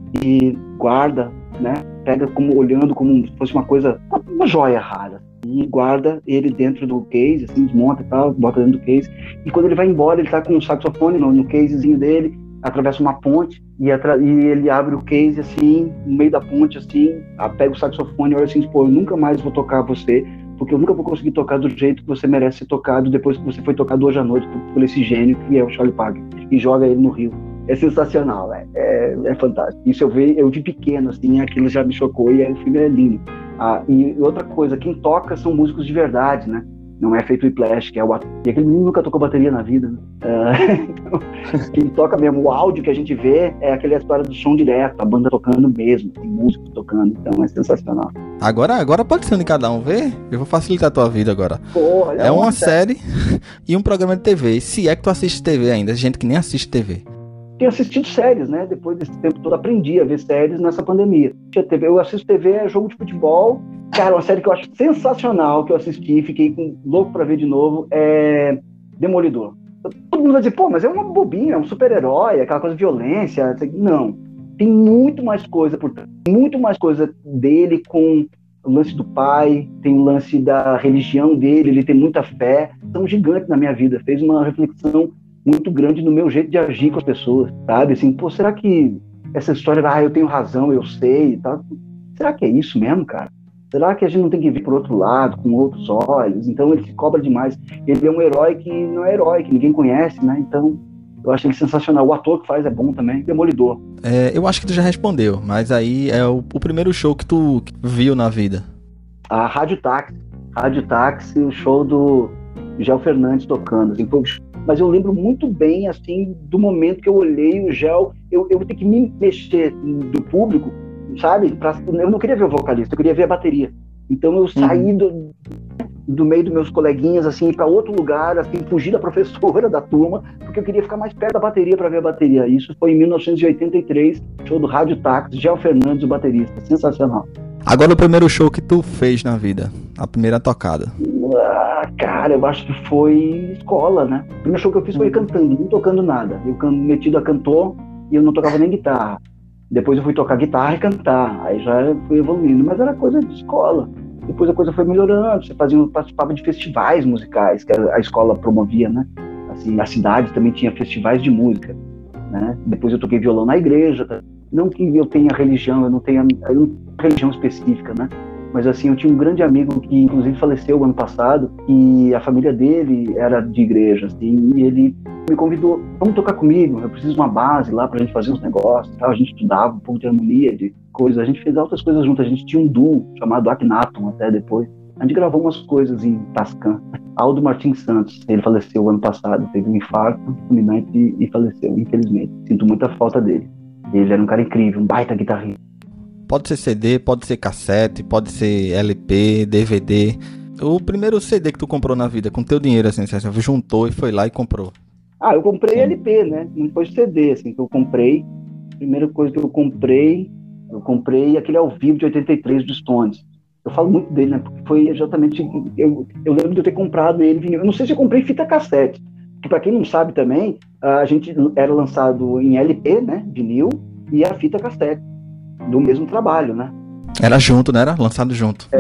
e guarda, né? Pega olhando como se fosse uma coisa, uma joia rara. E guarda ele dentro do case, assim, desmonta e tal, bota dentro do case. E quando ele vai embora, ele tá com o saxofone no casezinho dele, atravessa uma ponte e ele abre o case, assim, no meio da ponte, assim, pega o saxofone e olha assim, pô, eu nunca mais vou tocar você, porque eu nunca vou conseguir tocar do jeito que você merece ser tocado depois que você foi tocado hoje à noite por esse gênio que é o Charlie Parker. E joga ele no rio. É sensacional, é fantástico. Isso eu vi pequeno, assim, aquilo já me chocou e o filme é lindo. E outra coisa, quem toca são músicos de verdade, né? Não é feito Whiplash, que é o ator. E aquele menino nunca tocou bateria na vida, né? Então, quem toca mesmo, o áudio que a gente vê é aquela história do som direto, a banda tocando mesmo, tem músicos tocando, então é sensacional. Agora pode ser de cada um, ver? Eu vou facilitar a tua vida agora. Pô, é uma série e um programa de TV. Se é que tu assiste TV ainda, gente que nem assiste TV. Tenho assistido séries, né? Depois desse tempo todo, aprendi a ver séries nessa pandemia. Eu assisto TV, jogo de futebol. Cara, uma série que eu acho sensacional, que eu assisti, fiquei louco pra ver de novo, é Demolidor. Todo mundo vai dizer, pô, mas é uma bobinha, é um super-herói, aquela coisa de violência. Não. Tem muito mais coisa por trás. Muito mais coisa dele com o lance do pai, tem o lance da religião dele, ele tem muita fé. É um gigante na minha vida. Fez uma reflexão muito grande no meu jeito de agir com as pessoas, sabe? Assim, pô, será que essa história, eu tenho razão, eu sei e tal, será que é isso mesmo, cara? Será que a gente não tem que vir por outro lado, com outros olhos? Então ele se cobra demais. Ele é um herói que não é herói, que ninguém conhece, né? Então eu acho ele sensacional. O ator que faz é bom também, Demolidor. Eu acho que tu já respondeu, mas aí é o primeiro show que tu viu na vida. A Rádio Táxi, o show do Gel Fernandes tocando, assim, foi. Mas eu lembro muito bem, assim, do momento que eu olhei o Gel, eu vou ter que me mexer do público, sabe? Eu não queria ver o vocalista, eu queria ver a bateria. Então eu saí do meio dos meus coleguinhas, assim, para outro lugar, assim, fugir da professora da turma, porque eu queria ficar mais perto da bateria para ver a bateria. Isso foi em 1983, show do Rádio Táxi, Gel Fernandes, o baterista. Sensacional. Agora o primeiro show que tu fez na vida, a primeira tocada. Cara, eu acho que foi escola, né? O primeiro show que eu fiz foi cantando, não tocando nada. Eu metido a cantor e eu não tocava nem guitarra. Depois eu fui tocar guitarra e cantar, aí já fui evoluindo, mas era coisa de escola. Depois a coisa foi melhorando, você participava de festivais musicais que a escola promovia, né? Assim, a cidade também tinha festivais de música, né? Depois eu toquei violão na igreja, não que eu tenha religião, eu não tenho religião específica, né? Mas assim, eu tinha um grande amigo que inclusive faleceu ano passado, e a família dele era de igreja, assim, e ele me convidou, vamos tocar comigo, eu preciso de uma base lá pra gente fazer uns negócios, tal. A gente estudava um pouco de harmonia, de coisas, a gente fez outras coisas juntas, a gente tinha um duo chamado Akhenaton até depois, a gente gravou umas coisas em Tascan. Aldo Martins Santos, ele faleceu ano passado, teve um infarto fulminante e faleceu, infelizmente. Sinto muita falta dele. Ele era um cara incrível, um baita guitarrista. Pode ser CD, pode ser cassete, pode ser LP, DVD. O primeiro CD que tu comprou na vida, com teu dinheiro, assim, você juntou e foi lá e comprou? Ah, eu comprei LP, né? Não foi CD, assim, que eu comprei. A primeira coisa que eu comprei aquele ao vivo de 83 do Stones. Eu falo muito dele, né? Porque foi exatamente... Eu lembro de eu ter comprado ele vinil. Eu não sei se eu comprei fita cassete. Porque, pra quem não sabe também, a gente era lançado em LP, né? Vinil, e a fita cassete. Do mesmo trabalho, né? Era junto, né? Era lançado junto.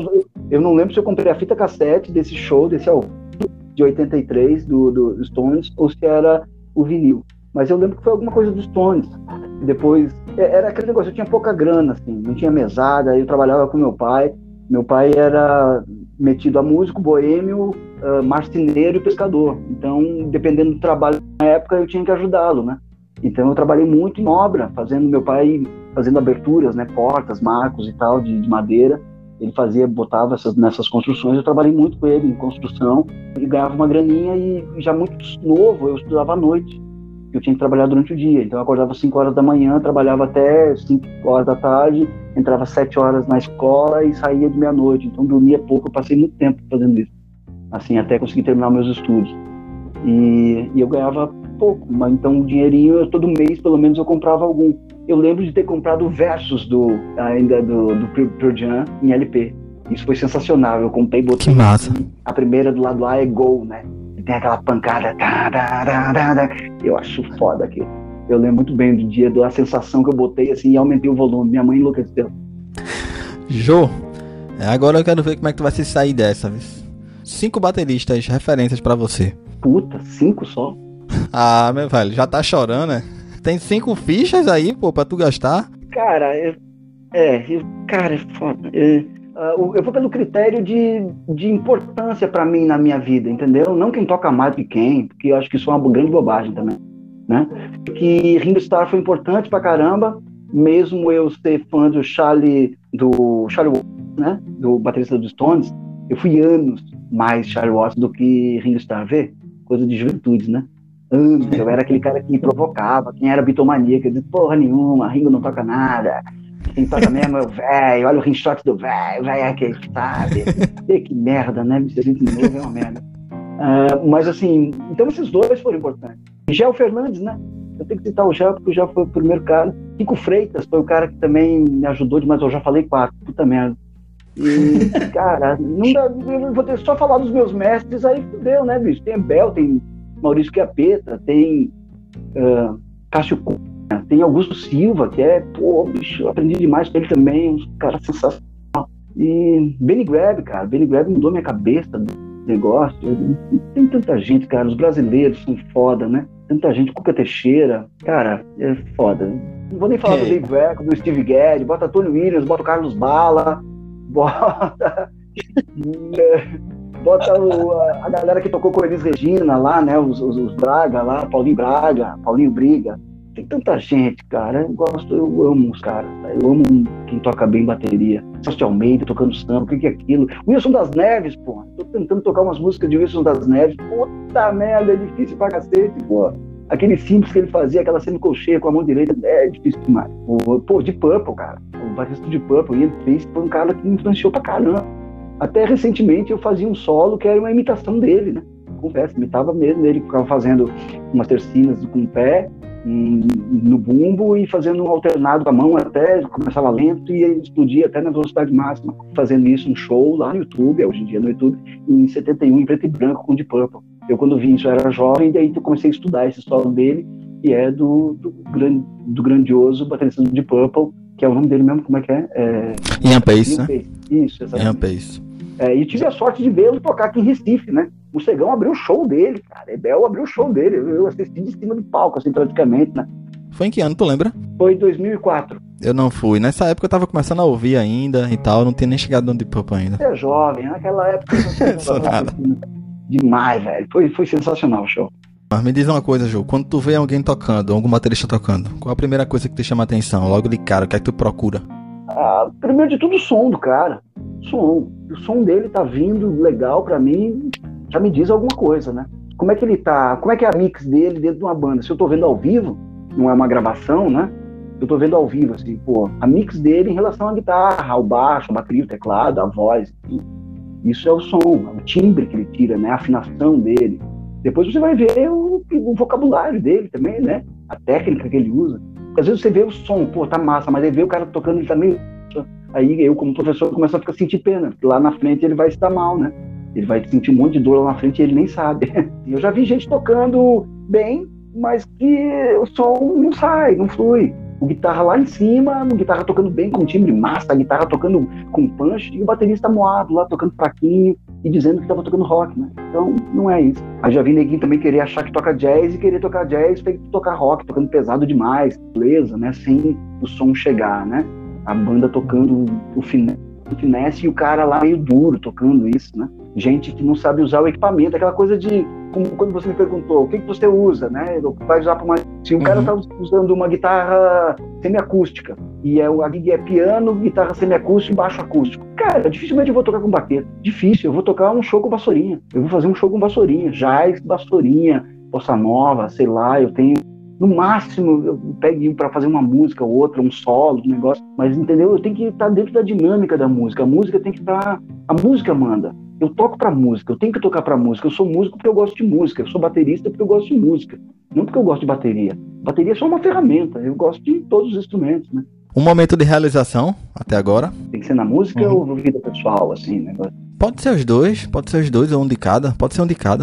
Eu não lembro se eu comprei a fita cassete desse show, desse ao vivo de 83 do Stones, ou se era o vinil. Mas eu lembro que foi alguma coisa dos Stones. Depois, era aquele negócio, eu tinha pouca grana, assim, não tinha mesada, eu trabalhava com meu pai. Meu pai era metido a músico, boêmio, marceneiro e pescador. Então, dependendo do trabalho na época, eu tinha que ajudá-lo, né? Então, eu trabalhei muito em obra, meu pai fazendo aberturas, né, portas, marcos e tal, de madeira. Ele botava nessas construções, eu trabalhei muito com ele em construção, e ganhava uma graninha, e já muito novo, eu estudava à noite. Eu tinha que trabalhar durante o dia, então eu acordava às 5 horas da manhã, trabalhava até 5 horas da tarde, entrava às 7 horas na escola e saía de meia-noite, então dormia pouco, eu passei muito tempo fazendo isso, assim, até conseguir terminar meus estudos. E eu ganhava pouco, mas então o dinheirinho, todo mês pelo menos eu comprava algum. Eu lembro de ter comprado o Versus do Pearl Jam em LP. Isso foi sensacional, eu comprei e botei. Que massa. A primeira do lado A é Go, né? Tem aquela pancada. Eu acho foda aqui. Eu lembro muito bem do dia, da sensação que eu botei assim e aumentei o volume. Minha mãe enlouqueceu. Jô, agora eu quero ver como é que tu vai se sair dessa, viu? 5 bateristas, referências pra você. Puta, 5 só? Ah, meu velho, já tá chorando, né? Tem 5 fichas aí, pô, pra tu gastar? Cara, cara, é foda. Eu vou pelo critério de importância pra mim na minha vida, entendeu? Não quem toca mais que quem, porque eu acho que isso é uma grande bobagem também, né? Que Ringo Starr foi importante pra caramba, mesmo eu ser fã do Charlie Watts, né? Do baterista dos Stones, eu fui anos mais Charlie Watts do que Ringo Starr, vê? Coisa de juventude, né? Eu era aquele cara que provocava, quem era bitomaníaco, eu disse, porra nenhuma, Ringo não toca nada, quem toca mesmo é o velho, olha o ringshot do velho é aquele, sabe? E que merda, né? Mr. 29 é uma merda. Mas assim, então esses dois foram importantes. Gel Fernandes, né? Eu tenho que citar o Gel, porque o Gel foi o primeiro cara. Kiko Freitas foi o cara que também me ajudou demais, eu já falei 4, puta merda. E, cara, não dá, eu vou ter só falar dos meus mestres, aí fudeu, né, bicho? Tem Bel, tem Maurício Chiappetta, tem Cássio Cunha, tem Augusto Silva, que bicho, eu aprendi demais com ele também, um cara sensacional. E Benny Greb, cara, Benny Greb mudou minha cabeça do negócio. Tem tanta gente, cara, os brasileiros são foda, né? Tanta gente, Cuca Teixeira, cara, é foda. Não vou nem falar do Dave Greco, do Steve Gadd, bota Tony Williams, bota o Carlos Bala, bota a galera que tocou com Elis Regina lá, né? Os Braga lá, Paulinho Braga, Paulinho Briga. Tem tanta gente, cara. Eu amo os caras, tá? Eu amo quem toca bem bateria. Celso Almeida tocando samba, o que é aquilo? Wilson das Neves, pô. Tô tentando tocar umas músicas de Wilson das Neves. Puta merda, é difícil pra cacete, pô. Aquele simples que ele fazia, aquela semicolcheia com a mão direita, é difícil demais. Pô, de Purple, cara. O baterista de Purple, Ian Pace, foi um cara que me influenciou pra caramba. Até recentemente eu fazia um solo que era uma imitação dele, né? Confesso, imitava mesmo. Ele ficava fazendo umas tercinas com o pé, no bumbo, e fazendo um alternado com a mão até, começava lento e explodia até na velocidade máxima, fazendo isso, um show lá no YouTube, hoje em dia no YouTube, em 71, em preto e branco, com o Deep Purple. Eu, quando vi isso, eu era jovem, e daí eu comecei a estudar esse solo dele, que é do grandioso baterista do Deep Purple, que é o nome dele mesmo, como é que é? Ian Pace, né? Isso, exatamente. Ian Pace. E tive a sorte de vê-lo tocar aqui em Recife, né? O Cegão abriu o show dele, cara. Ebel abriu o show dele. Eu assisti de cima do palco, assim, praticamente, né? Foi em que ano, tu lembra? Foi em 2004. Eu não fui. Nessa época eu tava começando a ouvir ainda e tal. Não tinha nem chegado no Deep Purple ainda. Você é jovem, naquela época. Sou nada. Demais, velho. Foi sensacional o show. Mas me diz uma coisa, Ju. Quando tu vê alguém tocando, algum baterista tocando, qual a primeira coisa que te chama a atenção? Logo de cara, o que é que tu procura? Primeiro de tudo, o som do cara. O som dele tá vindo legal pra mim, já me diz alguma coisa, né? Como é que ele tá? Como é que é a mix dele dentro de uma banda? Se eu tô vendo ao vivo, não é uma gravação, né? Eu tô vendo ao vivo, assim, pô, a mix dele em relação à guitarra, ao baixo, a bateria, o teclado, a voz, enfim. Isso é o som, o timbre que ele tira, né? A afinação dele. Depois você vai ver o vocabulário dele também, né? A técnica que ele usa. Às vezes você vê o som, pô, tá massa, mas aí vê o cara tocando, ele tá meio... Aí eu, como professor, começo a sentir pena. Lá na frente ele vai se dar mal, né? Ele vai sentir um monte de dor lá na frente e ele nem sabe. Eu já vi gente tocando bem, mas que o som não sai, não flui. O guitarra lá em cima, o guitarra tocando bem, com timbre massa, a guitarra tocando com punch, e o baterista moado lá, tocando fraquinho e dizendo que tava tocando rock, né? Então, não é isso. Aí já vi neguinho também querer achar que toca jazz, e querer tocar jazz tem que tocar rock, tocando pesado demais, beleza, né? Sem o som chegar, né? A banda tocando o finesse e o cara lá meio duro tocando isso, né? Gente que não sabe usar o equipamento, aquela coisa de, como quando você me perguntou, o que você usa, né? Vai usar para uma... Se o cara tá usando uma guitarra semiacústica e a gig é piano, guitarra semiacústica e baixo acústico, cara, dificilmente eu vou tocar com baqueta. Difícil, eu vou tocar um show com vassourinha. Eu vou fazer um show com vassourinha, jazz, vassourinha, bossa nova, sei lá, eu tenho... No máximo, eu pego para fazer uma música ou outra, um solo, um negócio. Mas, entendeu? Eu tenho que estar dentro da dinâmica da música. A música tem que estar... A música manda. Eu toco pra música, eu tenho que tocar pra música. Eu sou músico porque eu gosto de música. Eu sou baterista porque eu gosto de música. Não porque eu gosto de bateria. Bateria é só uma ferramenta. Eu gosto de todos os instrumentos, né? Um momento de realização, até agora? Tem que ser na música ou vida pessoal, assim, né? Pode ser os dois, ou um de cada. Pode ser um de cada.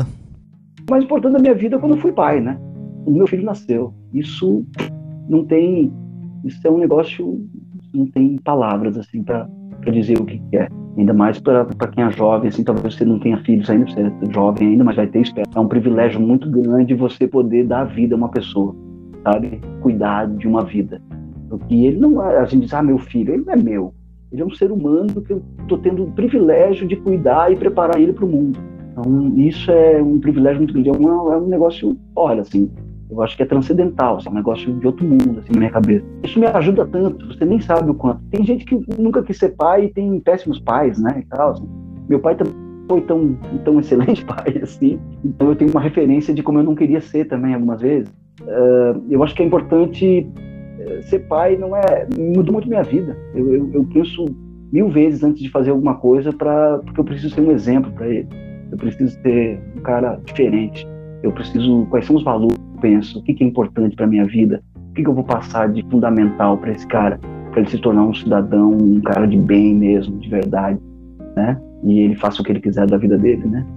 O mais importante da minha vida é quando eu fui pai, né? O meu filho nasceu. Isso não tem... Isso é um negócio... Não tem palavras, assim, pra dizer o que é. Ainda mais para quem é jovem, assim, talvez você não tenha filhos ainda, você é jovem ainda, mas vai ter espera. É um privilégio muito grande você poder dar vida a uma pessoa, sabe? Cuidar de uma vida. Porque ele não é... A gente diz, meu filho, ele não é meu. Ele é um ser humano que eu tô tendo o privilégio de cuidar e preparar ele para o mundo. Então, isso é um privilégio muito grande. É um negócio, olha, assim... Eu acho que é transcendental, assim, é um negócio de outro mundo, assim, na minha cabeça. Isso me ajuda tanto, você nem sabe o quanto. Tem gente que nunca quis ser pai e tem péssimos pais, né, e tal, assim. Meu pai também foi tão excelente pai, assim. Então eu tenho uma referência de como eu não queria ser também, algumas vezes. Eu acho que é importante ser pai, mudou muito minha vida. Eu penso 1000 vezes antes de fazer alguma coisa porque eu preciso ser um exemplo para ele. Eu preciso ser um cara diferente. Quais são os valores que eu penso, o que é importante para minha vida, o que eu vou passar de fundamental para esse cara, para ele se tornar um cidadão, um cara de bem mesmo, de verdade, né? E ele faça o que ele quiser da vida dele, né?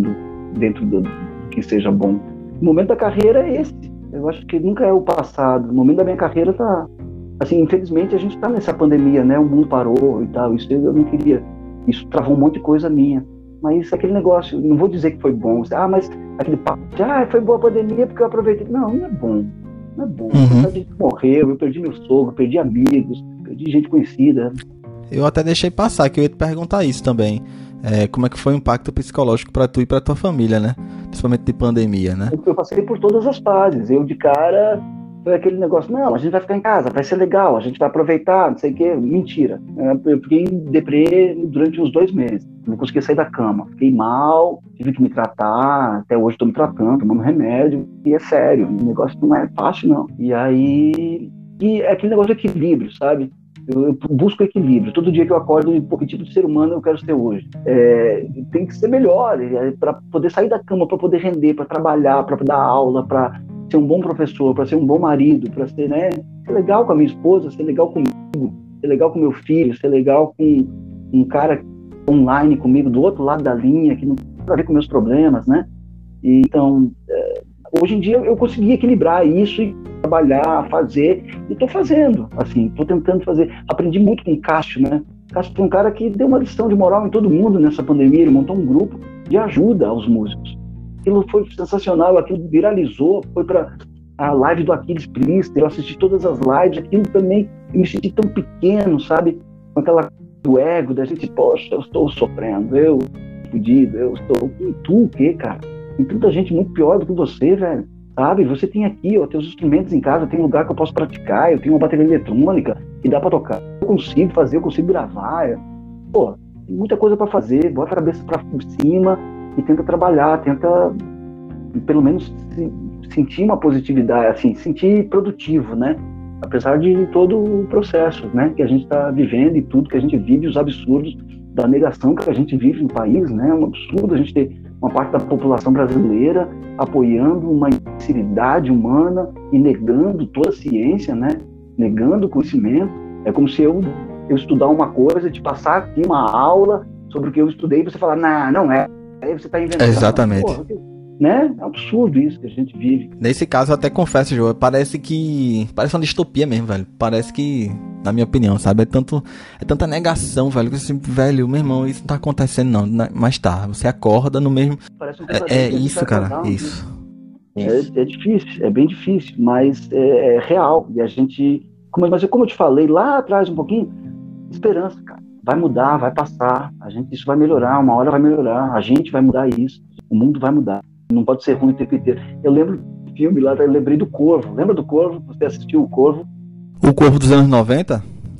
Dentro do que seja bom. O momento da carreira é esse. Eu acho que nunca é o passado. O momento da minha carreira tá... Assim, infelizmente a gente tá nessa pandemia, né? O mundo parou e tal. Isso eu não queria. Isso travou um monte de coisa minha. Mas aquele negócio, não vou dizer que foi bom. Mas aquele papo de, foi boa a pandemia porque eu aproveitei. Não é bom. Não é bom. A gente morreu, eu perdi meu sogro, perdi amigos, perdi gente conhecida. Eu até deixei passar, que eu ia te perguntar isso também. Como é que foi o impacto psicológico pra tu e pra tua família, né? Principalmente de pandemia, né? Eu passei por todas as fases. Eu, de cara, foi aquele negócio, não, a gente vai ficar em casa, vai ser legal, a gente vai aproveitar, não sei o quê. Mentira. Eu fiquei em deprê durante uns 2 meses. Não conseguia sair da cama. Fiquei mal, tive que me tratar, até hoje estou me tratando, tomando remédio. E é sério, o negócio não é fácil, não. E aí... E é aquele negócio de equilíbrio, sabe? Eu busco equilíbrio. Todo dia que eu acordo, que tipo de ser humano eu quero ser hoje? Tem que ser melhor, para poder sair da cama, para poder render, para trabalhar, para dar aula, para ser um bom professor, para ser um bom marido, para ser, né, ser legal com a minha esposa, ser legal comigo, ser legal com meu filho, ser legal com um cara online comigo do outro lado da linha, que não tem nada a ver com meus problemas, né? Então, hoje em dia eu consegui equilibrar isso trabalhar, fazer, e tô fazendo, assim, tô tentando fazer. Aprendi muito com o Cássio, né? O Cássio foi um cara que deu uma lição de moral em todo mundo nessa pandemia, ele montou um grupo de ajuda aos músicos. Aquilo foi sensacional, aquilo viralizou, foi para a live do Aquiles Priester, eu assisti todas as lives, aquilo também, eu me senti tão pequeno, sabe? Com aquela do ego, da gente, poxa, eu estou sofrendo, eu fudido, eu estou... E tu o quê, cara? Tem tanta gente muito pior do que você, velho, sabe? Você tem aqui, ó, teus instrumentos em casa, tem lugar que eu posso praticar, eu tenho uma bateria eletrônica que dá pra tocar, eu consigo fazer, eu consigo gravar, pô, tem muita coisa pra fazer, bota a cabeça pra cima e tenta trabalhar, tenta pelo menos sentir uma positividade, assim, sentir produtivo, né? Apesar de todo o processo, né, que a gente está vivendo e tudo que a gente vive, os absurdos da negação que a gente vive no país, né? É um absurdo a gente ter uma parte da população brasileira apoiando uma imbecilidade humana e negando toda a ciência, né? Negando o conhecimento. É como se eu estudar uma coisa, te passar aqui uma aula sobre o que eu estudei e você falar, não é. Aí você está inventando. Exatamente. Porra, né? É um absurdo isso que a gente vive. Nesse caso, eu até confesso, João, parece uma distopia mesmo, velho. Parece que, na minha opinião, sabe? É tanta negação, velho, que assim, velho, meu irmão, isso não tá acontecendo não, mas tá, você acorda no mesmo... Parece um isso, cara, acordar, isso. É difícil, é bem difícil, mas é real. E a gente, mas como eu te falei lá atrás um pouquinho, esperança, cara. Vai mudar, vai passar, isso vai melhorar, uma hora vai melhorar, a gente vai mudar isso, o mundo vai mudar. Não pode ser ruim o tempo inteiro. Eu lembro do filme lá, eu lembrei do Corvo. Lembra do Corvo? Você assistiu o Corvo? O Corvo dos anos 90?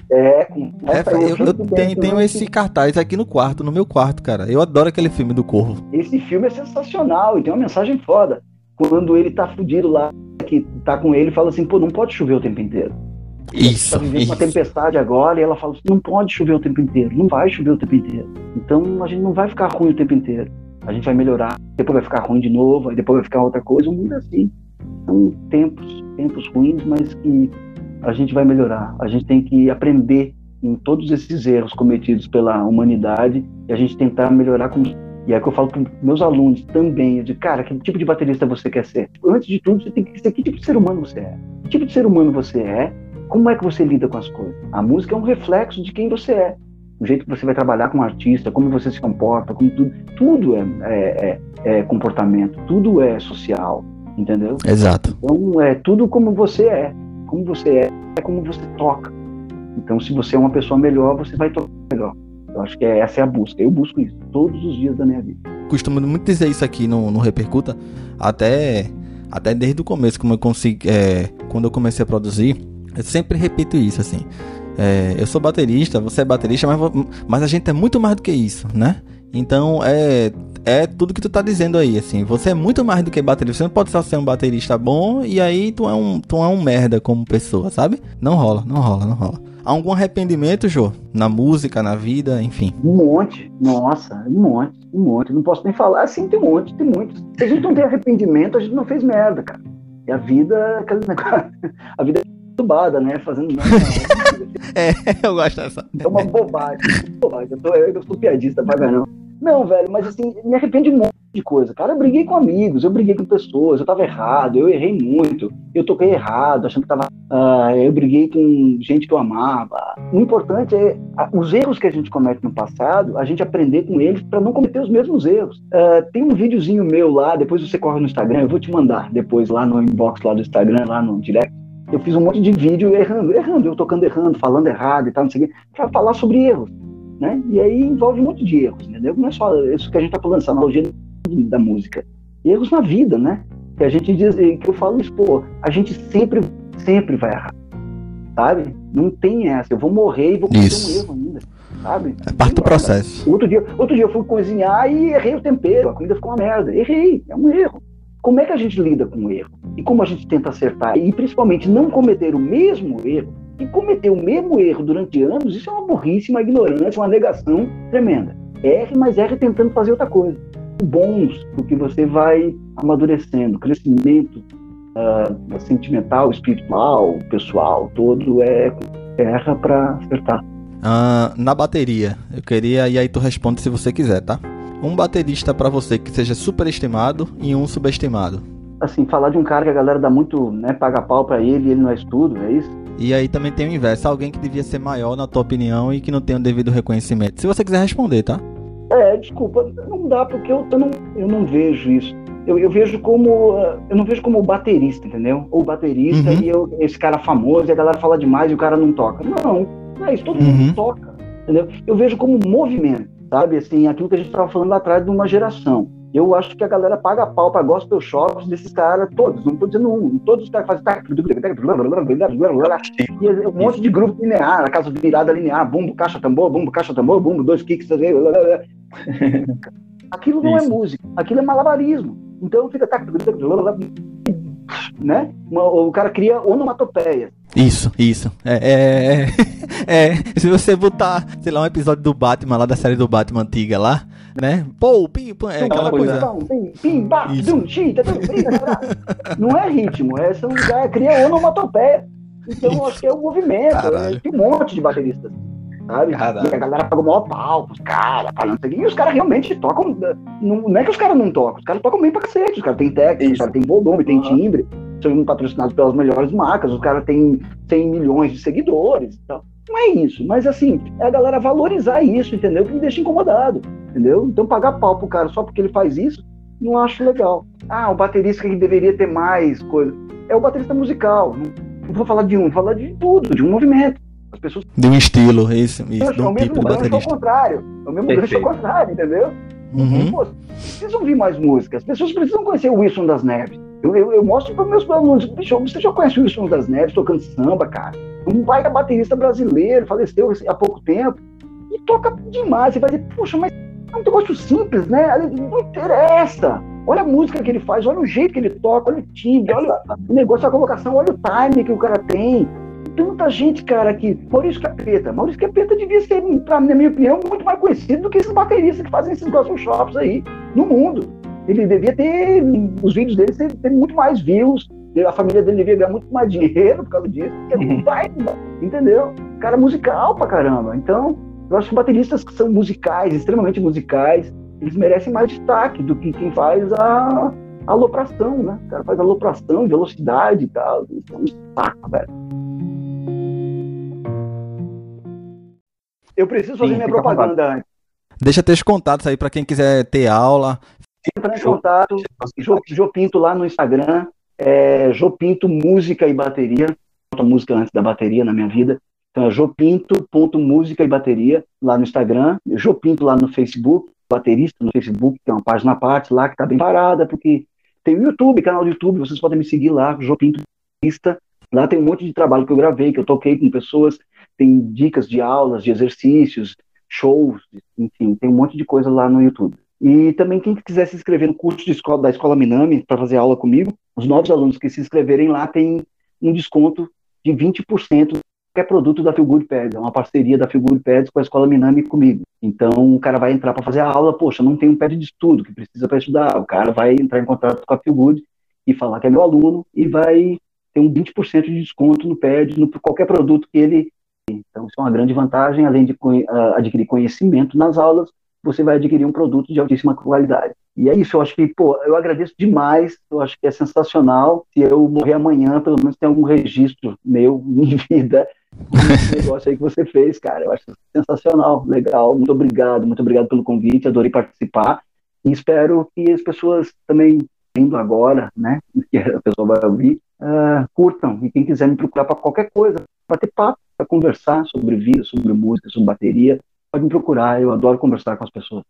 Eu tenho esse cartaz aqui no meu quarto, cara. Eu adoro aquele filme do Corvo. Esse filme é sensacional e tem uma mensagem foda. Quando ele tá fudido lá, que tá com ele, fala assim, pô, não pode chover o tempo inteiro. Isso. Tá vivendo uma tempestade agora e ela fala assim, não pode chover o tempo inteiro, não vai chover o tempo inteiro. Então a gente não vai ficar ruim o tempo inteiro. A gente vai melhorar, depois vai ficar ruim de novo, aí depois vai ficar outra coisa, o mundo é assim. São tempos ruins, mas que a gente vai melhorar. A gente tem que aprender em todos esses erros cometidos pela humanidade e a gente tentar melhorar como... E é o que eu falo para meus alunos também, eu digo, cara, que tipo de baterista você quer ser? Antes de tudo, você tem que ser que tipo de ser humano você é. Que tipo de ser humano você é? Como é que você lida com as coisas? A música é um reflexo de quem você é. O jeito que você vai trabalhar com um artista, como você se comporta, como tudo é comportamento, tudo é social, entendeu? Exato. Então é tudo como você é como você como você toca. Então se você é uma pessoa melhor, você vai tocar melhor. Eu acho que essa é a busca, eu busco isso todos os dias da minha vida. Costumo muito dizer isso aqui no Repercuta, até desde o começo, como eu consigo, quando eu comecei a produzir, eu sempre repito isso, assim. Eu sou baterista, você é baterista, mas a gente é muito mais do que isso, né? Então é tudo que tu tá dizendo aí, assim. Você é muito mais do que baterista. Você não pode só ser um baterista bom e aí tu é um merda como pessoa, sabe? Não rola. Há algum arrependimento, Jô? Na música, na vida, enfim? Um monte. Nossa, um monte. Não posso nem falar. Assim, tem muitos. Se a gente não tem arrependimento, a gente não fez merda, cara. E a vida, aquele negócio, a vida é entubada, né? Fazendo nada. Eu gosto dessa. É uma bobagem. Eu sou piadista pra caramba. Não, velho, mas assim, me arrependo de um monte de coisa. Cara, eu briguei com amigos, eu briguei com pessoas, eu tava errado, eu errei muito, eu toquei errado, achando que tava... eu briguei com gente que eu amava. O importante é os erros que a gente comete no passado, a gente aprender com eles pra não cometer os mesmos erros. Tem um videozinho meu lá, depois você corre no Instagram, eu vou te mandar depois lá no inbox lá do Instagram, lá no direct. Eu fiz um monte de vídeo errando, eu tocando errando, falando errado e tal, não sei o quê, pra falar sobre erros. Né? E aí envolve um monte de erros, entendeu? Não é só isso que a gente está falando, essa analogia da música. Erros na vida, né? Que a gente diz, que eu falo isso, pô, a gente sempre vai errar, sabe? Não tem essa, eu vou morrer e vou cometer um erro ainda, sabe? É parte do processo. Outro dia eu fui cozinhar e errei o tempero, a comida ficou uma merda. Errei, é um erro. Como é que a gente lida com o erro? E como a gente tenta acertar? E principalmente não cometer o mesmo erro. E cometer o mesmo erro durante anos, isso é uma burrice, uma ignorância, uma negação tremenda. Erre, mas erre tentando fazer outra coisa. Bons, porque você vai amadurecendo, crescimento sentimental, espiritual, pessoal, todo erra para acertar. Na bateria, eu queria, e aí tu responde se você quiser, tá? Um baterista para você que seja superestimado e um subestimado. assim, falar de um cara que a galera dá muito, né, paga pau pra ele e ele não é tudo, é isso? E aí também tem o inverso, alguém que devia ser maior na tua opinião e que não tem o devido reconhecimento. Se você quiser responder, tá? Desculpa, não dá, porque eu não vejo isso. Eu vejo como. Eu não vejo como o baterista, entendeu? Ou o baterista Uhum. e esse cara famoso e a galera fala demais e o cara não toca. Não é isso, todo mundo Uhum. toca, entendeu? Eu vejo como um movimento, sabe? Assim, aquilo que a gente estava falando lá atrás de uma geração. Eu acho que a galera paga pau para gospel shops desses caras todos, não estou dizendo um, todos os caras que fazem. E um monte de grupo linear, a casa virada linear, bumbo, caixa, tambor, bumbo, dois kicks, aquilo não é Isso. música, aquilo é malabarismo. Então fica, né? O cara cria onomatopeia. Isso. Se você botar, sei lá, um episódio do Batman lá, da série do Batman antiga lá, né? Pô, pim, pam, é aquela coisa. Isso. Não é ritmo, são já cria onomatopeia. Então eu acho que é o movimento. Tem um monte de bateristas, sabe? Caralho. E a galera paga o maior pau pros caras, e os caras realmente tocam. Não é que os caras não tocam, os caras tocam bem pra cacete, os caras têm técnica, os caras têm volume, tem timbre, são patrocinados pelas melhores marcas, os caras têm 100 milhões de seguidores. Então, não é isso, mas assim, é a galera valorizar isso, entendeu? Que me deixa incomodado, entendeu? Então pagar pau pro cara só porque ele faz isso, não acho legal. O baterista que deveria ter mais coisa. É o baterista musical. Não vou falar de um, vou falar de tudo, de um movimento. As pessoas. De um estilo, isso, de um tipo de baterista. É o contrário. É o mesmo gancho ao contrário, entendeu? Uhum. Pô, precisam ouvir mais música. As pessoas precisam conhecer o Wilson das Neves. Eu mostro para meus alunos, bicho, você já conhece o Wilson das Neves tocando samba, cara? Um baita baterista brasileiro, faleceu há pouco tempo, e toca demais. Você vai dizer, poxa, mas é um negócio simples, né? Não interessa. Olha a música que ele faz, olha o jeito que ele toca, olha o timbre, olha o negócio, a colocação, olha o time que o cara tem. Tanta gente, cara, que Maurício Capeta devia ser, na minha opinião, muito mais conhecido do que esses bateristas que fazem esses gospel shops aí no mundo. Ele devia ter, os vídeos dele ter muito mais views, a família dele devia ganhar muito mais dinheiro por causa disso, entendeu? Cara musical pra caramba. Então, eu acho que bateristas que são musicais, extremamente musicais, eles merecem mais destaque do que quem faz a alopração, né? O cara faz alopração, velocidade e tal. Isso é um saco, velho. Eu preciso fazer minha propaganda antes. Deixa teus contatos aí pra quem quiser ter aula. Entra em contato, Jô Pinto lá no Instagram, Jô Pinto Música e Bateria, a música antes da bateria na minha vida, então é jopinto.música e bateria lá no Instagram, Jô Pinto lá no Facebook, baterista no Facebook, tem uma página à parte lá que tá bem parada, porque tem o YouTube, canal do YouTube, vocês podem me seguir lá, Jô Pinto Baterista, lá tem um monte de trabalho que eu gravei, que eu toquei com pessoas, tem dicas de aulas, de exercícios, shows, enfim, tem um monte de coisa lá no YouTube. E também quem quiser se inscrever no curso da Escola Minami para fazer aula comigo, os novos alunos que se inscreverem lá têm um desconto de 20% qualquer produto da Feel Good Pads. É uma parceria da Feel Good Pads com a Escola Minami e comigo. Então o cara vai entrar para fazer a aula, poxa, não tem um pad de estudo que precisa para estudar. O cara vai entrar em contato com a Feel Good e falar que é meu aluno e vai ter um 20% de desconto no pad, no qualquer produto que ele. Então isso é uma grande vantagem, além de adquirir conhecimento nas aulas, você vai adquirir um produto de altíssima qualidade. E é isso, eu acho que, eu agradeço demais, eu acho que é sensacional. Se eu morrer amanhã, pelo menos tem algum registro meu em vida desse negócio aí que você fez, cara. Eu acho sensacional, legal. Muito obrigado pelo convite, adorei participar. E espero que as pessoas também, vindo agora, né, que a pessoa vai ouvir, curtam. E quem quiser me procurar para qualquer coisa, para ter papo, para conversar sobre vida, sobre música, sobre bateria, pode me procurar, eu adoro conversar com as pessoas.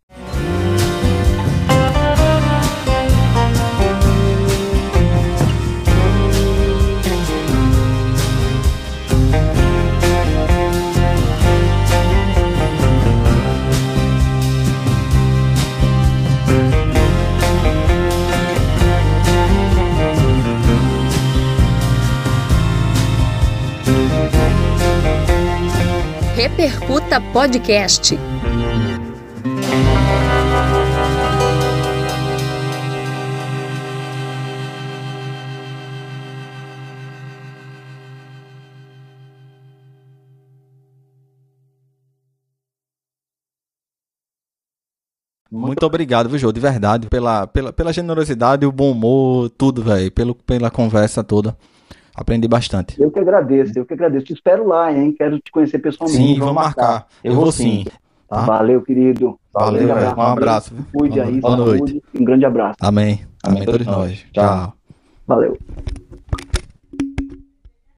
Repercuta Podcast. Muito obrigado, viu, Jô? De verdade, pela generosidade, o bom humor, tudo, velho. Pela conversa toda. Aprendi bastante. Eu que agradeço. Te espero lá, hein? Quero te conhecer pessoalmente. Sim, vamos marcar. Eu vou sim. Tá? Valeu, querido. Valeu, velho. Um abraço. Cuide aí, boa noite. Um grande abraço. Amém. Amém, todos nós. Tchau. Valeu.